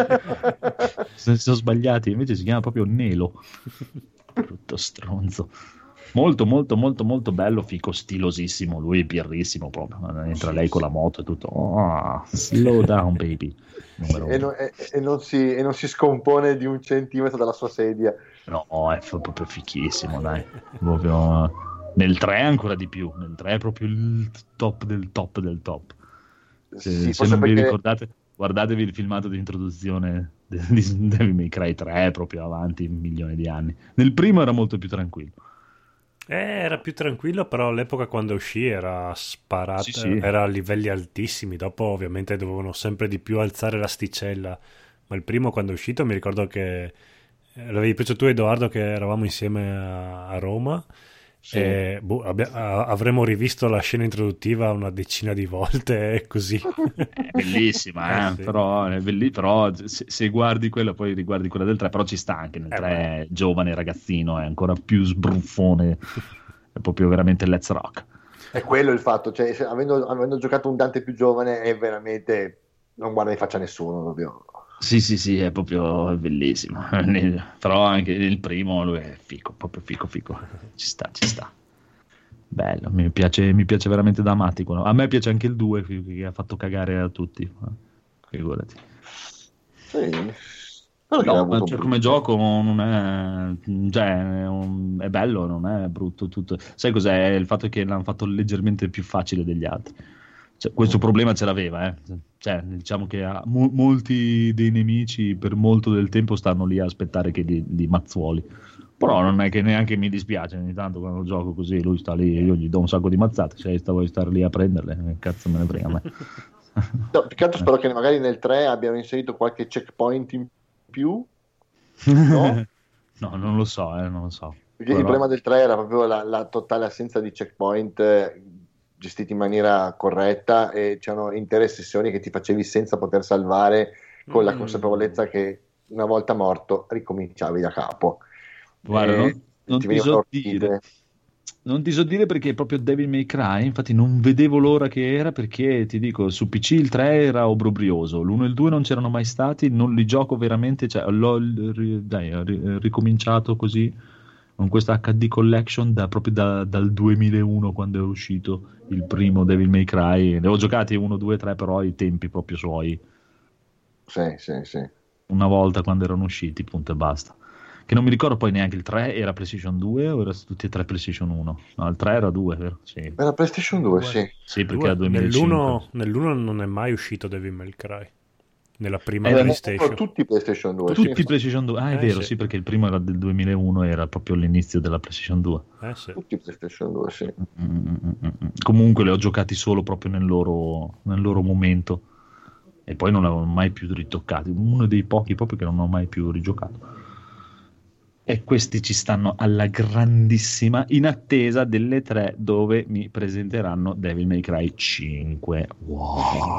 si sono sbagliati, invece si chiama proprio Nelo, brutto stronzo. Molto molto molto molto bello, fico, stilosissimo, lui pirrissimo proprio, entra lei con la moto e tutto, oh, slow down baby. E non, e, e, non si, e non si scompone di un centimetro dalla sua sedia. No, è proprio fichissimo, dai, proprio... Nel tre ancora di più, nel tre è proprio il top del top del top. Se, sì, se non perché... vi ricordate, guardatevi il filmato di introduzione di Devil May Cry tre, proprio avanti un milione di anni. Nel primo era molto più tranquillo. Eh, era più tranquillo, però all'epoca quando uscì era sparato, sì, sì. Era a livelli altissimi. Dopo ovviamente dovevano sempre di più alzare l'asticella. Ma il primo quando è uscito mi ricordo che l'avevi preso tu, Edoardo, che eravamo insieme a, a Roma. Sì. E, boh, abbia, avremmo rivisto la scena introduttiva una decina di volte e così. È bellissima, eh, eh, sì. però, è belli- però se, se guardi quella poi riguardi quella del tre, però ci sta anche nel eh, tre, è giovane ragazzino, è ancora più sbruffone, è proprio veramente let's rock. È quello il fatto, cioè se, avendo, avendo giocato un Dante più giovane è veramente, non guarda in faccia a nessuno proprio. Sì, sì, sì, è proprio bellissimo. Però anche il primo lui è fico, proprio fico, fico. Ci sta, ci sta. Bello, mi piace, mi piace veramente da matti. A me piace anche il due, che ha fatto cagare a tutti. Figurati. Sì. No, cioè, come gioco non è, cioè, è, un, è bello, non è brutto tutto. Sai cos'è? Il fatto che l'hanno fatto leggermente più facile degli altri. Cioè, questo problema ce l'aveva, eh. Cioè, diciamo che ha, mo- molti dei nemici per molto del tempo stanno lì a aspettare che li, li mazzuoli. Però non è che neanche mi dispiace ogni tanto quando gioco così, lui sta lì, io gli do un sacco di mazzate, se sta vuoi stare lì a prenderle, che cazzo me ne frega a me. No, più che altro spero che magari nel tre abbiano inserito qualche checkpoint in più, no? No, non lo so, eh, non lo so. Perché Però... il problema del tre era proprio la, la totale assenza di checkpoint eh, gestiti in maniera corretta, e c'erano intere sessioni che ti facevi senza poter salvare, con mm. la consapevolezza che una volta morto ricominciavi da capo. Guarda, eh, non, non ti, ti so dire non ti so dire perché proprio Devil May Cry, infatti non vedevo l'ora che era, perché ti dico, su P C il tre era obbrobrioso, l'uno e il due non c'erano mai stati, non li gioco veramente, cioè l'ho dai, ricominciato così con questa acca di collection da, proprio da, dal duemilauno, quando è uscito il primo Devil May Cry. Ne ho giocati uno, due, tre, però ai tempi proprio suoi, sì, sì, sì, una volta quando erano usciti, punto e basta. Che non mi ricordo poi neanche il tre era PlayStation due o era tutti e tre PlayStation uno? No, il tre era due, vero? Sì. Era PlayStation due, sì. Sì, perché due. era duemilacinque. Nell'uno, nell'uno non è mai uscito Devil May Cry. Nella prima eh, PlayStation. Tutti PlayStation due. Tutti sì. PlayStation due. Ah, è eh, vero, sì. sì, perché il primo era del duemilauno, era proprio l'inizio della PlayStation due. Eh, sì. Tutti PlayStation due, sì. Mm-mm-mm. Comunque li ho giocati solo proprio nel loro, nel loro momento. E poi non li avevo mai più ritoccati. Uno dei pochi proprio che non ho mai più rigiocato. E questi ci stanno alla grandissima, in attesa delle tre dove mi presenteranno Devil May Cry cinque. Wow.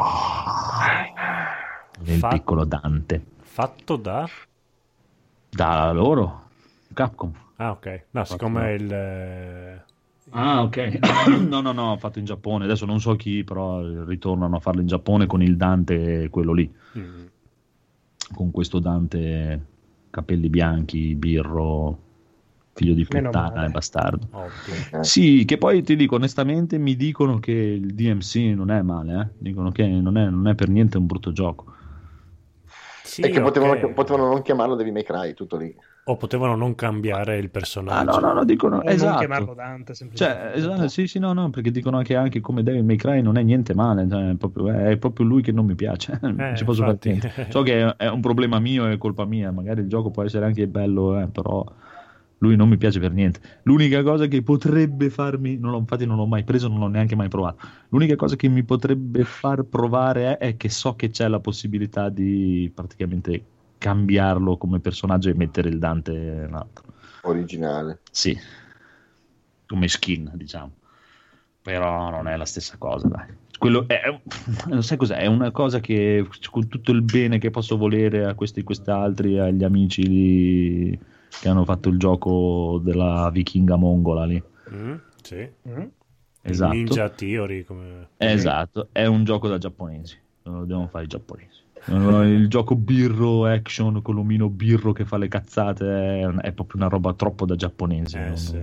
Nel Fa- piccolo Dante. Fatto da? Da loro, Capcom. Ah, ok. No, siccome il... Eh... Ah, ok. no, no, no, fatto in Giappone. Adesso non so chi, però ritornano a farlo in Giappone con il Dante, quello lì. Mm. Con questo Dante... capelli bianchi, birro, figlio di puttana e bastardo. Ovvio. Sì, che poi ti dico onestamente, mi dicono che il D M C non è male, eh? Dicono che non è, non è per niente un brutto gioco. Sì, e che okay. potevano, potevano non chiamarlo Devil May Cry, tutto lì. O potevano non cambiare il personaggio. Ah, no, no, no, dicono, o esatto. non chiamarlo Dante, semplicemente. Cioè, esatto, sì, sì, no, no, perché dicono che anche come Devil May Cry non è niente male, cioè, è, proprio, è proprio lui che non mi piace, non eh, ci posso fare infatti. niente. So che è, è un problema mio, è colpa mia, magari il gioco può essere anche bello, eh, però lui non mi piace per niente. L'unica cosa che potrebbe farmi, non l'ho, infatti non l'ho mai preso, non l'ho neanche mai provato, l'unica cosa che mi potrebbe far provare è, è che so che c'è la possibilità di praticamente cambiarlo come personaggio e mettere il Dante in altro. Originale. Sì, come skin, diciamo. Però non è la stessa cosa, dai. Quello è, non sai cos'è? È una cosa che, con tutto il bene che posso volere a questi quest'altri, agli amici lì, che hanno fatto il gioco della vichinga mongola lì. Mm, sì. Mm. Esatto. Ninja Theory. Come... Esatto, è un gioco da giapponesi. Lo devono fare i giapponesi. Il gioco birro action con l'omino birro che fa le cazzate è, è proprio una roba troppo da giapponese. Eh, non, sì.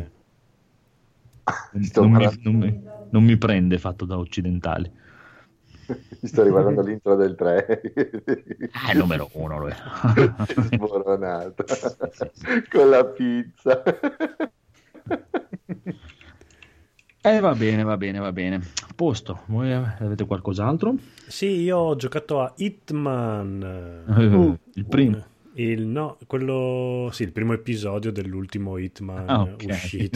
non, mi, non, mi, non mi prende fatto da occidentali. Mi sto riguardando l'intro del tre. Ah, il numero uno lo è. Sboronato con la pizza. Eh, va bene, va bene, va bene. Posto, voi avete qualcos'altro? Sì, io ho giocato a Hitman. Uh, il primo? Il, no, quello... Sì, il primo episodio dell'ultimo Hitman ah, okay. uscito.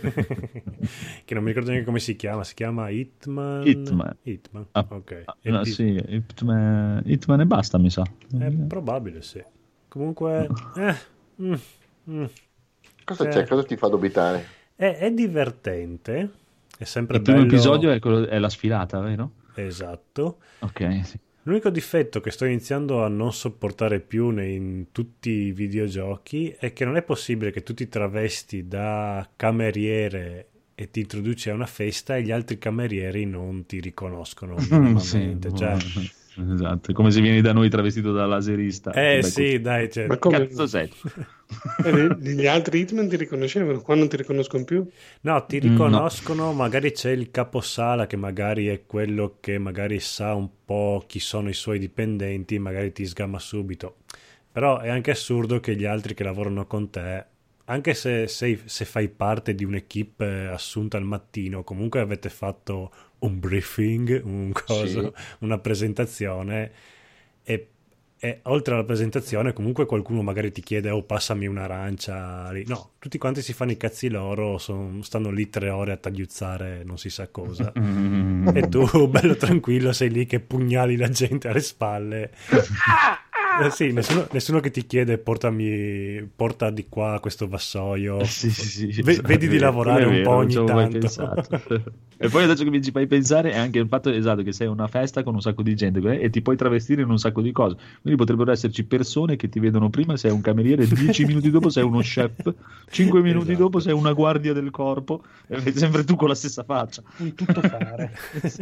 Che non mi ricordo neanche come si chiama. Si chiama Hitman... Hitman. Hitman, ah, ok. Ah, no, Epi... sì, Hitman... Hitman e basta, mi sa. È probabile, sì. Comunque... Eh, mm, mm, Cosa eh, c'è? Cosa ti fa dubitare? È, è divertente. È sempre il bello. primo episodio è, quello, è la sfilata, vero? Esatto. Ok, sì. L'unico difetto che sto iniziando a non sopportare più nei, in tutti i videogiochi è che non è possibile che tu ti travesti da cameriere e ti introduci a una festa e gli altri camerieri non ti riconoscono minimamente. Sì, cioè... Esatto, è come se vieni da noi travestito da laserista. Eh Beh, sì, così. Dai, cioè... Ma come... cazzo sei? Gli altri Hitman ti riconoscevano, qua non ti riconoscono più? No, ti riconoscono, no. Magari c'è il caposala che magari è quello che magari sa un po' chi sono i suoi dipendenti, magari ti sgama subito. Però è anche assurdo che gli altri che lavorano con te, anche se, sei, se fai parte di un'equipe assunta al mattino, comunque avete fatto un briefing, un coso, sì. una presentazione e, e oltre alla presentazione comunque qualcuno magari ti chiede oh passami un'arancia, no, tutti quanti si fanno i cazzi loro, son, stanno lì tre ore a tagliuzzare non si sa cosa e tu bello tranquillo sei lì che pugnali la gente alle spalle. Eh sì, nessuno, nessuno che ti chiede portami, porta di qua questo vassoio, sì, sì, sì, v- vedi di lavorare un po' ogni tanto. E poi adesso che mi ci fai pensare è anche il fatto esatto che sei una festa con un sacco di gente eh, e ti puoi travestire in un sacco di cose, quindi potrebbero esserci persone che ti vedono prima sei un cameriere, dieci minuti dopo sei uno chef, cinque minuti esatto. dopo sei una guardia del corpo e sei sempre tu con la stessa faccia, un tuttofare.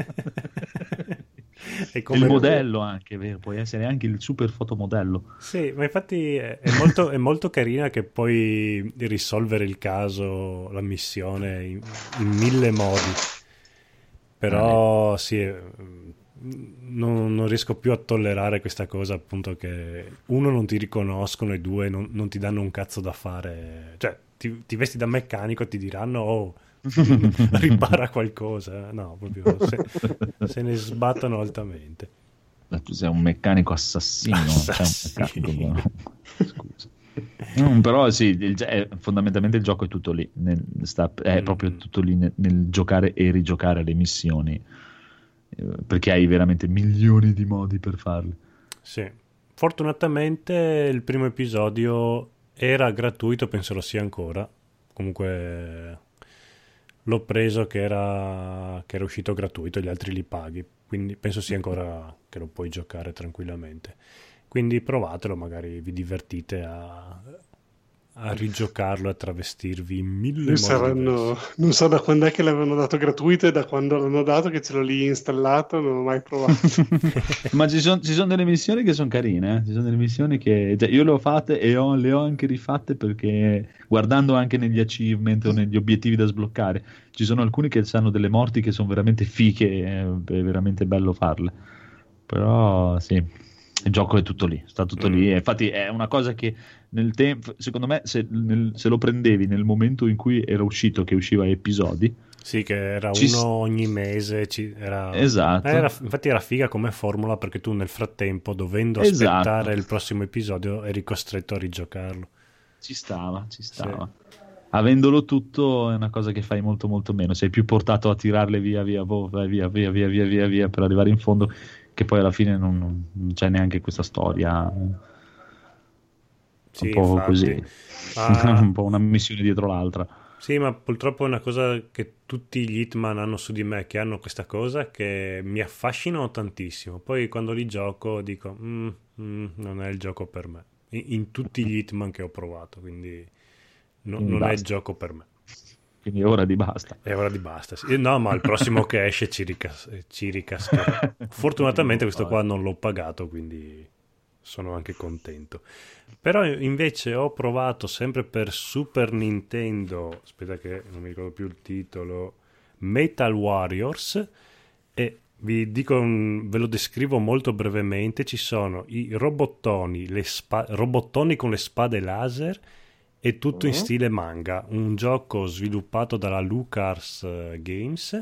E come il modello anche, vero? Puoi essere anche il super fotomodello. Sì, ma infatti è molto, è molto carina che puoi risolvere il caso, la missione in, in mille modi. Però ah, sì, non, non riesco più a tollerare questa cosa appunto che uno non ti riconoscono e due non, non ti danno un cazzo da fare. Cioè ti, ti vesti da meccanico e ti diranno oh ripara qualcosa, no, proprio se, se ne sbattono altamente. Tu sei un meccanico assassino, assassino. Sei un meccanico... Scusa. Mm, però sì, il, è, fondamentalmente il gioco è tutto lì, nel, sta, è mm. proprio tutto lì nel, nel giocare e rigiocare le missioni, eh, perché hai veramente milioni di modi per farle. Sì, fortunatamente il primo episodio era gratuito, penso lo sia ancora. Comunque l'ho preso che era, che era uscito gratuito, gli altri li paghi, quindi penso sia ancora che lo puoi giocare tranquillamente. Quindi provatelo, magari vi divertite a, a rigiocarlo e a travestirvi in mille modi saranno, non so da quando è che l'avevano dato gratuito e da quando l'hanno dato che ce l'ho lì installato, non ho mai provato. Ma ci sono ci son delle missioni che sono carine, eh? Ci sono delle missioni che cioè, io le ho fatte e ho, le ho anche rifatte perché guardando anche negli achievement o negli obiettivi da sbloccare, ci sono alcuni che hanno delle morti che sono veramente fiche, è veramente bello farle. Però sì, il gioco è tutto lì, sta tutto mm. lì. E infatti è una cosa che nel tempo, secondo me, se, nel, se lo prendevi nel momento in cui era uscito, che usciva a episodi, sì, che era ci... uno ogni mese, ci... era... esatto. Era, infatti era figa come formula, perché tu nel frattempo, dovendo esatto. aspettare il prossimo episodio, eri costretto a rigiocarlo. Ci stava, ci stava. Sì. Avendolo tutto è una cosa che fai molto molto meno, sei più portato a tirarle via via via via via via via via, via per arrivare in fondo, che poi alla fine non, non c'è neanche questa storia. Sì, un po' infatti. Così ah, un po' una missione dietro l'altra. Sì, ma purtroppo è una cosa che tutti gli Hitman hanno su di me, che hanno questa cosa che mi affascinano tantissimo, poi quando li gioco dico mm, mm, non è il gioco per me, in, in tutti gli Hitman che ho provato, quindi, no, quindi non basta. È il gioco per me, quindi è ora di basta. È ora di basta, sì. No, ma il prossimo che esce ci, ricas- ci ricascherò. Fortunatamente questo qua non l'ho pagato, quindi sono anche contento. Però invece ho provato sempre per Super Nintendo, aspetta che non mi ricordo più il titolo, Metal Warriors, e vi dico, ve lo descrivo molto brevemente. Ci sono i robottoni, le spa- robottoni con le spade laser e tutto in stile manga, un gioco sviluppato dalla Lucas Games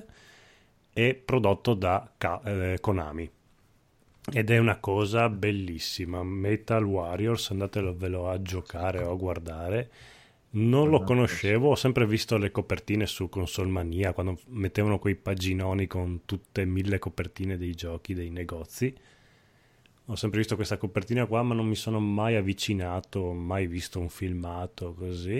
e prodotto da Ka- eh, Konami. Ed è una cosa bellissima. Metal Warriors, andatevelo a giocare o a guardare. Non lo conoscevo, ho sempre visto le copertine su Console Mania, quando mettevano quei paginoni con tutte mille copertine dei giochi, dei negozi. Ho sempre visto questa copertina qua, ma non mi sono mai avvicinato, mai visto un filmato così.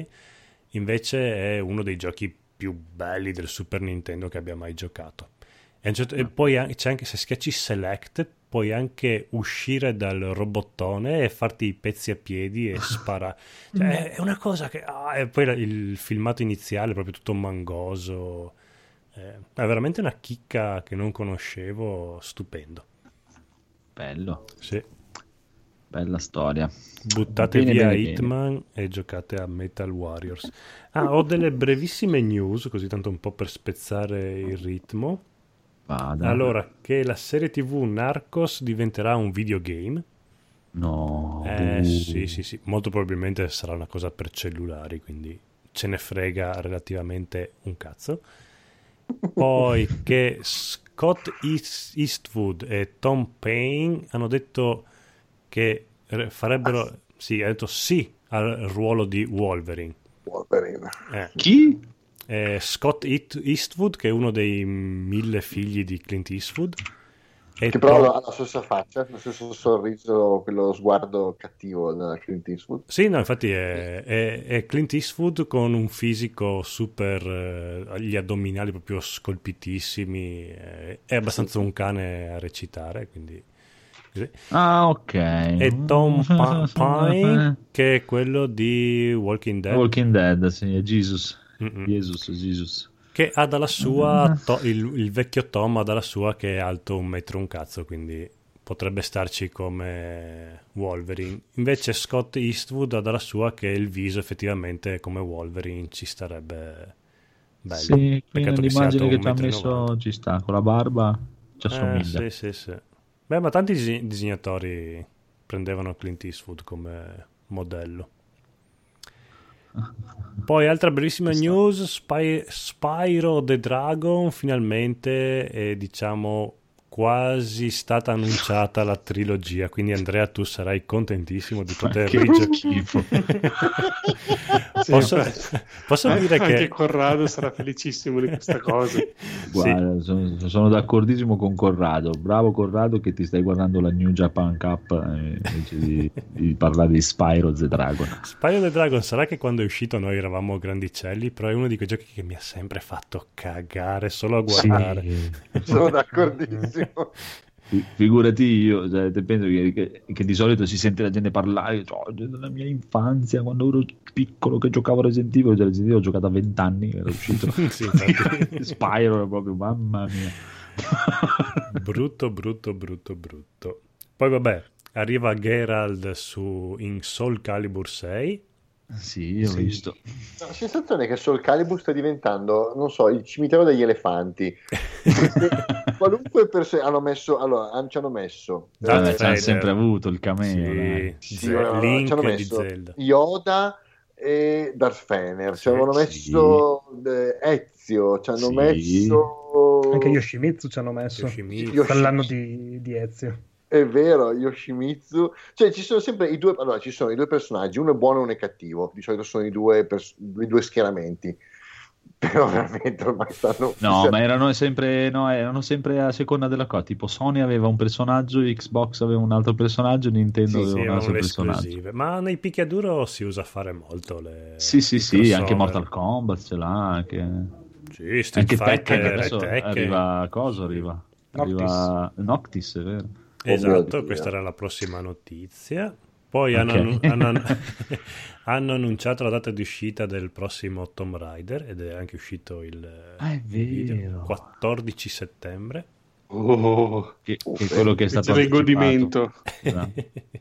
Invece è uno dei giochi più belli del Super Nintendo che abbia mai giocato. E, certo, e poi c'è anche, se schiacci Select, puoi anche uscire dal robottone e farti i pezzi a piedi e sparare. Cioè, è una cosa che... Ah, e poi il filmato iniziale è proprio tutto mangoso. Eh, è veramente una chicca che non conoscevo, stupendo. Bello. Sì. Bella storia. Buttate bene, via bene, Hitman bene. E giocate a Metal Warriors. Ah, ho delle brevissime news, così tanto un po' per spezzare il ritmo. Vada. Allora, che la serie tivù Narcos diventerà un videogame. No. Eh, sì, sì, sì. Molto probabilmente sarà una cosa per cellulari, quindi ce ne frega relativamente un cazzo. Poi che Scott Eastwood e Tom Payne hanno detto che farebbero, sì, ha detto sì al ruolo di Wolverine. Wolverine. Eh. Chi? Eh, Scott Eastwood, che è uno dei mille figli di Clint Eastwood, e che però Tom... ha la stessa faccia, lo stesso sorriso, quello sguardo cattivo da Clint Eastwood. Sì, no, infatti è, è, è Clint Eastwood con un fisico super, eh, gli addominali proprio scolpitissimi, eh, è abbastanza un cane a recitare, quindi così. Ah, ok. E Tom pa- Pine, che è quello di Walking Dead. Walking Dead, sì, è Jesus. Jesus, Jesus. Che ha dalla sua to- il, il vecchio Tom ha dalla sua che è alto un metro un cazzo, quindi potrebbe starci come Wolverine. Invece Scott Eastwood ha dalla sua che il viso effettivamente come Wolverine ci starebbe bello. Sì, peccato che l'immagine che ti ha messo ci sta, con la barba ci assomiglia. Eh, sì, sì, sì. Beh, ma tanti dis- disegnatori prendevano Clint Eastwood come modello. Poi altra bellissima news, Spy- Spyro the Dragon finalmente è, diciamo, quasi stata annunciata la trilogia, quindi Andrea tu sarai contentissimo di poter rigiocare. posso, posso eh, dire anche che Corrado sarà felicissimo di questa cosa. Guarda, sì. sono, sono d'accordissimo con Corrado, bravo Corrado che ti stai guardando la New Japan Cup eh, invece di, di parlare di Spyro the Dragon. Spyro the Dragon sarà che quando è uscito noi eravamo grandicelli, però è uno di quei giochi che mi ha sempre fatto cagare solo a guardare. Sì. Sono d'accordissimo. Figurati io, cioè, te penso che, che, che di solito si sente la gente parlare oh, della mia infanzia quando ero piccolo che giocavo a Resident Evil, cioè, Resident Evil ho giocato a vent'anni era uscito. Sì, Spyro era proprio mamma mia. brutto brutto brutto brutto. Poi vabbè, arriva Geralt su in Soul Calibur sei. Sì, ho sì. visto. La sensazione è che Soul Calibur sta diventando, non so, il cimitero degli elefanti. Qualunque persona hanno messo, allora, ci hanno messo eh, ci hanno sempre avuto il cameo. Sì, sì, no, Link ci hanno di messo Zelda. Yoda e Darth Vader, sì, ci avevano messo sì. Ezio, ci hanno sì. messo anche Yoshimitsu ci hanno messo Yoshimitsu. dall'anno di, di Ezio. È vero, Yoshimitsu, cioè ci sono sempre i due, allora ci sono i due personaggi, uno è buono e uno è cattivo, di solito sono i due, pers- i due schieramenti, però veramente ormai stanno... No, ma erano sempre, no, erano sempre a seconda della cosa, tipo Sony aveva un personaggio, Xbox aveva un altro personaggio, Nintendo sì, aveva sì, un altro le personaggio. esclusive. Ma nei picchiaduro si usa fare molto le... Sì, sì, sì, crossover. anche Mortal Kombat ce l'ha, anche... Sì, Street anche Fighter, Tekken, adesso Tekken. arriva cosa arriva? Arriva Noctis, è vero. Esatto, questa era la prossima notizia. Poi okay. hanno, hanno, hanno annunciato la data di uscita del prossimo Tomb Raider ed è anche uscito il, ah, è video, quattordici settembre. Oh, che, che è quello che è stato c'era il godimento. Esatto.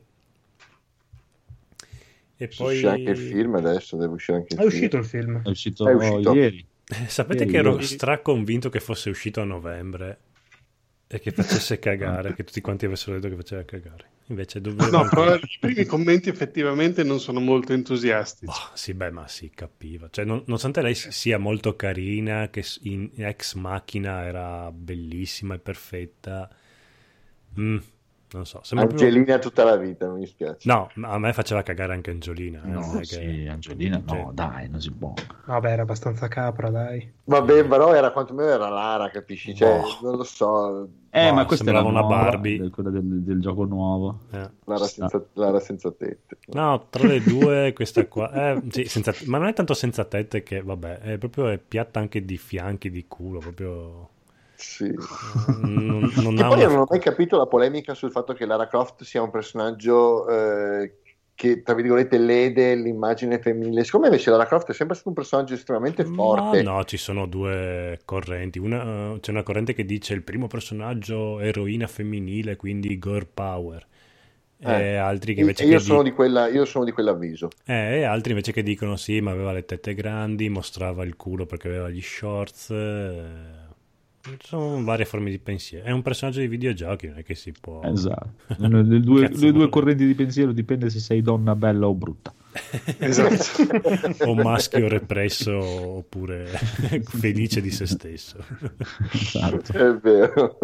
E poi uscire anche il film adesso, deve uscire anche il è film. uscito il film. È uscito, è uscito. ieri. Sapete ieri, che ero ieri. straconvinto che fosse uscito a novembre e che facesse cagare, che tutti quanti avessero detto che faceva cagare. Invece doveva no, ancora... però i primi commenti effettivamente non sono molto entusiastici. Oh, sì, beh, ma si capiva. Cioè, non, nonostante lei sia molto carina, che in Ex Machina era bellissima e perfetta, mm, non so. Angelina proprio... tutta la vita, mi dispiace. No, a me faceva cagare anche Angelina. Eh, No, che... sì, Angelina, no, cioè... dai, non si può. Vabbè, era abbastanza capra, dai. Vabbè, però era quantomeno era Lara, capisci? Cioè, Oh. non lo so. Eh, No, ma questa era sembrava una nuova, Barbie. quella del, del gioco nuovo. Eh. Lara senza, Lara senza tette. No, tra le due questa qua eh, sì, senza, ma non è tanto senza tette che vabbè, è proprio è piatta anche di fianchi, di culo, proprio sì. non, non e ha poi una... non ho mai capito la polemica sul fatto che Lara Croft sia un personaggio eh, che tra virgolette lede l'immagine femminile. Secondo me invece Lara Croft è sempre stato un personaggio estremamente forte. No, no, ci sono due correnti. Una, uh, c'è una corrente che dice il primo personaggio eroina femminile, quindi girl power. Eh. E altri che invece e io, che sono di... di quella, io sono di quell'avviso. Eh, e altri invece che dicono sì, ma aveva le tette grandi, mostrava il culo perché aveva gli shorts. Eh... Sono varie forme di pensiero. È un personaggio di videogiochi, non è che si può... Esatto. Le due, le due correnti di pensiero dipende se sei donna bella o brutta. Esatto. O maschio represso oppure felice di se stesso. Esatto. È vero.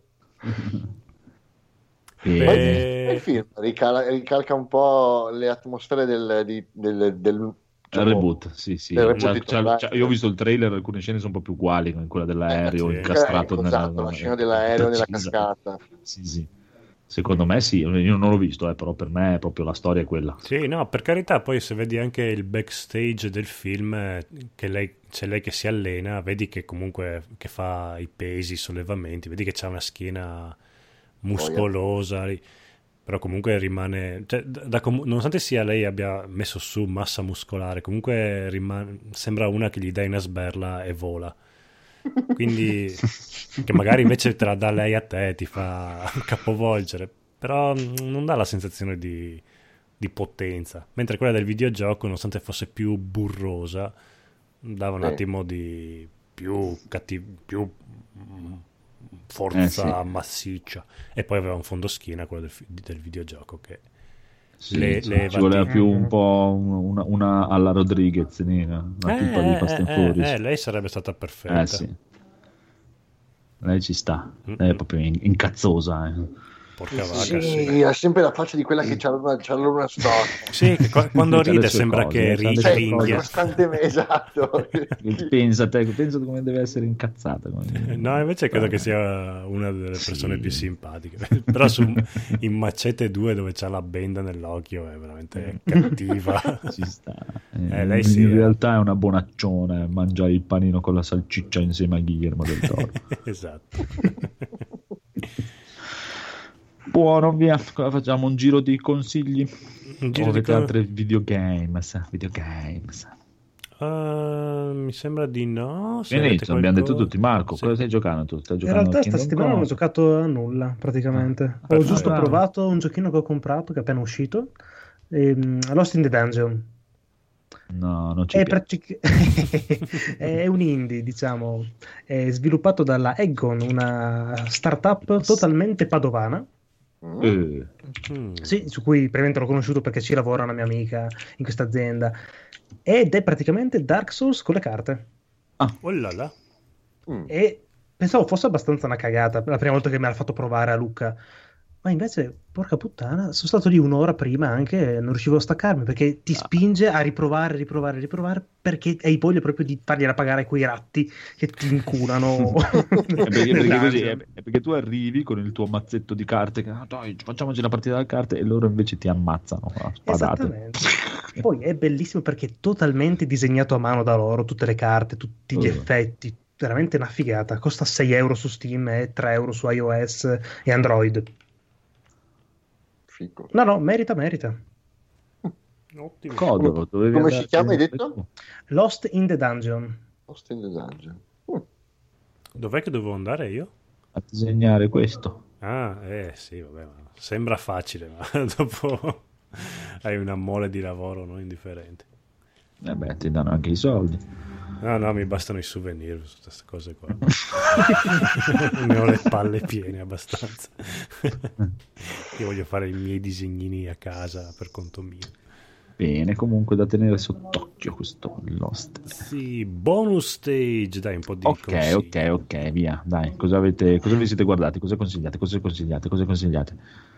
E... Ma il film ricala, ricalca un po' le atmosfere del, di, del, del il reboot, sì, sì. C'è, c'è, c'è, io ho visto il trailer, alcune scene sono un po' più uguali, come quella dell'aereo eh, sì. incastrato eh, nella, esatto, la scena dell'aereo nella cascata. Sì, sì. Secondo me sì, io non l'ho visto, eh, però per me è proprio la storia è quella. Sì, no, per carità, poi se vedi anche il backstage del film, che lei, c'è lei che si allena, vedi che comunque che fa i pesi, i sollevamenti, vedi che c'ha una schiena muscolosa, però comunque rimane, cioè, da, nonostante sia lei abbia messo su massa muscolare, comunque rimane, sembra una che gli dai una sberla e vola. Quindi che magari invece te la dà lei a te, ti fa capovolgere, però non dà la sensazione di, di potenza, mentre quella del videogioco, nonostante fosse più burrosa, dava un eh. attimo di più cattiv- più forza eh, sì. massiccia, e poi aveva un fondoschiena quello del, del videogioco che sì, le, sì, le ci voleva più un po' una, una alla Rodriguez nera, una eh, tipa di Fast and Furious. eh, eh, lei sarebbe stata perfetta. Eh, sì. lei ci sta, lei è proprio incazzosa. Eh. Porca vaca, sì, sì. ha sempre la faccia di quella che c'ha una, c'ha una storia. Sì, che qua- quando ride sembra cose, che ri- Cioè, ringhia. costantemente, esatto. Pensa te, pensa come deve essere incazzata. Come... No, invece credo che sia una delle persone sì. più simpatiche. Però su, in Macete due, dove c'ha la benda nell'occhio, è veramente cattiva. Ci sta. Eh, Eh, lei in sì, realtà è una bonacciona, mangia il panino con la salciccia insieme a Guillermo del Toro. Esatto. Buono, via. Cosa facciamo? Un giro di consigli? Un giro o di avete co- altre videogames? Videogames. Uh, mi sembra di no. Se avete Inizio, abbiamo detto qualcosa- tutti. Marco, Sì. cosa stai giocando tu? Stai In giocando realtà a sta Kingdom settimana non ho Come? giocato a nulla praticamente. Ah, Ho perfetto. giusto Ah. provato un giochino che ho comprato che è appena uscito, ehm, Lost in the Dungeon. No, non ci È, piace. pratic- è un indie, diciamo, è sviluppato dalla Eggon, una startup totalmente padovana. Eh, Mm. Sì, su cui praticamente l'ho conosciuto perché ci lavora una mia amica in questa azienda. Ed è praticamente Dark Souls con le carte. Oh là là. E pensavo fosse abbastanza una cagata la prima volta che me l'ha fatto provare a Lucca. Ma invece, porca puttana, sono stato lì un'ora prima anche e non riuscivo a staccarmi perché ti spinge a riprovare, riprovare, riprovare perché hai voglia proprio di fargliela pagare quei ratti che ti inculano. È perché, nel perché così, dungeon. è, è perché tu arrivi con il tuo mazzetto di carte che ah, dai, facciamoci la partita delle carte e loro invece ti ammazzano a spadate. Esattamente. Poi è bellissimo perché è totalmente disegnato a mano da loro, tutte le carte, tutti gli Oh. effetti, veramente una figata. Costa sei euro su Steam e tre euro su iOS e Android. Fico. No, no, merita, merita. Ottimo. Codolo, dovevi Come si andare- chiama, hai detto? Lost in the Dungeon. Lost in the Dungeon. Uh, Dov'è che dovevo andare io? a disegnare questo. Ah, eh sì, vabbè, ma sembra facile, ma dopo hai una mole di lavoro non indifferente. Eh beh, ti danno anche i soldi. No, no, mi bastano i souvenir su queste cose qua. Ne ho le palle piene abbastanza. Io voglio fare i miei disegnini a casa per conto mio. Bene, comunque da tenere sott'occhio questo Lost. Sì, bonus stage, dai, un po' di Ok, consigli. ok, ok, via. Dai, cosa avete, cosa vi siete guardati? Cosa consigliate? Cosa consigliate? Cosa consigliate?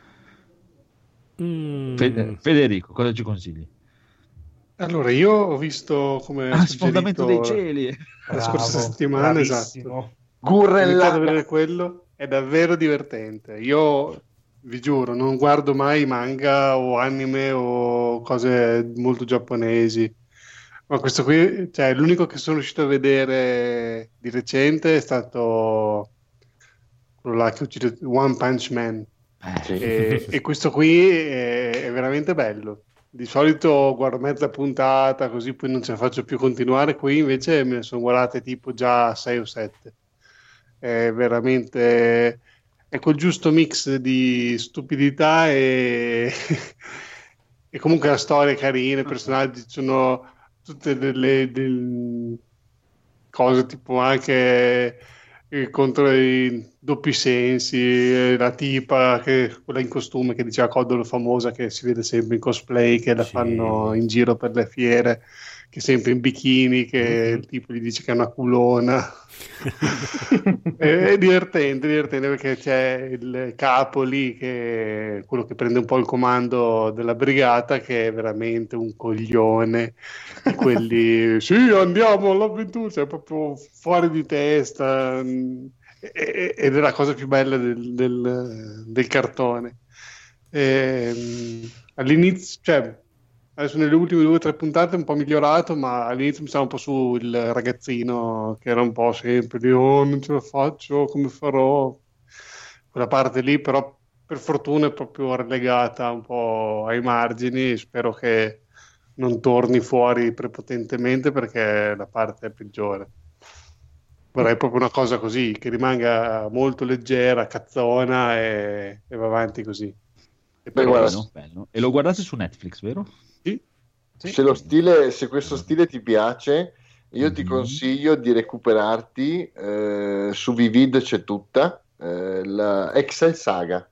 Mm, Fe- Federico, cosa ci consigli? Allora, io ho visto come Ah, Sfondamento dei suggerito cieli. la scorsa Bravo, settimana, bravissimo. esatto. Ho iniziato a Gurrellata. vedere quello, è davvero divertente. Io vi giuro, non guardo mai manga o anime o cose molto giapponesi, ma questo qui, cioè, l'unico che sono riuscito a vedere di recente è stato quello là che ho citato, One Punch Man. Eh, E, e questo qui è, è veramente bello. Di solito guardo mezza puntata così poi non ce la faccio più continuare. Qui invece me ne sono guardate tipo già sei o sette. È veramente è quel giusto mix di stupidità e, e comunque la storia è carina, i personaggi sono tutte delle, delle cose tipo anche eh, contro i doppi sensi, eh, la tipa che quella in costume che diceva Codolo famosa che si vede sempre in cosplay, che la Sì. fanno in giro per le fiere, che è sempre in bikini, che Mhm. il tipo gli dice che è una culona. È divertente, divertente perché c'è il capo lì che è quello che prende un po' il comando della brigata, che è veramente un coglione di quelli sì, andiamo all'avventura, cioè proprio fuori di testa, mm, e- ed è la cosa più bella del, del- del cartone. Ehm, all'inizio, cioè adesso nelle ultime due o tre puntate è un po' migliorato, ma all'inizio mi stava un po' su il ragazzino che era un po' sempre lì, oh non ce la faccio, come farò? Quella parte lì però per fortuna è proprio relegata un po' ai margini, spero che non torni fuori prepotentemente perché è la parte peggiore. Vorrei proprio una cosa così, che rimanga molto leggera, cazzona e, e va avanti così. E Beh, però- guarda, Bello, bello. E lo guardate su Netflix, vero? sì. Se lo stile, se questo stile ti piace, io ti Mhm. consiglio di recuperarti eh, su Vivid c'è tutta eh, la Excel Saga.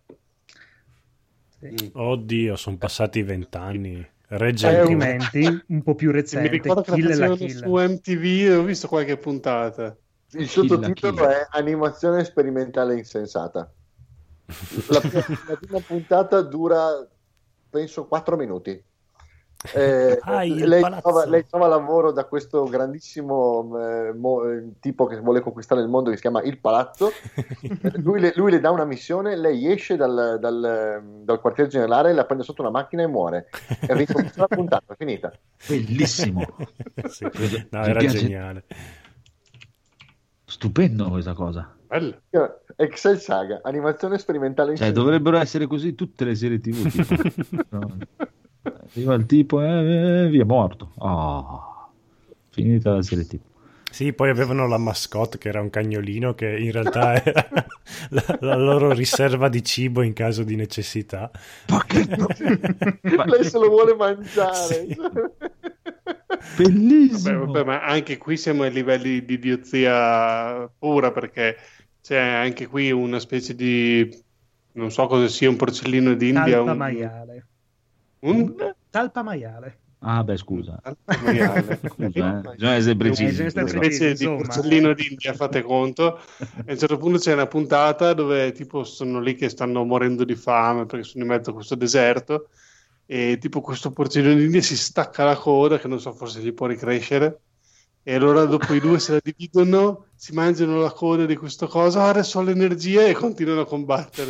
Oddio, sono passati vent'anni. C'è Regge un ancora. Rementi un po' più E mi recente, ricordo che la Kill la facevano Kill. su M T V, ho visto qualche puntata. Il sottotitolo è Animazione sperimentale insensata. La prima, la prima puntata dura penso quattro minuti. Eh, ah, lei, trova, lei trova lavoro da questo grandissimo eh, mo, tipo che vuole conquistare il mondo, che si chiama Il Palazzo. lui, le, lui le dà una missione, lei esce dal, dal, dal quartier generale, la prende sotto una macchina e muore. E ricomincia la puntata, è finita. Bellissimo. Sì. No, era piace... geniale. Stupendo questa cosa. Bello. Excel Saga, animazione sperimentale. Cioè, dovrebbero essere così tutte le serie tivù. Tipo. No. Arriva il tipo e eh, via, morto. Oh, finita la serie tivù. Sì, poi avevano la mascotte che era un cagnolino che in realtà era la, la loro riserva di cibo in caso di necessità. Lei se lo vuole mangiare. Sì. Bellissimo. Vabbè, vabbè, ma anche qui siamo ai livelli di idiozia pura, perché c'è anche qui una specie di, non so cosa sia, un porcellino d'India. Talpa un... maiale. Un? Talpa maiale. Ah, beh, scusa. Talpa maiale. Scusa, eh. Bisogna essere precisi. Una specie di porcellino d'India, fate conto. E a un certo punto c'è una puntata dove tipo sono lì che stanno morendo di fame perché sono in mezzo a questo deserto. E tipo questo porcellino d'India si stacca la coda, che non so, forse gli può ricrescere, e allora dopo i due se la dividono, si mangiano la coda di questa cosa, ah, adesso ho l'energia, e continuano a combattere.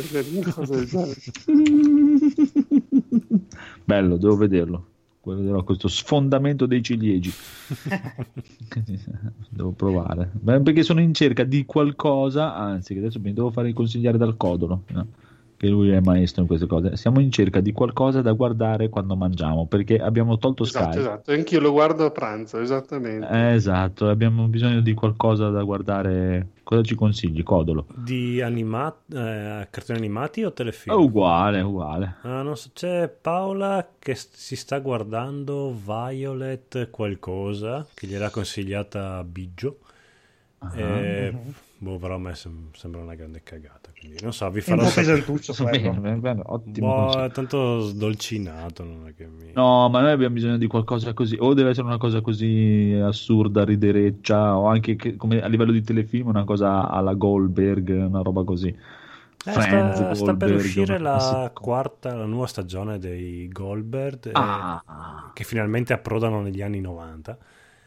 Bello, devo vederlo. Vedrò questo sfondamento dei ciliegi. Devo provare. Beh, perché sono in cerca di qualcosa, anzi che adesso mi devo fare consigliare dal Codolo, no? Che lui è maestro in queste cose. Siamo in cerca di qualcosa da guardare quando mangiamo, perché abbiamo tolto esatto, Sky. Esatto, anch'io lo guardo a pranzo, esattamente. Eh, esatto, abbiamo bisogno di qualcosa da guardare. Cosa ci consigli, Codolo? Di anima- eh, cartoni animati o telefilm? È uguale, uguale. Ah, non so, c'è Paola che st- si sta guardando Violet qualcosa, che gliel'ha consigliata Biggio. Uh-huh. E... Uh-huh. Boh, però a me sem- sembra una grande cagata, quindi non so, vi farò un po' sapere. pesantuccio, bene, bene, ottimo. Boh, è tanto sdolcinato, non è che mi... No, ma noi abbiamo bisogno di qualcosa così, o deve essere una cosa così assurda, ridereccia, o anche che, come a livello di telefilm una cosa alla Goldberg, una roba così. Eh, Friends, sta, sta per uscire la classico. quarta, la nuova stagione dei Goldberg, ah. eh, che finalmente approdano negli anni novanta.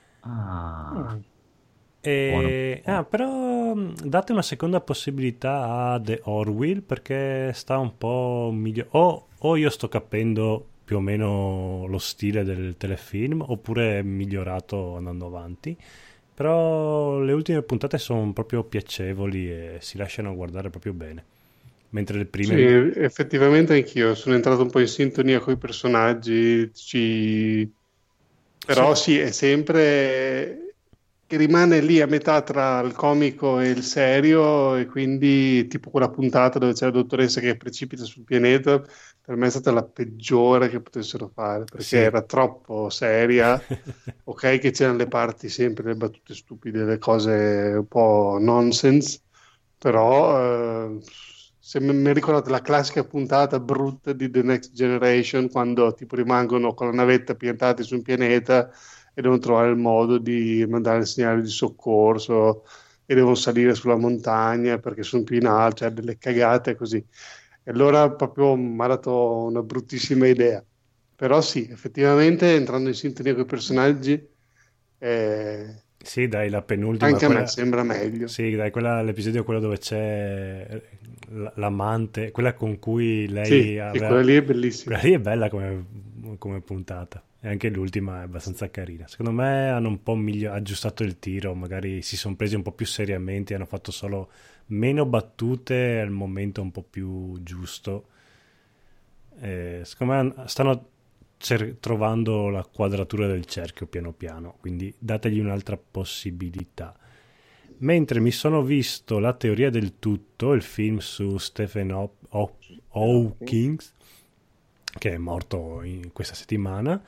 Ah... E... Ah, però date una seconda possibilità a The Orville, perché sta un po' migliore. O, o io sto capendo più o meno lo stile del telefilm, oppure è migliorato andando avanti. Però le ultime puntate sono proprio piacevoli e si lasciano guardare proprio bene. Mentre le prime... Sì, effettivamente anch'io sono entrato un po' in sintonia con i personaggi, ci... però sì, sì è sempre... che rimane lì a metà tra il comico e il serio, e quindi tipo quella puntata dove c'è la dottoressa che precipita sul pianeta, per me è stata la peggiore che potessero fare, perché sì. era troppo seria. Ok che c'erano le parti sempre, le battute stupide, le cose un po' nonsense, però eh, se mi ricordate la classica puntata brutta di The Next Generation, quando tipo rimangono con la navetta piantati su un pianeta e devono trovare il modo di mandare il segnale di soccorso e devono salire sulla montagna perché sono più in alto, cioè delle cagate così. E allora proprio mi ha dato una bruttissima idea. Però sì, effettivamente entrando in sintonia con i personaggi... Eh... Sì, dai, la penultima... Anche quella... a me sembra meglio. Sì, dai, quella, l'episodio quello dove c'è l'amante, quella con cui lei... Sì, aveva... sì, quella lì è bellissima. Quella lì è bella come, come puntata. E anche l'ultima è abbastanza carina. Secondo me hanno un po' miglio- aggiustato il tiro, magari si sono presi un po' più seriamente, hanno fatto solo meno battute al momento un po' più giusto. E secondo me stanno cer- trovando la quadratura del cerchio piano piano, quindi dategli un'altra possibilità. Mentre mi sono visto La teoria del tutto, il film su Stephen Haw- Haw- Hawking, che è morto in questa settimana,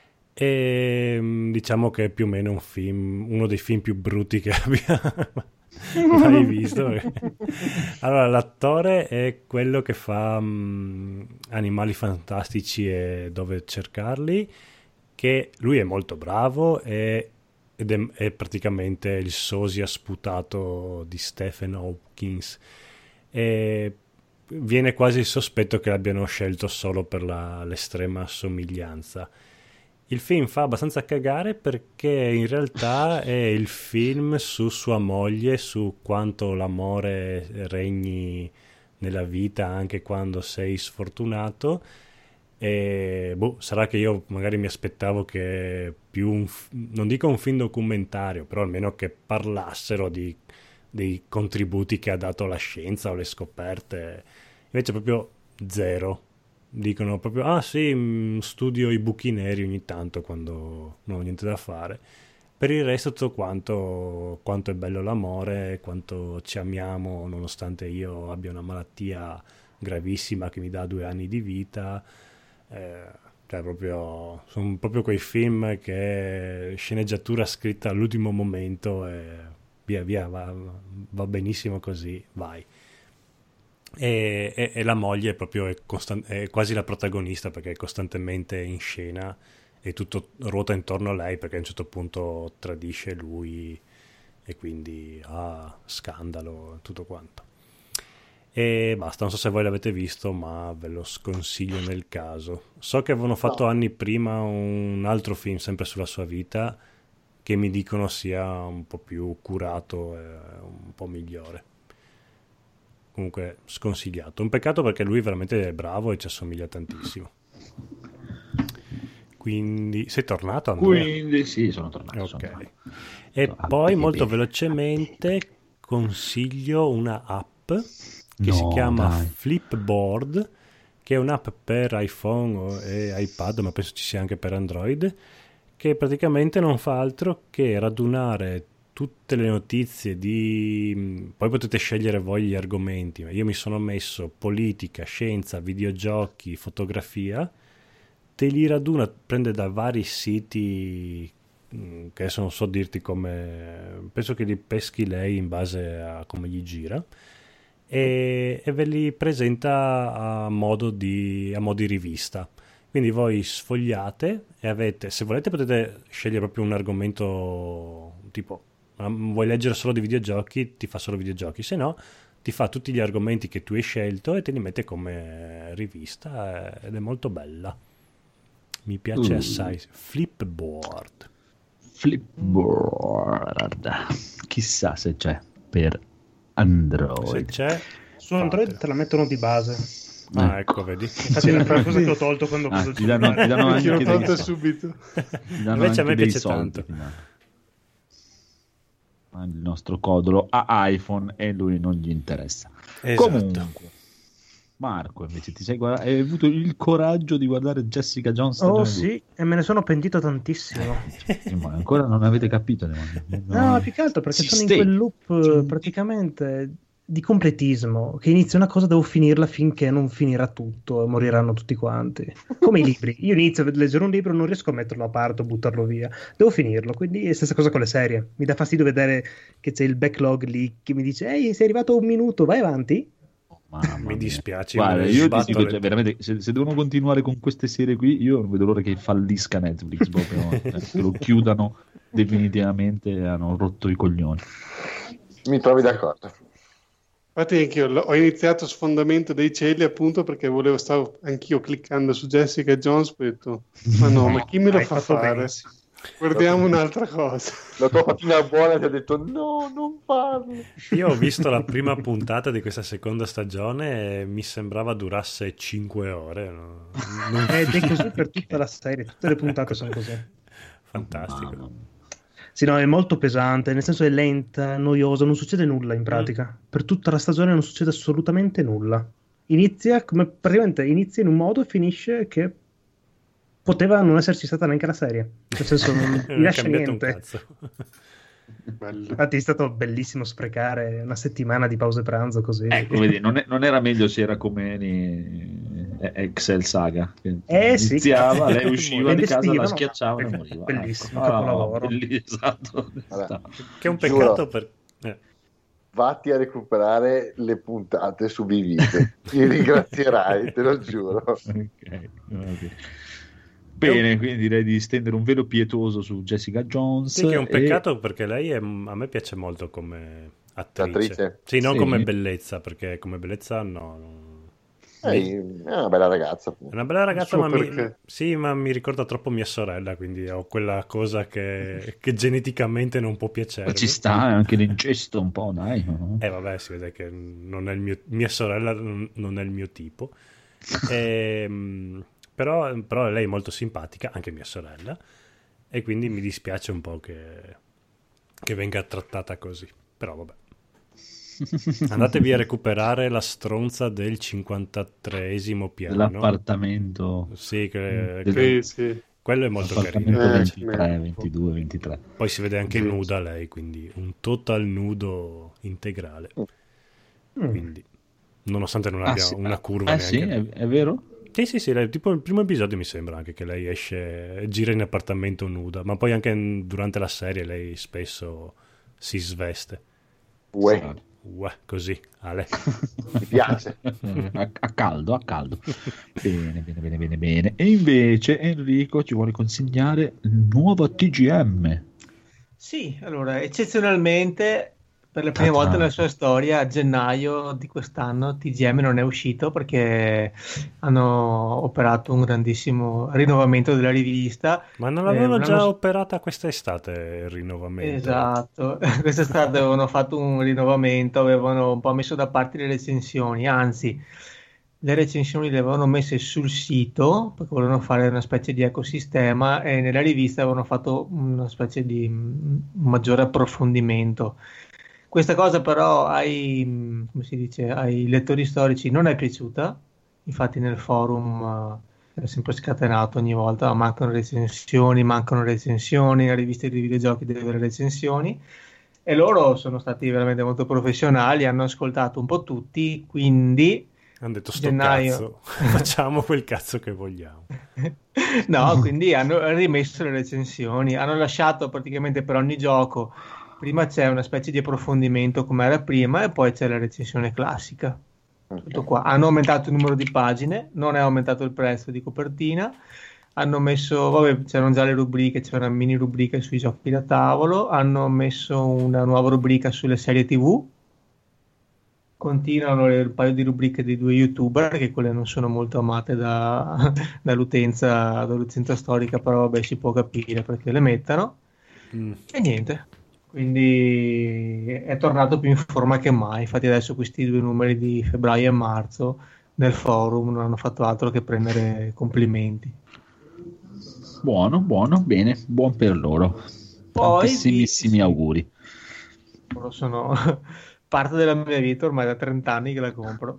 e diciamo che è più o meno un film, uno dei film più brutti che abbia mai visto. Allora, l'attore è quello che fa um, Animali Fantastici e Dove cercarli, che lui è molto bravo e ed è, è praticamente il sosia sputato di Stephen Hawkins, e viene quasi il sospetto che l'abbiano scelto solo per la, l'estrema somiglianza. Il film fa abbastanza cagare perché in realtà è il film su sua moglie, su quanto l'amore regni nella vita anche quando sei sfortunato. E boh, sarà che io magari mi aspettavo che più un, non dico un film documentario, però almeno che parlassero di, dei contributi che ha dato la scienza o le scoperte. Invece proprio zero. Dicono proprio, ah sì, studio i buchi neri ogni tanto quando non ho niente da fare. Per il resto tutto quanto, quanto è bello l'amore, quanto ci amiamo nonostante io abbia una malattia gravissima che mi dà due anni di vita. Eh, cioè proprio, sono proprio quei film che sceneggiatura scritta all'ultimo momento e via via, va, va benissimo così, vai. E, e, e la moglie è proprio è, constant- è quasi la protagonista perché è costantemente in scena e tutto ruota intorno a lei perché a un certo punto tradisce lui e quindi ah, scandalo, tutto quanto. E basta, non so se voi l'avete visto, ma ve lo sconsiglio nel caso. So che avevano fatto no. anni prima un altro film sempre sulla sua vita che mi dicono sia un po' più curato e un po' migliore. Comunque sconsigliato. Un peccato perché lui veramente è bravo e ci assomiglia tantissimo. Quindi sei tornato, Andrea? Quindi sì, sono tornato. Ok. Sono tornato. E sono poi molto bene. velocemente consiglio una app che no, si chiama dai. Flipboard, che è un'app per iPhone e iPad, ma penso ci sia anche per Android, che praticamente non fa altro che radunare tutte le notizie di... poi potete scegliere voi gli argomenti, ma io mi sono messo politica, scienza, videogiochi, fotografia, te li raduna, prende da vari siti che adesso non so dirti come, penso che li peschi lei in base a come gli gira, e, e ve li presenta a modo di, a modo di rivista. Quindi voi sfogliate e avete, se volete potete scegliere proprio un argomento tipo vuoi leggere solo di videogiochi, ti fa solo videogiochi, se no ti fa tutti gli argomenti che tu hai scelto e te li mette come rivista ed è molto bella, mi piace uh. assai. Flipboard. Flipboard, chissà se c'è per Android. Se c'è su Android te la mettono di base. Ah, ecco, vedi. Infatti è la prima cosa che ho tolto quando ho ah, preso il ti danno, ti danno anche l'ho tolta dei subito. Ti danno invece a me dei piace soldi, tanto. Il nostro codolo ha iPhone e lui non gli interessa. Esatto. Comunque, Marco, invece ti sei guarda- hai avuto il coraggio di guardare Jessica Jones? Oh sì, e me ne sono pentito tantissimo. Eh, ma ancora non avete capito? No, no più che altro perché sono in quel loop praticamente di completismo, che inizia una cosa, devo finirla finché non finirà tutto, moriranno tutti quanti. Come i libri, io inizio a leggere un libro, non riesco a metterlo a parte o buttarlo via, devo finirlo, quindi è la stessa cosa con le serie. Mi dà fastidio vedere che c'è il backlog lì che mi dice ehi, sei arrivato a un minuto, vai avanti. Mamma mi dispiace. Guarda, io ti dico, cioè, veramente, se, se devono continuare con queste serie qui, io non vedo l'ora che fallisca Netflix, proprio, eh, che lo chiudano definitivamente e hanno rotto i coglioni. Mi trovi d'accordo. Infatti anch'io ho iniziato Sfondamento dei cieli appunto perché volevo, stavo anch'io cliccando su Jessica Jones, ho detto ma no, ma chi me lo fa fare? Benissimo. Guardiamo un'altra cosa. La tua fatina buona ti ha detto no, non farlo. Io ho visto la prima puntata di questa seconda stagione e mi sembrava durasse cinque ore, no? Non Ed è così per tutta la serie, tutte le puntate sono così. Fantastico. Sì, no, è molto pesante, nel senso è lenta, noiosa, non succede nulla in pratica. Mm. Per tutta la stagione non succede assolutamente nulla. Inizia come praticamente inizia in un modo e finisce che poteva non esserci stata neanche la serie. Nel senso non mi lascia niente. Infatti è stato bellissimo sprecare una settimana di pause pranzo così. Ecco, vedi, non, è, non era meglio se era come nei Excel Saga. Eh sì. Iniziava, lei usciva di casa, la no, schiacciava no, e moriva. Bellissimo, ecco. capolavoro. Ah, belli, esatto. Allora, che è un peccato per... Eh. Vatti a recuperare le puntate su Vivite. Mi ringrazierai, te lo giuro. Ok, okay. Bene, quindi direi di stendere un velo pietoso su Jessica Jones. Sì, che è un e... peccato perché lei è, a me piace molto come attrice. Attrice? Sì, non Sì. come bellezza, perché come bellezza no. non- Ehi, è una bella ragazza. È una bella ragazza, Suo ma mi, perché? sì, ma mi ricorda troppo mia sorella, quindi ho quella cosa che, che geneticamente non può Ma piacermi. ci sta anche l'incesto un po', dai. no? Eh vabbè, si vede che non è il mio, mia sorella non non è il mio tipo. Ehm, però, però lei è molto simpatica, anche mia sorella, e quindi mi dispiace un po' che, che venga trattata così. Però vabbè. Andatevi a recuperare la stronza del cinquantatreesimo piano. Dell'appartamento. Sì, che, Del- che- Sì, sì. quello è molto Appartamento carino. Eh, ventitré, eh. ventidue, ventitré. Poi si vede anche Sì. nuda lei, quindi un total nudo integrale. Quindi, nonostante non Ah, abbia sì, una curva ah, neanche. sì, è, è vero? Sì, sì, sì, lei- tipo il primo episodio mi sembra anche che lei esce, gira in appartamento nuda, ma poi anche in- durante la serie lei spesso si sveste. Uè, Uè, così, Ale. mi piace. a, a caldo, a caldo. Bene, bene, bene, bene, bene. E invece Enrico ci vuole consegnare il nuovo T G M. Sì, allora, eccezionalmente, per le prime Ta-ta. volte nella sua storia, a gennaio di quest'anno T G M non è uscito perché hanno operato un grandissimo rinnovamento della rivista. Ma non Eh, l'avevano l'hanno- già operata quest'estate il rinnovamento? Esatto, quest'estate avevano fatto un rinnovamento, avevano un po' messo da parte le recensioni, anzi le recensioni le avevano messe sul sito perché volevano fare una specie di ecosistema e nella rivista avevano fatto una specie di mm, maggiore approfondimento. Questa cosa però ai, mm, come si dice, ai lettori storici non è piaciuta, infatti nel forum eh, è sempre scatenato ogni volta, "Ah, mancano recensioni, mancano recensioni, la rivista di videogiochi deve avere recensioni", e loro sono stati veramente molto professionali, hanno ascoltato un po' tutti, quindi Hanno detto sto gennaio. cazzo, facciamo quel cazzo che vogliamo. No, quindi hanno rimesso le recensioni, hanno lasciato praticamente per ogni gioco, prima c'è una specie di approfondimento come era prima e poi c'è la recensione classica. Tutto qua. Hanno aumentato il numero di pagine, non è aumentato il prezzo di copertina, hanno messo, vabbè, c'erano già le rubriche, c'era una mini rubrica sui giochi da tavolo, hanno messo una nuova rubrica sulle serie tivù, continuano le- un paio di rubriche di due youtuber, che quelle non sono molto amate da- dall'utenza, dall'utenza storica, però vabbè, si può capire perché le mettano, Mm. e niente. Quindi è tornato più in forma che mai. Infatti adesso questi due numeri di febbraio e marzo nel forum non hanno fatto altro che prendere complimenti. Buono, buono, bene, buon per loro. Poi Tantissimissimi vi- auguri. Loro sono parte della mia vita, ormai da trenta anni che la compro.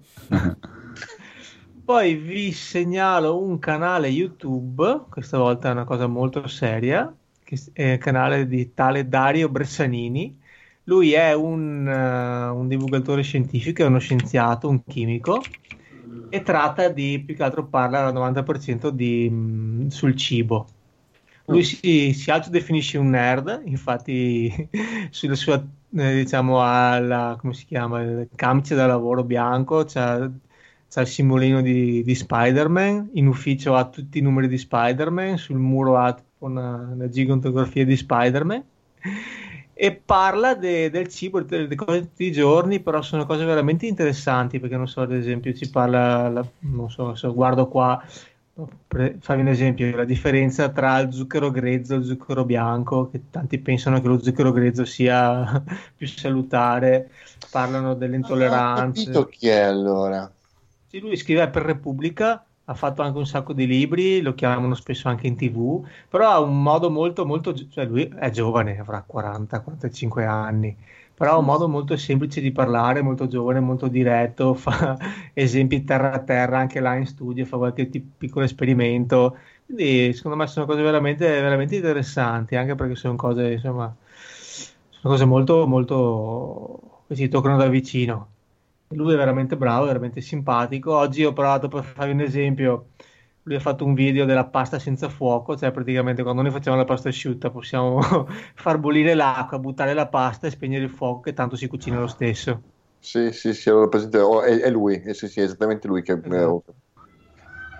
Poi vi segnalo un canale YouTube, questa volta è una cosa molto seria, che è il canale di tale Dario Bressanini. Lui è un, eh, un divulgatore scientifico, è uno scienziato, un chimico, e tratta di, più che altro parla al novanta per cento di, mh, sul cibo. Lui si, si autodefinisce un nerd, infatti sulla sua, eh, diciamo, alla, come si chiama, il camice da lavoro bianco, c'ha, c'ha il simbolino di, di Spider-Man, in ufficio ha tutti i numeri di Spider-Man, sul muro ha tipo una, una gigantografia di Spider-Man, e parla de- del cibo, delle cose di tutti i giorni, però sono cose veramente interessanti, perché non so, ad esempio ci parla, la- non so, se guardo qua, per farvi un esempio, la differenza tra il zucchero grezzo e il zucchero bianco, che tanti pensano che lo zucchero grezzo sia più salutare, parlano delle Ho intolleranze. capito chi è allora. Sì, lui scrive per Repubblica, ha fatto anche un sacco di libri, lo chiamano spesso anche in tivù, però ha un modo molto, molto, gi- cioè lui è giovane, avrà quaranta quarantacinque anni, però ha un modo molto semplice di parlare, molto giovane, molto diretto, fa esempi terra a terra anche là in studio, fa qualche ti- piccolo esperimento, quindi secondo me sono cose veramente, veramente interessanti, anche perché sono cose, insomma, sono cose molto, molto, che si toccano da vicino. Lui è veramente bravo, è veramente simpatico. Oggi ho provato, per farvi un esempio, lui ha fatto un video della pasta senza fuoco, cioè praticamente quando noi facciamo la pasta asciutta possiamo far bollire l'acqua, buttare la pasta e spegnere il fuoco, che tanto si cucina lo stesso. Sì, sì, sì, allora presente. Oh, è, è lui, eh, sì, sì, è esattamente lui che... Esatto.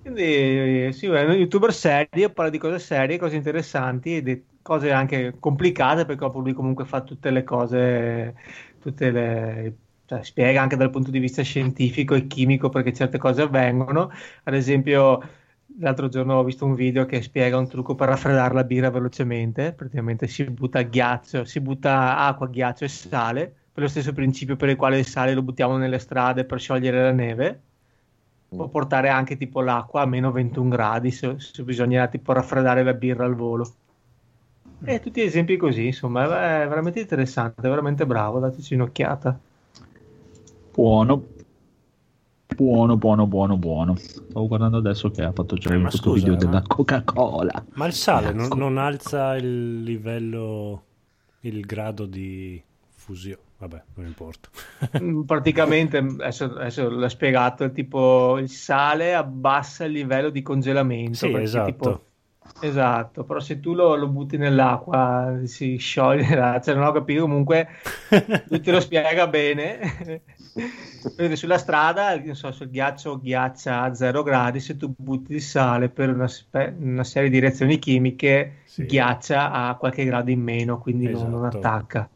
Quindi sì, è un youtuber serio, parla di cose serie, cose interessanti e di cose anche complicate, perché lui comunque fa tutte le cose, tutte le, cioè, spiega anche dal punto di vista scientifico e chimico perché certe cose avvengono. Ad esempio, l'altro giorno ho visto un video che spiega un trucco per raffreddare la birra velocemente. Praticamente si butta ghiaccio, si butta acqua, ghiaccio e sale, per lo stesso principio per il quale il sale lo buttiamo nelle strade per sciogliere la neve. Può portare anche tipo l'acqua a meno ventuno gradi se, se bisogna tipo raffreddare la birra al volo. E tutti esempi così, insomma, è veramente interessante, è veramente bravo, dateci un'occhiata. Buono. Buono, buono, buono, buono. Stavo guardando adesso che ha fatto già un scusa, video ma... della Coca-Cola. Ma il sale non, non alza il livello, il grado di fusione? Vabbè, non importa. Praticamente, adesso, adesso l'ho spiegato, tipo il sale abbassa il livello di congelamento. Sì, esatto. Tipo, esatto, però se tu lo, lo butti nell'acqua si scioglie, cioè non ho capito, comunque lui te lo spiega bene. Perché sulla strada, non so, se il ghiaccio ghiaccia a zero gradi, se tu butti il sale per una, spe- una serie di reazioni chimiche, sì, ghiaccia a qualche grado in meno, quindi esatto, non, non attacca.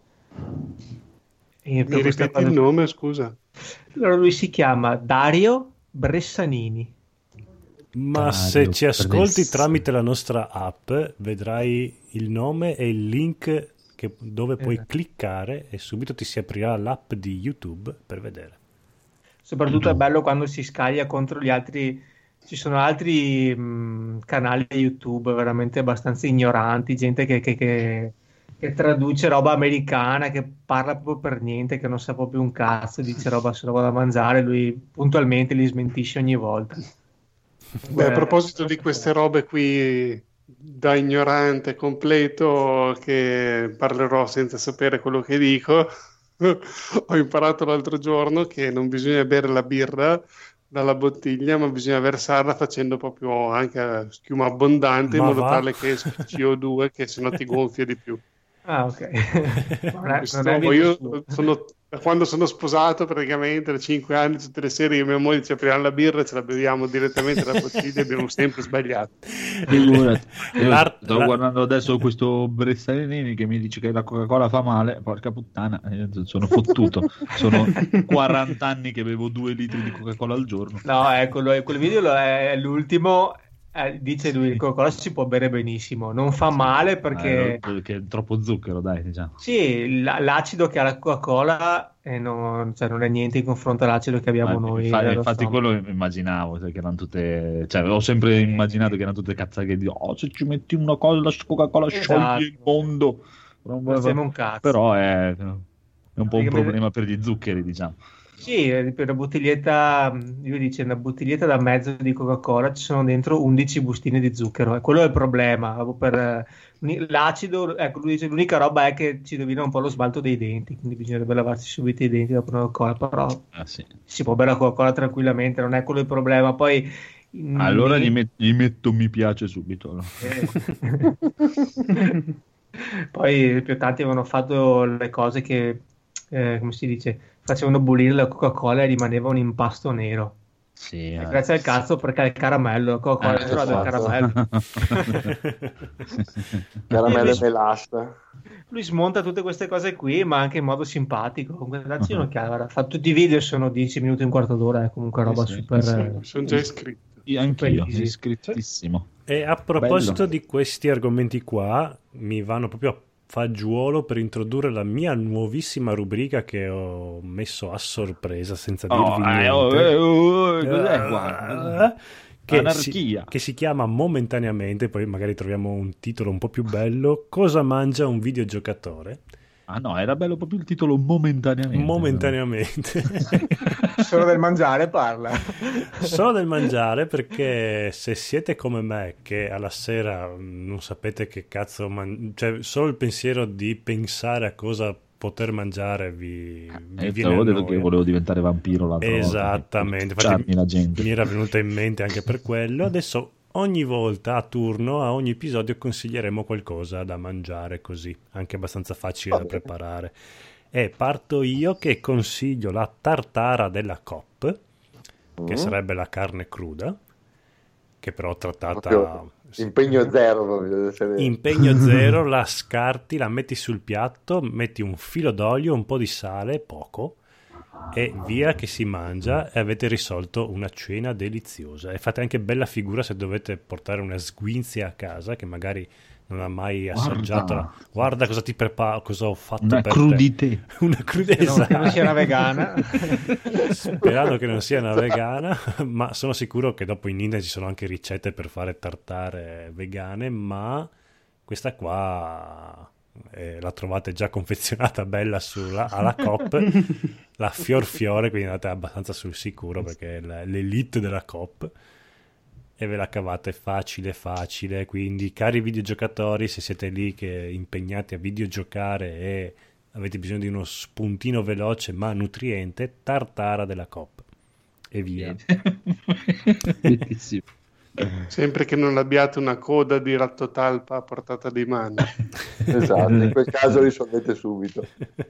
E mi ripeti cosa... il nome, scusa? Allora lui si chiama Dario Bressanini. Ma Dario se ci ascolti Bressanini. tramite la nostra app, vedrai il nome e il link che, dove puoi esatto. cliccare e subito ti si aprirà l'app di YouTube per vedere. Soprattutto è bello quando si scaglia contro gli altri. Ci sono altri mh, canali YouTube veramente abbastanza ignoranti, gente che, che, che, che traduce roba americana, che parla proprio per niente, che non sa proprio un cazzo, dice roba su roba da mangiare, lui puntualmente li smentisce ogni volta. Beh, a proposito di queste robe qui da ignorante completo, che parlerò senza sapere quello che dico, ho imparato l'altro giorno che non bisogna bere la birra dalla bottiglia, ma bisogna versarla facendo proprio anche a schiuma abbondante, ma in modo va? tale che esca C O due, che sennò ti gonfia di più. Ah, ok. non è, Questo, non è io sono, da quando sono sposato, praticamente da cinque anni, tutte le sere io e mia moglie ci apriamo la birra e ce la beviamo direttamente dalla bottiglia e abbiamo sempre sbagliato. Figurati. Io sto guardando adesso questo Bressanini che mi dice che la Coca-Cola fa male, porca puttana, io sono fottuto. Sono quaranta anni che bevo due litri di Coca-Cola al giorno. No, ecco, quel video è l'ultimo. Eh, dice lui, il Coca-Cola si può bere benissimo, non fa male perché... Eh, perché è troppo zucchero, dai, diciamo. Sì, l'acido che ha la Coca-Cola eh, non, cioè, non è niente in confronto all'acido che abbiamo Ma noi. Infatti, infatti quello immaginavo, cioè, che erano tutte... Cioè, ho sempre immaginato che erano tutte cazzate di oh, se ci metti una cosa, la Coca-Cola esatto. scioglie il mondo. Non siamo un cazzo. Però è, è un po' un problema per gli zuccheri, diciamo. Sì, per una bottiglietta, io dice una bottiglietta da mezzo di Coca-Cola ci sono dentro undici bustine di zucchero, e quello è il problema. Per l'acido, ecco, lui dice l'unica roba è che ci rovina un po' lo smalto dei denti, quindi bisognerebbe lavarsi subito i denti dopo una Coca-Cola, però ah, sì. si può bere la Coca-Cola tranquillamente, non è quello il problema. Poi allora mi... gli, met- gli metto mi piace subito. No? Eh. Poi più tanti avevano fatto le cose che, eh, come si dice, facevano bollire la Coca-Cola e rimaneva un impasto nero. Sì, eh, grazie al cazzo sì. Perché è il caramello, la Coca-Cola eh, esatto. del caramello. Caramello e melassa. Lui smonta tutte queste cose qui, ma anche in modo simpatico. Comunque, dacci uh-huh. un'occhiata. Fa tutti i video, sono dieci minuti, un quarto d'ora, è comunque roba sì, super... Sì, sono già iscritto. Io anch'io, sono iscrittissimo. E a proposito Bello. di questi argomenti qua, mi vanno proprio a fagiolo per introdurre la mia nuovissima rubrica che ho messo a sorpresa senza dirvi oh, niente. Eh, oh, eh, oh, cos'è qua? Che Anarchia. Si, che si chiama momentaneamente, poi magari troviamo un titolo un po' più bello, Cosa mangia un videogiocatore? Ah no, era bello proprio il titolo momentaneamente. Momentaneamente. Solo del mangiare parla. Solo del mangiare, perché se siete come me che alla sera non sapete che cazzo man- cioè solo il pensiero di pensare a cosa poter mangiare vi, vi eh, viene a noia. Che volevo diventare vampiro l'altra esattamente volta, infatti la gente. Mi era venuta in mente anche per quello. Adesso ogni volta a turno, a ogni episodio consiglieremo qualcosa da mangiare, così anche abbastanza facile oh. da preparare. E parto io che consiglio la tartara della Coop, che mm. sarebbe la carne cruda, che però trattata... Proprio impegno zero. Impegno zero, la scarti, la metti sul piatto, metti un filo d'olio, un po' di sale, poco, e via che si mangia e avete risolto una cena deliziosa. E fate anche bella figura se dovete portare una sguinzia a casa che magari non ha mai assaggiato. Guarda, Guarda cosa ti preparo, cosa ho fatto una per crudité. te. Una crudité. Che non, che non sia una vegana. Sperando che non sia una vegana, ma sono sicuro che dopo in internet ci sono anche ricette per fare tartare vegane, ma questa qua eh, la trovate già confezionata bella sulla, alla Coop, la fior fiore, quindi andate abbastanza sul sicuro perché è l'elite della Coop. E ve la cavate facile facile. Quindi, cari videogiocatori, se siete lì che impegnati a videogiocare e avete bisogno di uno spuntino veloce ma nutriente, tartara della Coop e via. Bellissimo. Sempre che non abbiate una coda di rattotalpa a portata di mano. Esatto, in quel caso risolvete subito.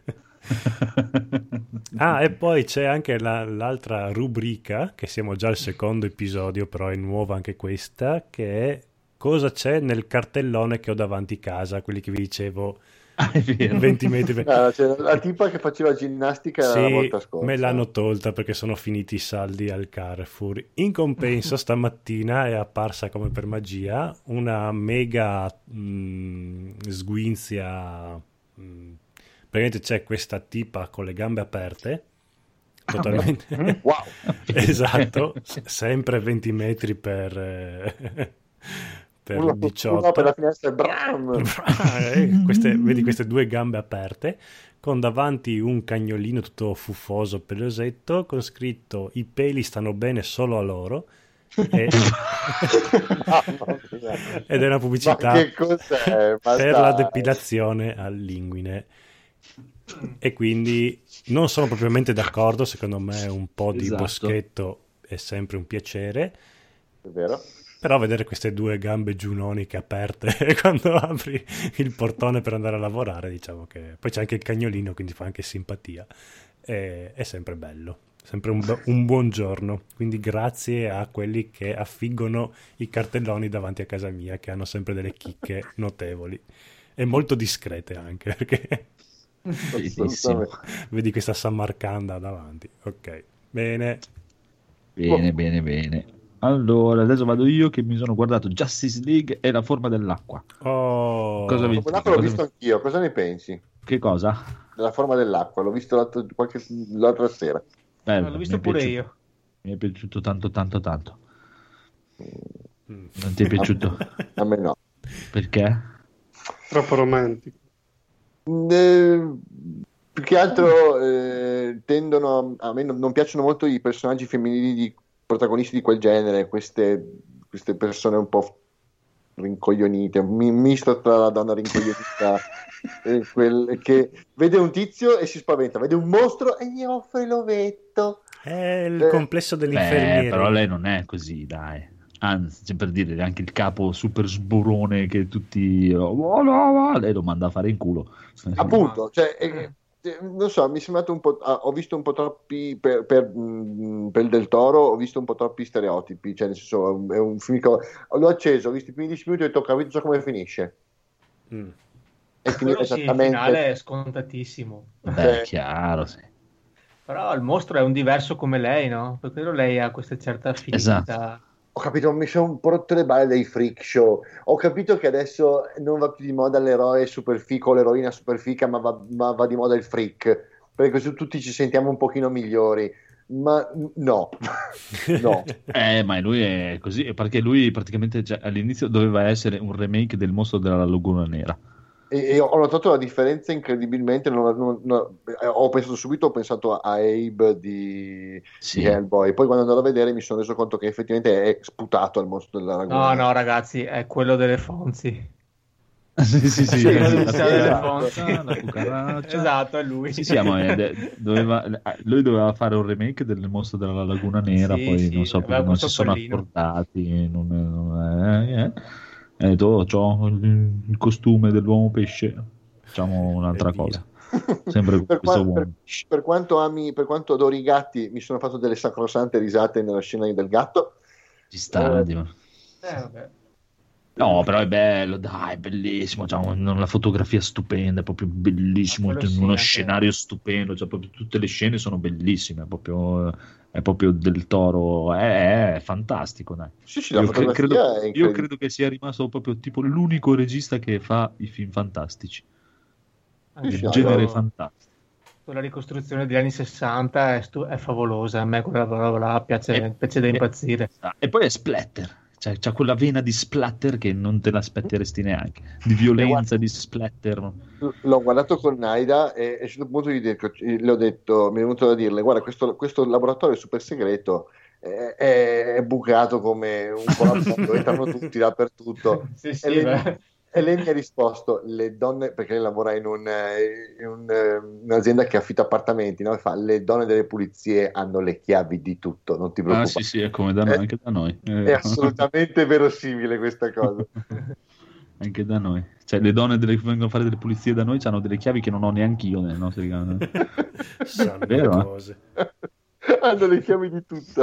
Ah, e poi c'è anche la, l'altra rubrica, che siamo già al secondo episodio, però è nuova anche questa, che è cosa c'è nel cartellone che ho davanti casa, quelli che vi dicevo. Ah, è vero. venti metri per... ah, cioè, la tipa che faceva ginnastica sì, la volta scorsa. Me l'hanno tolta perché sono finiti i saldi al Carrefour. In compenso stamattina è apparsa come per magia una mega mh, sguinzia. Mh, praticamente c'è questa tipa con le gambe aperte totalmente. Wow. Esatto, sempre venti metri per eh, per uno, diciotto. uno per la finestra, bram! eh, queste, vedi queste due gambe aperte con davanti un cagnolino tutto fuffoso, pelosetto, con scritto i peli stanno bene solo a loro. E... ed è una pubblicità Ma che cos'è? Ma per dai. la depilazione all'inguine. E quindi non sono propriamente d'accordo, secondo me un po' di Esatto. boschetto è sempre un piacere, È vero? però vedere queste due gambe giunoniche aperte quando apri il portone per andare a lavorare, diciamo che poi c'è anche il cagnolino, quindi fa anche simpatia, e, è sempre bello, sempre un, un buon giorno. Quindi grazie a quelli che affiggono i cartelloni davanti a casa mia, che hanno sempre delle chicche notevoli e molto discrete anche, perché Bellissimo. vedi questa Samarcanda davanti. Ok, bene. Bene, bene, bene. Allora, adesso vado io che mi sono guardato Justice League e la forma dell'acqua. Oh. Cosa vi- Quell'acqua l'ho cosa visto vi- anch'io, cosa ne pensi? Che cosa? Della forma dell'acqua, l'ho visto l'altro- qualche, l'altra sera. Bello, L'ho visto mi è pure piaciuto- io. Mi è piaciuto tanto, tanto, tanto. Mm. Non ti è piaciuto? A me no. Perché? Troppo romantico. Eh, più che altro eh, tendono a, a me non, non piacciono molto i personaggi femminili di protagonisti di quel genere, queste, queste persone un po' rincoglionite, un mi- misto tra la donna rincoglionita e quel che vede un tizio e si spaventa, vede un mostro e gli offre l'ovetto. È il Eh, complesso Beh, dell'infermiere. però lei non è così, dai. Anzi, c'è per dire, anche il capo super sborone che tutti... oh, no, no, lei lo manda a fare in culo. Appunto, cioè, eh, eh, non so, mi è sembrato un po'. ah, ho visto un po' troppi per, per, mh, per il Del Toro, ho visto un po' troppi stereotipi. Cioè, nel senso, è un, è un film che ho- l'ho acceso, ho visto i primi dieci minuti e ho detto, ho capito, so come finisce. Mm. E finire Quello sì, il esattamente. finale è scontatissimo. Beh, è chiaro, sì. Però il mostro è un diverso come lei, no? Per quello lei ha questa certa affinità. Esatto. Ho capito, mi sono un po' rotto le balle dei freak show. Ho capito che adesso non va più di moda l'eroe super fico o l'eroina super fica, ma va, ma va di moda il freak. Perché così tutti ci sentiamo un pochino migliori. Ma no, no. Eh, ma lui è così, perché lui praticamente cioè, all'inizio doveva essere un remake del mostro della Laguna Nera. E, e ho notato la differenza incredibilmente. Non, non- non- eh, ho pensato subito, ho pensato a Abe di, Sì. di Hellboy. Poi quando andavo a vedere mi sono reso conto che effettivamente è sputato al mostro della Laguna. No, no, ragazzi, è quello delle Fonzi. sì, sì, sì. Sì, sì, sì, la sì, cucaracha, esatto. la cucaraccia. Esatto, è lui. Sì, sì, ma eh, doveva, lui doveva fare un remake del mostro della Laguna Nera, Sì, poi sì, non so aveva perché non si questo sono pallino. accordati, non, non è, eh. E ha detto, oh, c'ho il, il costume dell'uomo pesce, facciamo un'altra E via. cosa. Sempre Per, questo qua- uomo per- per quanto ami, per quanto adoro i gatti, mi sono fatto delle sacrosante risate nella scena del gatto. ci sta, Eh, Dio. Eh, vabbè. No, però è bello, dai, è bellissimo, c'ha una fotografia stupenda, è proprio bellissimo, Ah, sì, uno anche... scenario stupendo, cioè proprio tutte le scene sono bellissime, è proprio, è proprio del Toro, è, è fantastico, dai. Sì, sì, la io, fotografia credo, è io incredibile. credo che sia rimasto proprio tipo l'unico regista che fa i film fantastici, Anche il sì, genere io... fantastico. La ricostruzione degli anni sessanta è, stu- è favolosa, a me quella roba là piace, E, piace da e, impazzire. e poi è splatter. Cioè, c'ha quella vena di splatter che non te l'aspetteresti neanche, di violenza, di splatter. L'ho guardato con Naida e a un certo punto gli dico, le ho detto, mi è venuto da dirle, guarda, questo, questo laboratorio super segreto è, è, è bucato come un colaboro, entrano tutti dappertutto. Sì, sì, e, lei, beh. e lei mi ha risposto, le donne, perché lei lavora in, un, in un, un'azienda che affitta appartamenti, no? E fa, le donne delle pulizie hanno le chiavi di tutto, non ti preoccupare. Ah sì sì, è come da noi, È- anche da noi. È assolutamente verosimile questa cosa. Anche da noi. Cioè, le donne delle, che vengono a fare delle pulizie da noi hanno delle chiavi che non ho neanche io nelle nostre gambe. Sanno Vero, le eh? cose. Hanno le chiavi di tutto.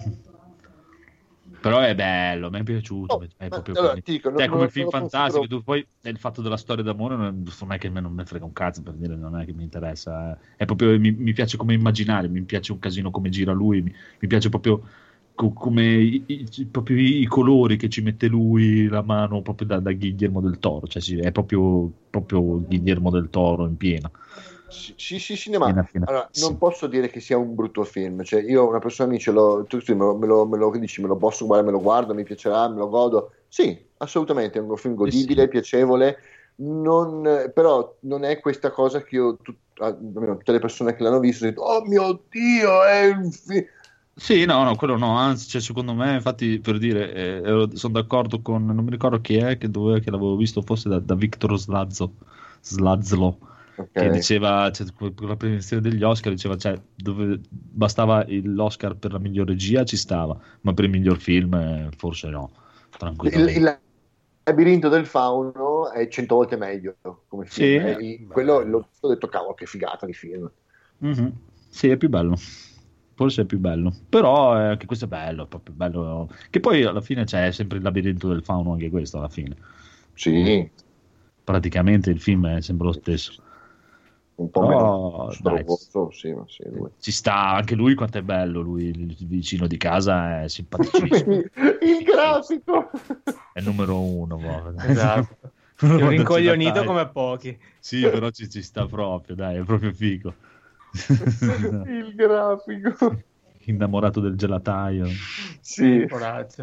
Però è bello, mi è piaciuto. Oh, è ma- proprio allora, come, ti dico, cioè, non- come non- film non fantastico. considero- Tu poi il fatto della storia d'amore non è, non è che a me non mi frega un cazzo, per dire, non è che mi interessa. eh. È proprio, mi, mi piace come immaginare, mi piace un casino come gira lui, mi, mi piace proprio co- come i, i- proprio i, i colori che ci mette lui, la mano proprio da, da Guillermo del Toro. Cioè, sì, è proprio, proprio Guillermo del Toro in piena. Sì, sì, sì, sì, ma Fine a fine. allora, Sì. non posso dire che sia un brutto film. Cioè, io una persona mi dice, lo, tu tu me lo, me lo, me lo dici, me lo posso guardare, me lo guardo, mi piacerà, me lo godo. Sì, assolutamente, è un film godibile, sì. piacevole, non, però non è questa cosa che io, tut- almeno tutte le persone che l'hanno visto, dicono, oh mio Dio, è un film... Sì, no, no, quello no, anzi, cioè, secondo me, infatti, per dire, eh, ero- sono d'accordo con, non mi ricordo chi è, che, dove, che l'avevo visto, forse da, da Victor Slazzo, Slazlo, Ok. che diceva, cioè, con la premiazione degli Oscar, diceva, cioè, dove bastava il- l'Oscar per la miglior regia, ci stava, ma per il miglior film, eh, forse no, Il, tranquillamente. il labirinto del fauno è cento volte meglio come Sì. film. Eh, il- quello l'ho ho detto, cavolo, che figata di film. Mhm. Sì, è più bello. Forse è più bello, però eh, anche questo è bello, è proprio bello. Che poi alla fine c'è sempre il labirinto del fauno, anche questo alla fine. Sì, Praticamente il film è sempre lo stesso. un po' Però, meno dai, strofoso, sì, ma sì, lui. ci sta anche lui, quanto è bello lui, il vicino di casa è simpaticissimo. Il grafico. È il numero uno. Boh. Esatto. È un rincoglionito come pochi. Sì, però ci, ci sta proprio, dai, è proprio figo. Il grafico. Innamorato del gelataio. Sì. Coraggio.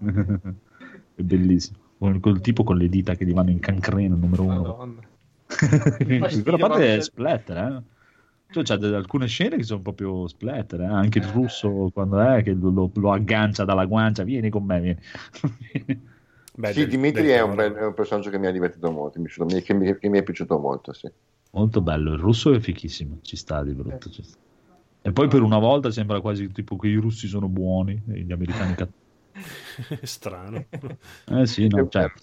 È bellissimo. Con quel tipo con le dita che gli vanno in cancreno, il numero uno. Madonna. Però a parte quando è c'è- splatter, eh. Cioè, c'è delle- alcune scene che sono proprio splatter, eh. Anche il russo quando è che lo, lo- lo aggancia dalla guancia, vieni con me, vieni. Beh, Sì, del- Dimitri del è un, Toro. bel- è un personaggio che mi ha divertito molto, mi è piaciuto- mi- che, mi, che mi è piaciuto molto, sì. Molto bello, il russo è fichissimo, ci sta di brutto. Ci sta. E poi per una volta sembra quasi tipo che i russi sono buoni e gli americani cattivi. Strano. Eh sì, no, certo.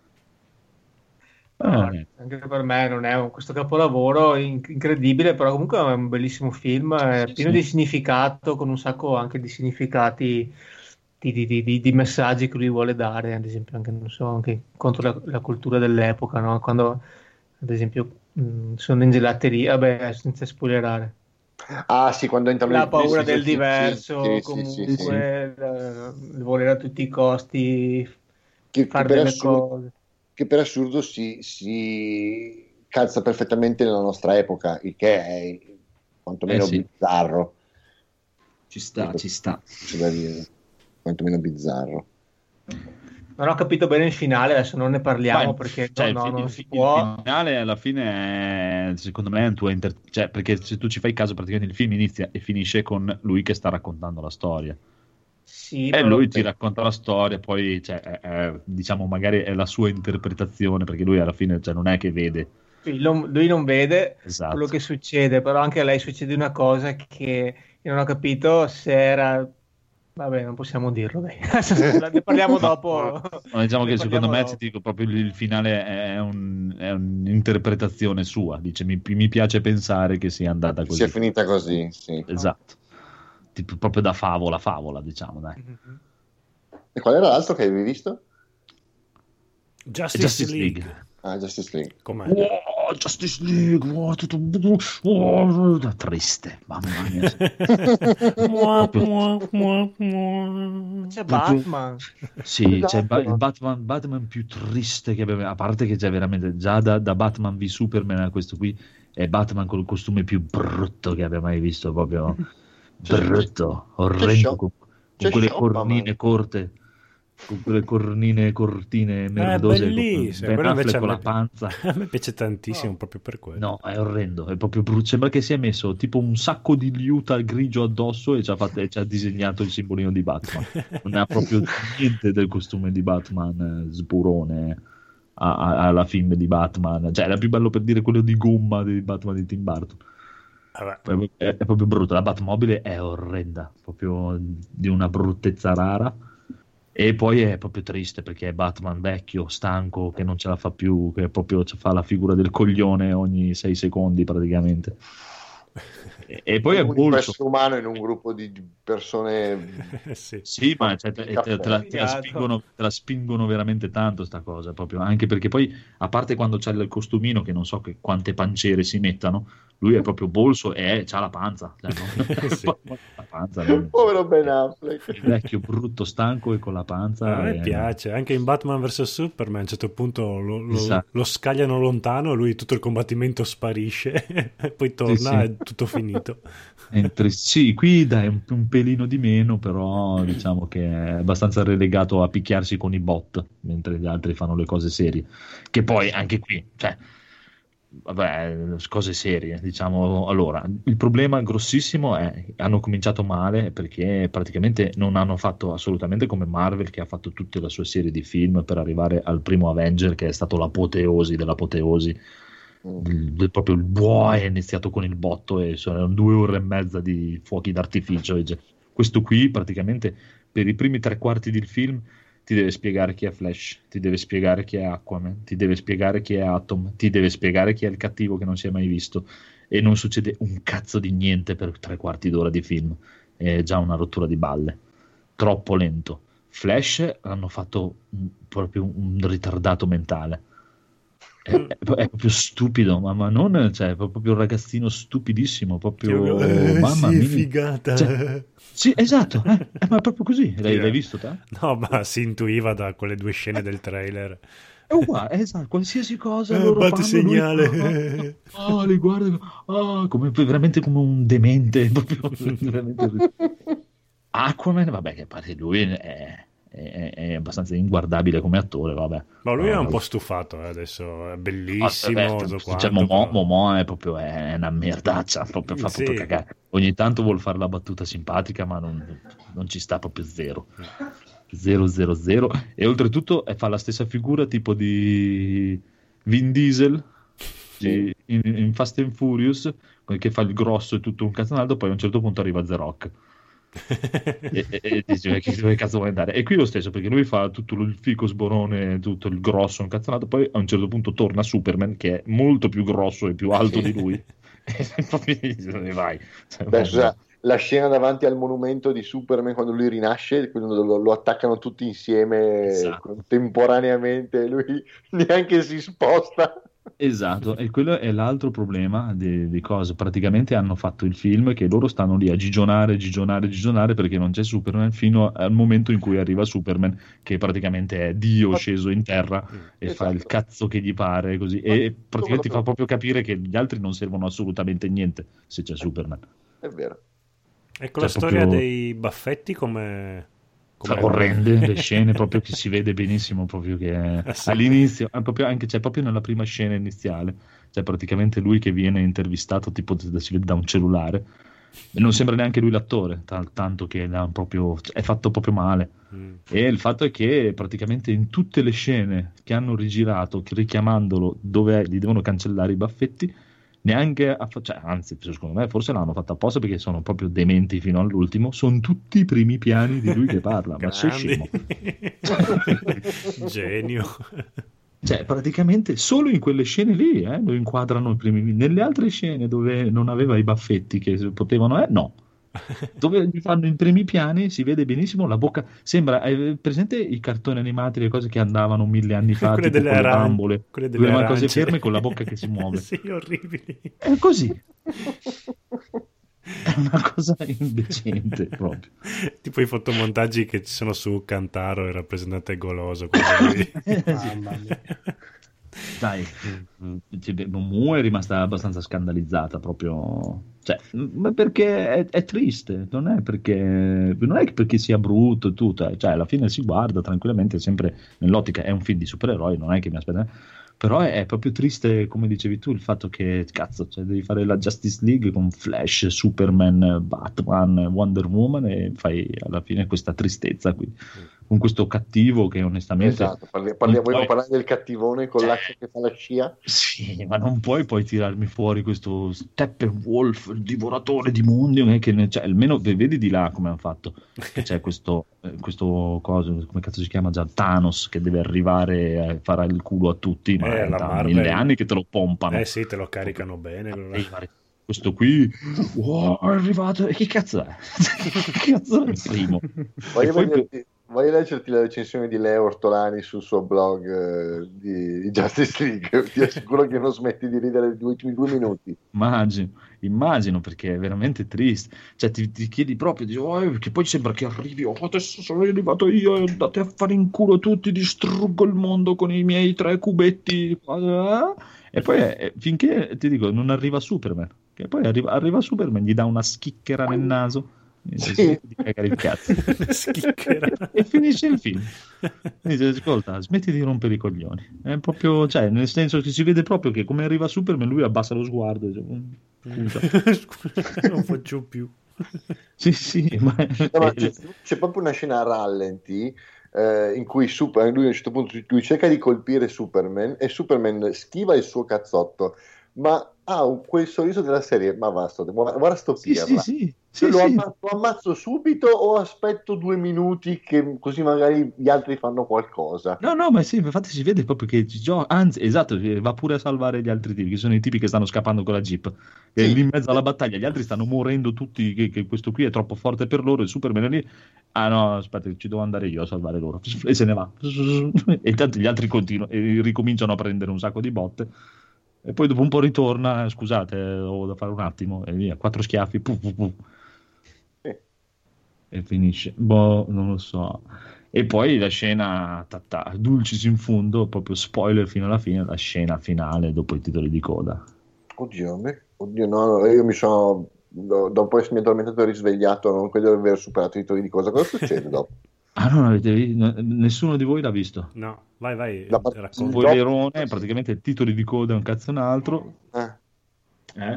Eh, No, anche per me non è un- questo capolavoro in- incredibile, però comunque è un bellissimo film, è Sì, pieno sì. di significato, con un sacco anche di significati, di, di- di- di- di messaggi che lui vuole dare, ad esempio anche, non so, anche contro la, la cultura dell'epoca, no? Quando ad esempio mh, sono in gelateria, vabbè, senza spoilerare. Ah sì, quando entrano La i- paura sì, sì, del sì, diverso, sì, sì, sì, comunque, sì. eh, il volere a tutti i costi Che, fare che per delle assurdo, cose. che per assurdo si, si calza perfettamente nella nostra epoca, il che è quantomeno Eh sì. bizzarro. ci sta, ci sta. C'è da dire, quantomeno bizzarro. Non ho capito bene il finale, adesso non ne parliamo Beh, perché cioè, no, il, no, fi- non il si fi- può. il finale alla fine è, secondo me è un tuo inter- cioè, perché se tu ci fai caso praticamente il film inizia e finisce con lui che sta raccontando la storia Sì, e però- lui ti racconta la storia, poi cioè, è- è, diciamo magari è la sua interpretazione, perché lui alla fine cioè, non è che vede. Lui non, lui non vede Esatto. quello che succede, però anche a lei succede una cosa che io non ho capito se era... Vabbè, non possiamo dirlo, dai. Ne parliamo dopo. Ma diciamo Ne che secondo parliamo me dopo. ti dico, proprio il, il finale è, un- è un'interpretazione sua, dice mi, mi piace pensare che sia andata Si così. è finita così, sì. Esatto, tipo, proprio da favola, favola, diciamo, dai. E qual era l'altro che avevi visto? Justice, Justice League. League. Ah, Justice League. Com'è? Oh, Justice League, oh, tutto oh, triste, mamma mia. C'è Batman. Sì, c'è ba- il Batman, Batman più triste che abbiamo, a parte che c'è veramente già da, da Batman v Superman a questo qui è Batman col costume più brutto che abbia mai visto, proprio brutto, orrendo, con, con quelle cornine corte, con quelle cornine cortine merdose, è bellissimo, con, invece con a la me, panza. A me piace tantissimo, no, proprio per quello. No, è orrendo, è proprio brutto. Sembra che si è messo tipo un sacco di liuta grigio addosso e ci ha, fatto, e ci ha disegnato il simbolino di Batman. Non ha proprio niente del costume di Batman, eh, sburone a, a, alla film di Batman. Cioè, era più bello per dire quello di gomma di Batman di Tim Burton. È, è, è proprio brutto. La Batmobile è orrenda, proprio di una bruttezza rara. E poi è proprio triste perché è Batman vecchio, stanco, che non ce la fa più, che proprio fa la figura del coglione ogni sei secondi praticamente. E, e poi è un bolso. essere umano in un gruppo di persone. Sì, sì, ma cioè, te, te, te, la, te, la spingono, te la spingono veramente tanto sta cosa, proprio, anche perché poi, a parte quando c'è il costumino, che non so che, quante pancere si mettano, lui è proprio bolso e c'ha la panza, cioè, no? Sì. La panza non... Povero Ben Affleck, il vecchio brutto stanco e con la panza. A me e... piace, anche in Batman versus Superman a un certo punto lo, lo, esatto. lo scagliano lontano, lui tutto il combattimento sparisce e poi torna sì, sì. e è tutto finito. Entri... Sì, qui dai un, un pelino di meno, però diciamo che è abbastanza relegato a picchiarsi con i bot, mentre gli altri fanno le cose serie. Che poi anche qui, cioè, vabbè, cose serie, diciamo. Allora, il problema grossissimo è hanno cominciato male perché praticamente non hanno fatto assolutamente come Marvel, che ha fatto tutta la sua serie di film per arrivare al primo Avenger, che è stato l'apoteosi dell'apoteosi. Il, il, proprio il buo è iniziato con il botto e sono due ore e mezza di fuochi d'artificio. E questo qui praticamente per i primi tre quarti del film ti deve spiegare chi è Flash, ti deve spiegare chi è Aquaman, ti deve spiegare chi è Atom, ti deve spiegare chi è il cattivo che non si è mai visto, e non succede un cazzo di niente per tre quarti d'ora di film. È già una rottura di balle, troppo lento. Flash hanno fatto un, proprio un ritardato mentale. È, è, è proprio stupido, ma, ma non, cioè, è proprio un ragazzino stupidissimo, proprio eh, mamma sì, mia, figata. Cioè, sì, esatto, eh, eh, ma è proprio così. L'hai, l'hai visto te? No, ma si intuiva da quelle due scene del trailer. È uguale, esatto, qualsiasi cosa eh, loro batti fanno, segnale. Lui, ah, ah, li guarda, ah, come, veramente come un demente, proprio, veramente. Aquaman, vabbè, che a parte lui è È, è abbastanza inguardabile come attore, vabbè. Ma lui è un uh, po' stufato eh, adesso, è bellissimo. Ah, vabbè, so cioè, quanto, Momo, però... Momo è proprio è una merdaccia, proprio, fa sì. proprio cagare. Ogni tanto vuol fare la battuta simpatica, ma non, non ci sta proprio zero. Zero, zero, zero. E oltretutto eh, fa la stessa figura tipo di Vin Diesel di, in, in Fast and Furious, che fa il grosso e tutto un cazzonaldo, poi a un certo punto arriva The Rock. e, e, e dice che dove cazzo vuoi andare, e qui lo stesso, perché lui fa tutto il fico sborone, tutto il grosso incazzonato, poi a un certo punto torna Superman che è molto più grosso e più alto di lui e poi dice, vai. Cioè, Beh, scusa, la scena davanti al monumento di Superman quando lui rinasce, quando lo, lo attaccano tutti insieme, esatto, contemporaneamente, lui neanche si sposta. Esatto, e quello è l'altro problema di, di cosa. Praticamente hanno fatto il film che loro stanno lì a gigionare, gigionare, gigionare perché non c'è Superman, fino al momento in cui arriva Superman, che praticamente è Dio sceso in terra e esatto, fa il cazzo che gli pare, così. E praticamente ti fa proprio capire che gli altri non servono assolutamente niente se c'è Superman. È vero. Ecco, cioè, la storia proprio... dei baffetti come... Cioè, orrende le scene, proprio che si vede benissimo proprio che eh sì, all'inizio, proprio anche c'è cioè, proprio nella prima scena iniziale, c'è praticamente lui che viene intervistato tipo si vede da un cellulare e non sembra neanche lui l'attore, t- tanto che proprio, è fatto proprio male. Mm. E il fatto è che praticamente in tutte le scene che hanno rigirato richiamandolo dove gli devono cancellare i baffetti, neanche a, cioè, anzi secondo me forse l'hanno fatto apposta perché sono proprio dementi fino all'ultimo, sono tutti i primi piani di lui che parla. Ma sei scemo? Genio. Cioè praticamente solo in quelle scene lì eh, lo inquadrano i primi, nelle altre scene dove non aveva i baffetti che potevano eh, no, dove gli fanno in primi piani, si vede benissimo la bocca, sembra, hai presente i cartoni animati, le cose che andavano mille anni fa, quelle tipo delle con le aran- bambole, quelle delle le cose arance. ferme con la bocca che si muove. Sì, orribili. È così. È una cosa indecente proprio. Tipo i fotomontaggi che ci sono su Cantaro, il rappresentante goloso. Mamma mia. Dai, Momo è rimasta abbastanza scandalizzata proprio, cioè, ma perché è, è triste, non è perché non è perché sia brutto e tutto, cioè alla fine si guarda tranquillamente, sempre nell'ottica, è un film di supereroi, non è che mi aspetta, però è, è proprio triste, come dicevi tu, il fatto che cazzo, cioè, devi fare la Justice League con Flash, Superman, Batman, Wonder Woman e fai alla fine questa tristezza qui, con questo cattivo che onestamente esatto, parli- parliamo, vogliamo puoi... parlare del cattivone con cioè, l'H che fa la scia? Sì, ma non puoi poi tirarmi fuori questo Steppenwolf, il divoratore di mondi, che ne, cioè, almeno vedi di là come hanno fatto, che c'è questo, eh, questo coso, come cazzo si chiama già, Thanos, che deve arrivare a fare il culo a tutti, ma Eh, è la da Marvel- mille anni che te lo pompano. Eh sì, te lo caricano bene. quello là. Questo qui, wow, è arrivato, e che cazzo è? Che cazzo è il primo? Voglio, E poi- vederti- voglio leggerti la recensione di Leo Ortolani sul suo blog eh, di, di Justice League. Ti assicuro che non smetti di ridere due, due minuti. Immagino, immagino, perché è veramente triste. Cioè, ti, ti chiedi proprio, dici, oh, che poi sembra che arrivi, oh, adesso sono arrivato io, andate a fare in culo tutti, distruggo il mondo con i miei tre cubetti. E poi, eh, finché, ti dico, non arriva Superman, che poi arriva, arriva Superman, gli dà una schicchera nel naso, e Sì. dice, di cagare il cazzo. Schicchera. E finisce il film. Dice, ascolta, smetti di rompere i coglioni. È proprio, cioè, nel senso che si vede proprio che come arriva Superman, lui abbassa lo sguardo e dice, "Mm, scusa." Non faccio più. Sì, sì, ma No, ma c'è, c'è proprio una scena a rallenti eh, in cui Super, lui a un certo punto lui cerca di colpire Superman e Superman schiva il suo cazzotto, ma ha un- quel sorriso della serie, ma va, sto, guarda, guarda sto sì, sì, pirla. sì, Cioè, sì, lo, sì. ammazzo, lo ammazzo subito o aspetto due minuti che così magari gli altri fanno qualcosa? No, no, ma sì, infatti si vede proprio che Gio- anzi, esatto, va pure a salvare gli altri tipi, che sono i tipi che stanno scappando con la Jeep. E Sì. lì in mezzo alla battaglia, gli altri stanno morendo tutti, che, che questo qui è troppo forte per loro, e Superman è lì, ah no, aspetta, ci devo andare io a salvare loro. E se ne va. E intanto gli altri continuano e ricominciano a prendere un sacco di botte. E poi dopo un po' ritorna, eh, scusate, eh, ho da fare un attimo, e via, quattro schiaffi, pu, pu, pu. Sì. E finisce. Boh, non lo so. E poi la scena, ta, ta, dulcis in fondo, proprio spoiler fino alla fine, la scena finale dopo i titoli di coda. Oddio, a me- oddio no, io mi sono, do- dopo essermi addormentato e risvegliato, non credo di aver superato i titoli di cosa. Cosa succede dopo? Ah, non avete visto? Nessuno di voi l'ha visto? No, vai, vai, La- racconta. Spoilerone, praticamente titoli di coda, un cazzo e un altro. Eh. Eh?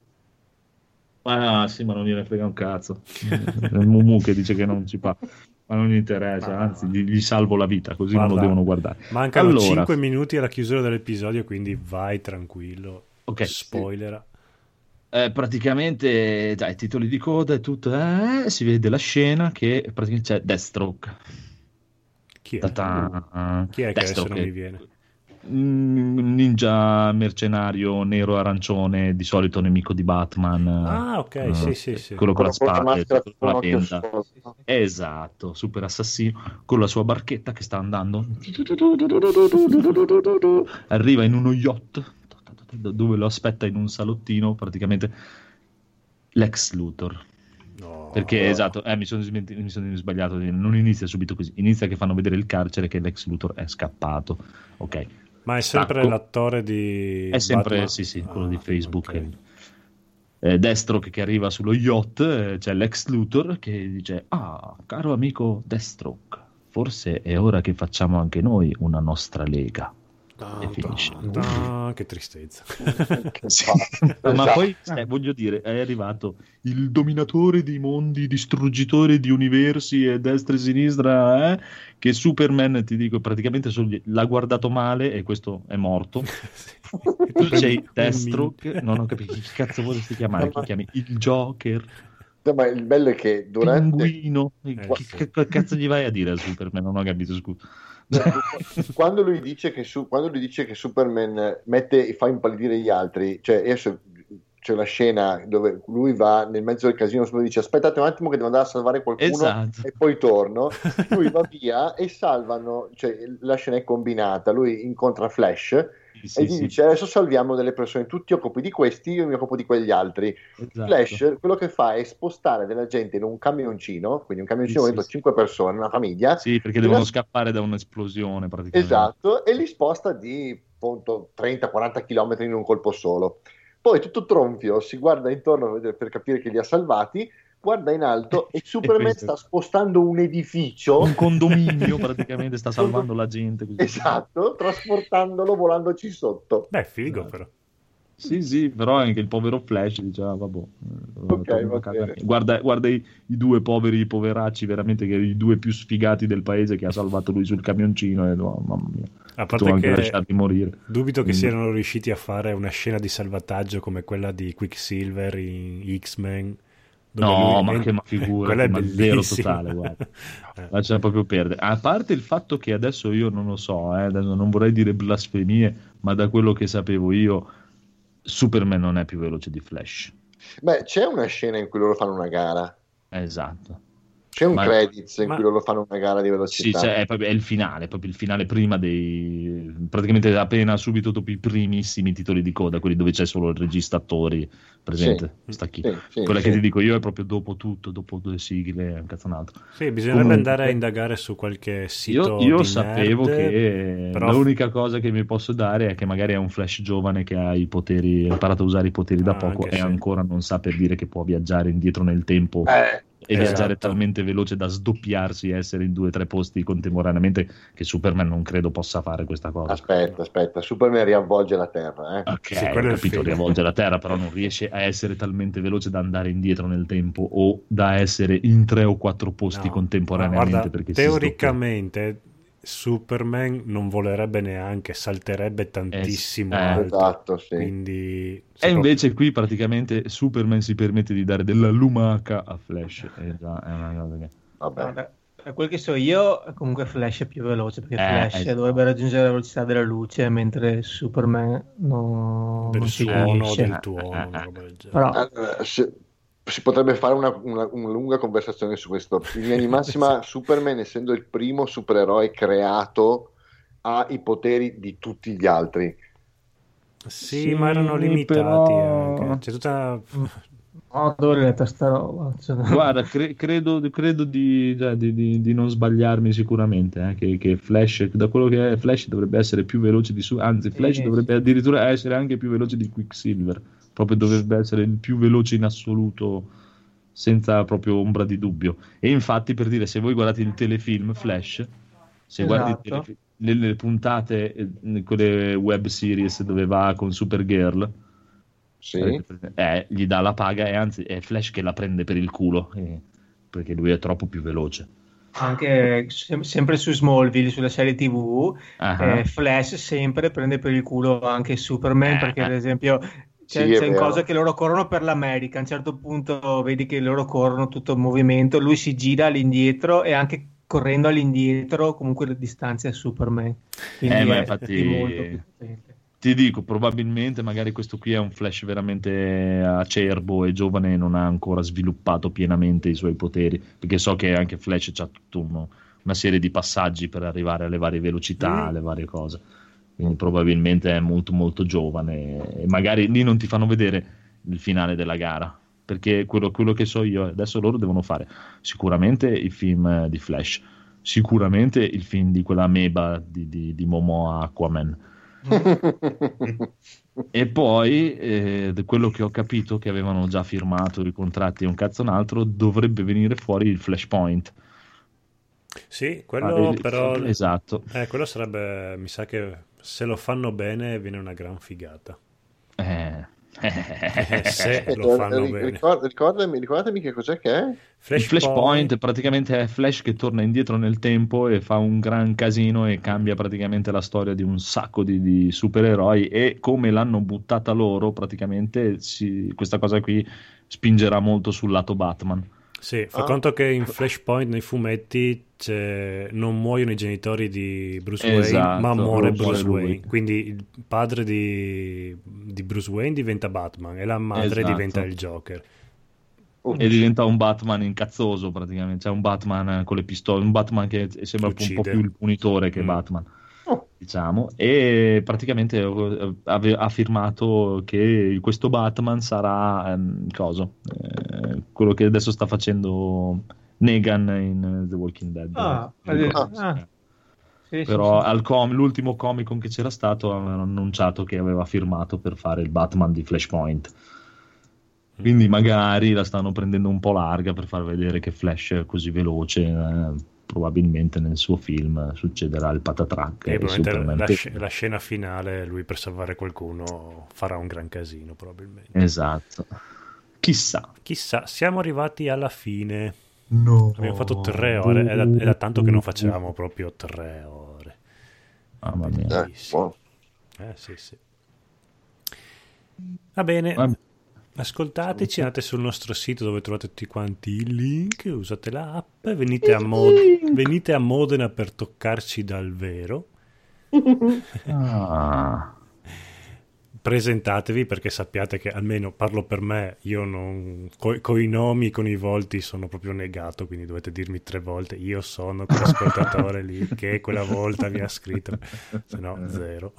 Ah, sì, ma non gliene frega un cazzo. È il Mumu che dice che non ci fa, ma non gli interessa, Ma- anzi, gli, gli salvo la vita, così non Guarda, lo devono guardare. Mancano Allora, cinque minuti alla chiusura dell'episodio, quindi vai tranquillo. ok, Spoiler. Eh, praticamente, dai, titoli di coda e tutto, eh, si vede la scena che praticamente c'è Deathstroke. Chi è? Ta-ta. Chi è che adesso Deathstroke non è- mi viene? un ninja mercenario nero arancione, di solito nemico di Batman. Ah, ok, eh, sì, sì, sì. quello con la Con la spada, maschera con con la occhio tenda. solo. Esatto, super assassino con la sua barchetta che sta andando. Arriva in uno yacht dove lo aspetta in un salottino praticamente l'ex Luthor. No. Perché esatto, eh, mi sono, smenti- mi sono sbagliato, non inizia subito così, inizia che fanno vedere il carcere che l'ex Luthor è scappato. Ok. Ma è sempre Stacco. l'attore di È sempre, Batman? sì, sì, quello Ah, di Facebook. ok. Eh, Deathstroke che arriva sullo yacht, eh, c'è l'ex Luthor che dice: ah, caro amico Deathstroke, forse è ora che facciamo anche noi una nostra lega. E finisce. Ah, che tristezza. Che Sì. pazzo. Ma Esatto. poi, eh, voglio dire, è arrivato il dominatore di mondi, distruggitore di universi e destra e sinistra, eh, che Superman, ti dico, praticamente solo gli- l'ha guardato male e questo è morto. Tu sei Deathstroke, non ho capito chi cazzo vorresti chiamare, chi chiami? Il Joker, No, ma il bello è che durante Pinguino, Eh, che, sì. che- che cazzo gli vai a dire a Superman? Non ho capito, scusa. quando lui dice che su, quando lui dice che Superman mette e fa impallidire gli altri, cioè adesso c'è una scena dove lui va nel mezzo del casino, e dice aspettate un attimo che devo andare a salvare qualcuno, esatto, e poi torno, lui va via e salvano, cioè la scena è combinata, lui incontra Flash, sì, e gli sì, dice adesso salviamo delle persone, tu ti occupi di questi, io mi occupo di quegli altri. Esatto. Flash quello che fa è spostare della gente in un camioncino, quindi un camioncino dentro sì, cinque persone, una famiglia, sì, perché devono la... scappare da un'esplosione praticamente. Esatto, e li sposta di appunto trenta quaranta chilometri in un colpo solo. Poi tutto tronfio si guarda intorno per capire che li ha salvati, guarda in alto e Superman sta spostando un edificio, un condominio praticamente, sta salvando la gente così. Esatto, trasportandolo, volandoci sotto. Beh, figo però. Sì, sì, però anche il povero Flash dice ah, vabbè, okay, va guarda, guarda i, i due poveri poveracci veramente, che i due più sfigati del paese, che ha salvato lui sul camioncino e oh, mamma mia, a parte che lasciarli morire. Dubito che siano riusciti a fare una scena di salvataggio come quella di Quicksilver in X-Men. No, ma che ma figura, quella è ma bellissima. Zero totale, guarda. Lascia proprio perdere. A parte il fatto che adesso io non lo so, eh, non vorrei dire blasfemie, ma da quello che sapevo io Superman non è più veloce di Flash. Beh, c'è una scena in cui loro fanno una gara. Esatto. C'è un ma, credits in ma... cui loro fanno una gara di velocità. Sì, cioè, è, proprio, è il finale, proprio il finale prima dei... praticamente appena subito dopo i primissimi titoli di coda, quelli dove c'è solo il regista attori presente. Sì, sta chi. Sì, sì, Quella sì. che ti dico io è proprio dopo tutto, dopo due sigle, un cazzo un altro. Sì, bisognerebbe Comunque, andare a indagare su qualche sito. Io, io di sapevo nerd, che però... l'unica cosa che mi posso dare è che magari è un Flash giovane che ha i poteri, ha imparato a usare i poteri da ah, poco e sì. ancora non sa per dire che può viaggiare indietro nel tempo. Eh. E Esatto. viaggiare talmente veloce da sdoppiarsi e essere in due o tre posti contemporaneamente, che Superman non credo possa fare questa cosa. Aspetta, aspetta, Superman riavvolge la Terra. Eh? Ok, sì, ho capito, riavvolge la Terra, però non riesce a essere talmente veloce da andare indietro nel tempo o da essere in tre o quattro posti no. contemporaneamente. Guarda, perché teoricamente Superman non volerebbe neanche, salterebbe tantissimo eh, alto, esatto, sì. quindi e invece qui praticamente Superman si permette di dare della lumaca a Flash. È già è una cosa che... Vabbè. Per quel che so io, comunque Flash è più veloce, perché eh, Flash eh, dovrebbe raggiungere la velocità della luce, mentre Superman no, del non si suono, riesce. del tuono, una roba del genere. Però... Allora, se, si potrebbe fare una, una, una lunga conversazione su questo. In linea di massima, Superman, essendo il primo supereroe creato, ha i poteri di tutti gli altri. Sì, sì, ma erano limitati però... anche. C'è tutta... Oh, dove l'hai letta sta roba? Cioè... Guarda, cre- credo, credo di, cioè, di, di, di non sbagliarmi sicuramente, eh, che, che Flash, da quello che è Flash dovrebbe essere più veloce di su, anzi Flash sì, dovrebbe sì. addirittura essere anche più veloce di Quicksilver, proprio dovrebbe essere il più veloce in assoluto, senza proprio ombra di dubbio. E infatti, per dire, se voi guardate il telefilm Flash, se esatto. guardi il telefilm, le, le puntate, eh, quelle web series dove va con Supergirl, Sì. Eh, gli dà la paga e anzi è Flash che la prende per il culo, eh, perché lui è troppo più veloce. Anche sem- sempre su Smallville, sulla serie tivù, uh-huh. eh, Flash sempre prende per il culo anche Superman, eh, perché ad esempio c'è, sì, c'è in cosa che loro corrono per l'America, a un certo punto vedi che loro corrono tutto il movimento, lui si gira all'indietro e anche correndo all'indietro comunque le distanze a Superman. Quindi eh, ma è, infatti... è molto più potente. Ti dico, probabilmente magari questo qui è un Flash veramente acerbo e giovane e non ha ancora sviluppato pienamente i suoi poteri, perché so che anche Flash ha tutta uno, una serie di passaggi per arrivare alle varie velocità, mm. alle varie cose, quindi probabilmente è molto molto giovane e magari lì non ti fanno vedere il finale della gara, perché quello, quello che so io, adesso loro devono fare sicuramente il film di Flash, sicuramente il film di quella ameba di, di, di Momo Aquaman, e poi eh, quello che ho capito che avevano già firmato i contratti e un cazzo un altro, dovrebbe venire fuori il Flashpoint. Sì, quello ah, però esatto. Eh, quello sarebbe, mi sa che se lo fanno bene viene una gran figata. Eh Eh, se lo fanno bene. Ricord- ricordami, ricordatemi che cos'è che è? Flash il Flashpoint point. Praticamente è Flash che torna indietro nel tempo e fa un gran casino e cambia praticamente la storia di un sacco di, di supereroi, e come l'hanno buttata loro praticamente si, questa cosa qui spingerà molto sul lato Batman. Sì, fa Ah. conto che in Flashpoint nei fumetti c'è- non muoiono i genitori di Bruce Esatto, Wayne, ma muore muore Bruce lui. Wayne. Quindi il padre di, di Bruce Wayne diventa Batman e la madre Esatto. diventa il Joker. E diventa un Batman incazzoso praticamente, cioè un Batman con le pistole, un Batman che sembra un po' Uccide. più il punitore che Mm. Batman, Oh. diciamo, e praticamente eh, ave- ha firmato che questo Batman sarà ehm, coso, Eh, quello che adesso sta facendo Negan in eh, The Walking Dead. Ah, Non ricordo ah. come si chiama. Sì, Però sì, sì. al com- l'ultimo Comic Con che c'era stato avevano annunciato che aveva firmato per fare il Batman di Flashpoint. Quindi magari la stanno prendendo un po' larga per far vedere che Flash è così veloce. eh, probabilmente nel suo film succederà il patatrack. E e probabilmente Superman la, che- sc- la scena finale, lui per salvare qualcuno farà un gran casino probabilmente. Esatto. Chissà. Chissà, siamo arrivati alla fine. No. Abbiamo fatto tre ore, è da, è da tanto che non facevamo proprio tre ore. Mamma mia. Eh, Bellissimo. buono. Eh sì sì. Va bene. Vabbè. Ascoltateci, andate sul nostro sito dove trovate tutti quanti i link, usate l'app, venite a, Mod- venite a Modena per toccarci dal vero, Ah. presentatevi perché sappiate che almeno parlo per me, io non con i nomi, con i volti sono proprio negato, quindi dovete dirmi tre volte io sono quell'ascoltatore lì che quella volta mi ha scritto, se no zero.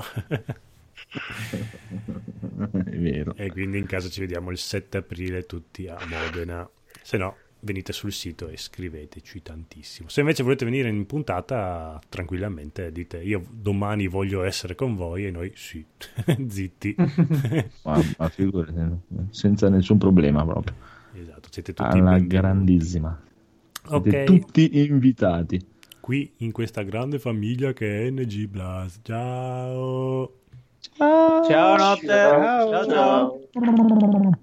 È vero. E quindi in caso ci vediamo il sette aprile tutti a Modena, se no venite sul sito e scriveteci tantissimo. Se invece volete venire in puntata tranquillamente dite io domani voglio essere con voi e noi sì, zitti. Ma, ma figurati, senza nessun problema proprio. Esatto, siete tutti Alla benvenuti. grandissima. Siete Ok, tutti invitati. qui in questa grande famiglia che è N G Plus. Ciao. Ciao, notte. Ciao. Ciao, ciao. Ciao.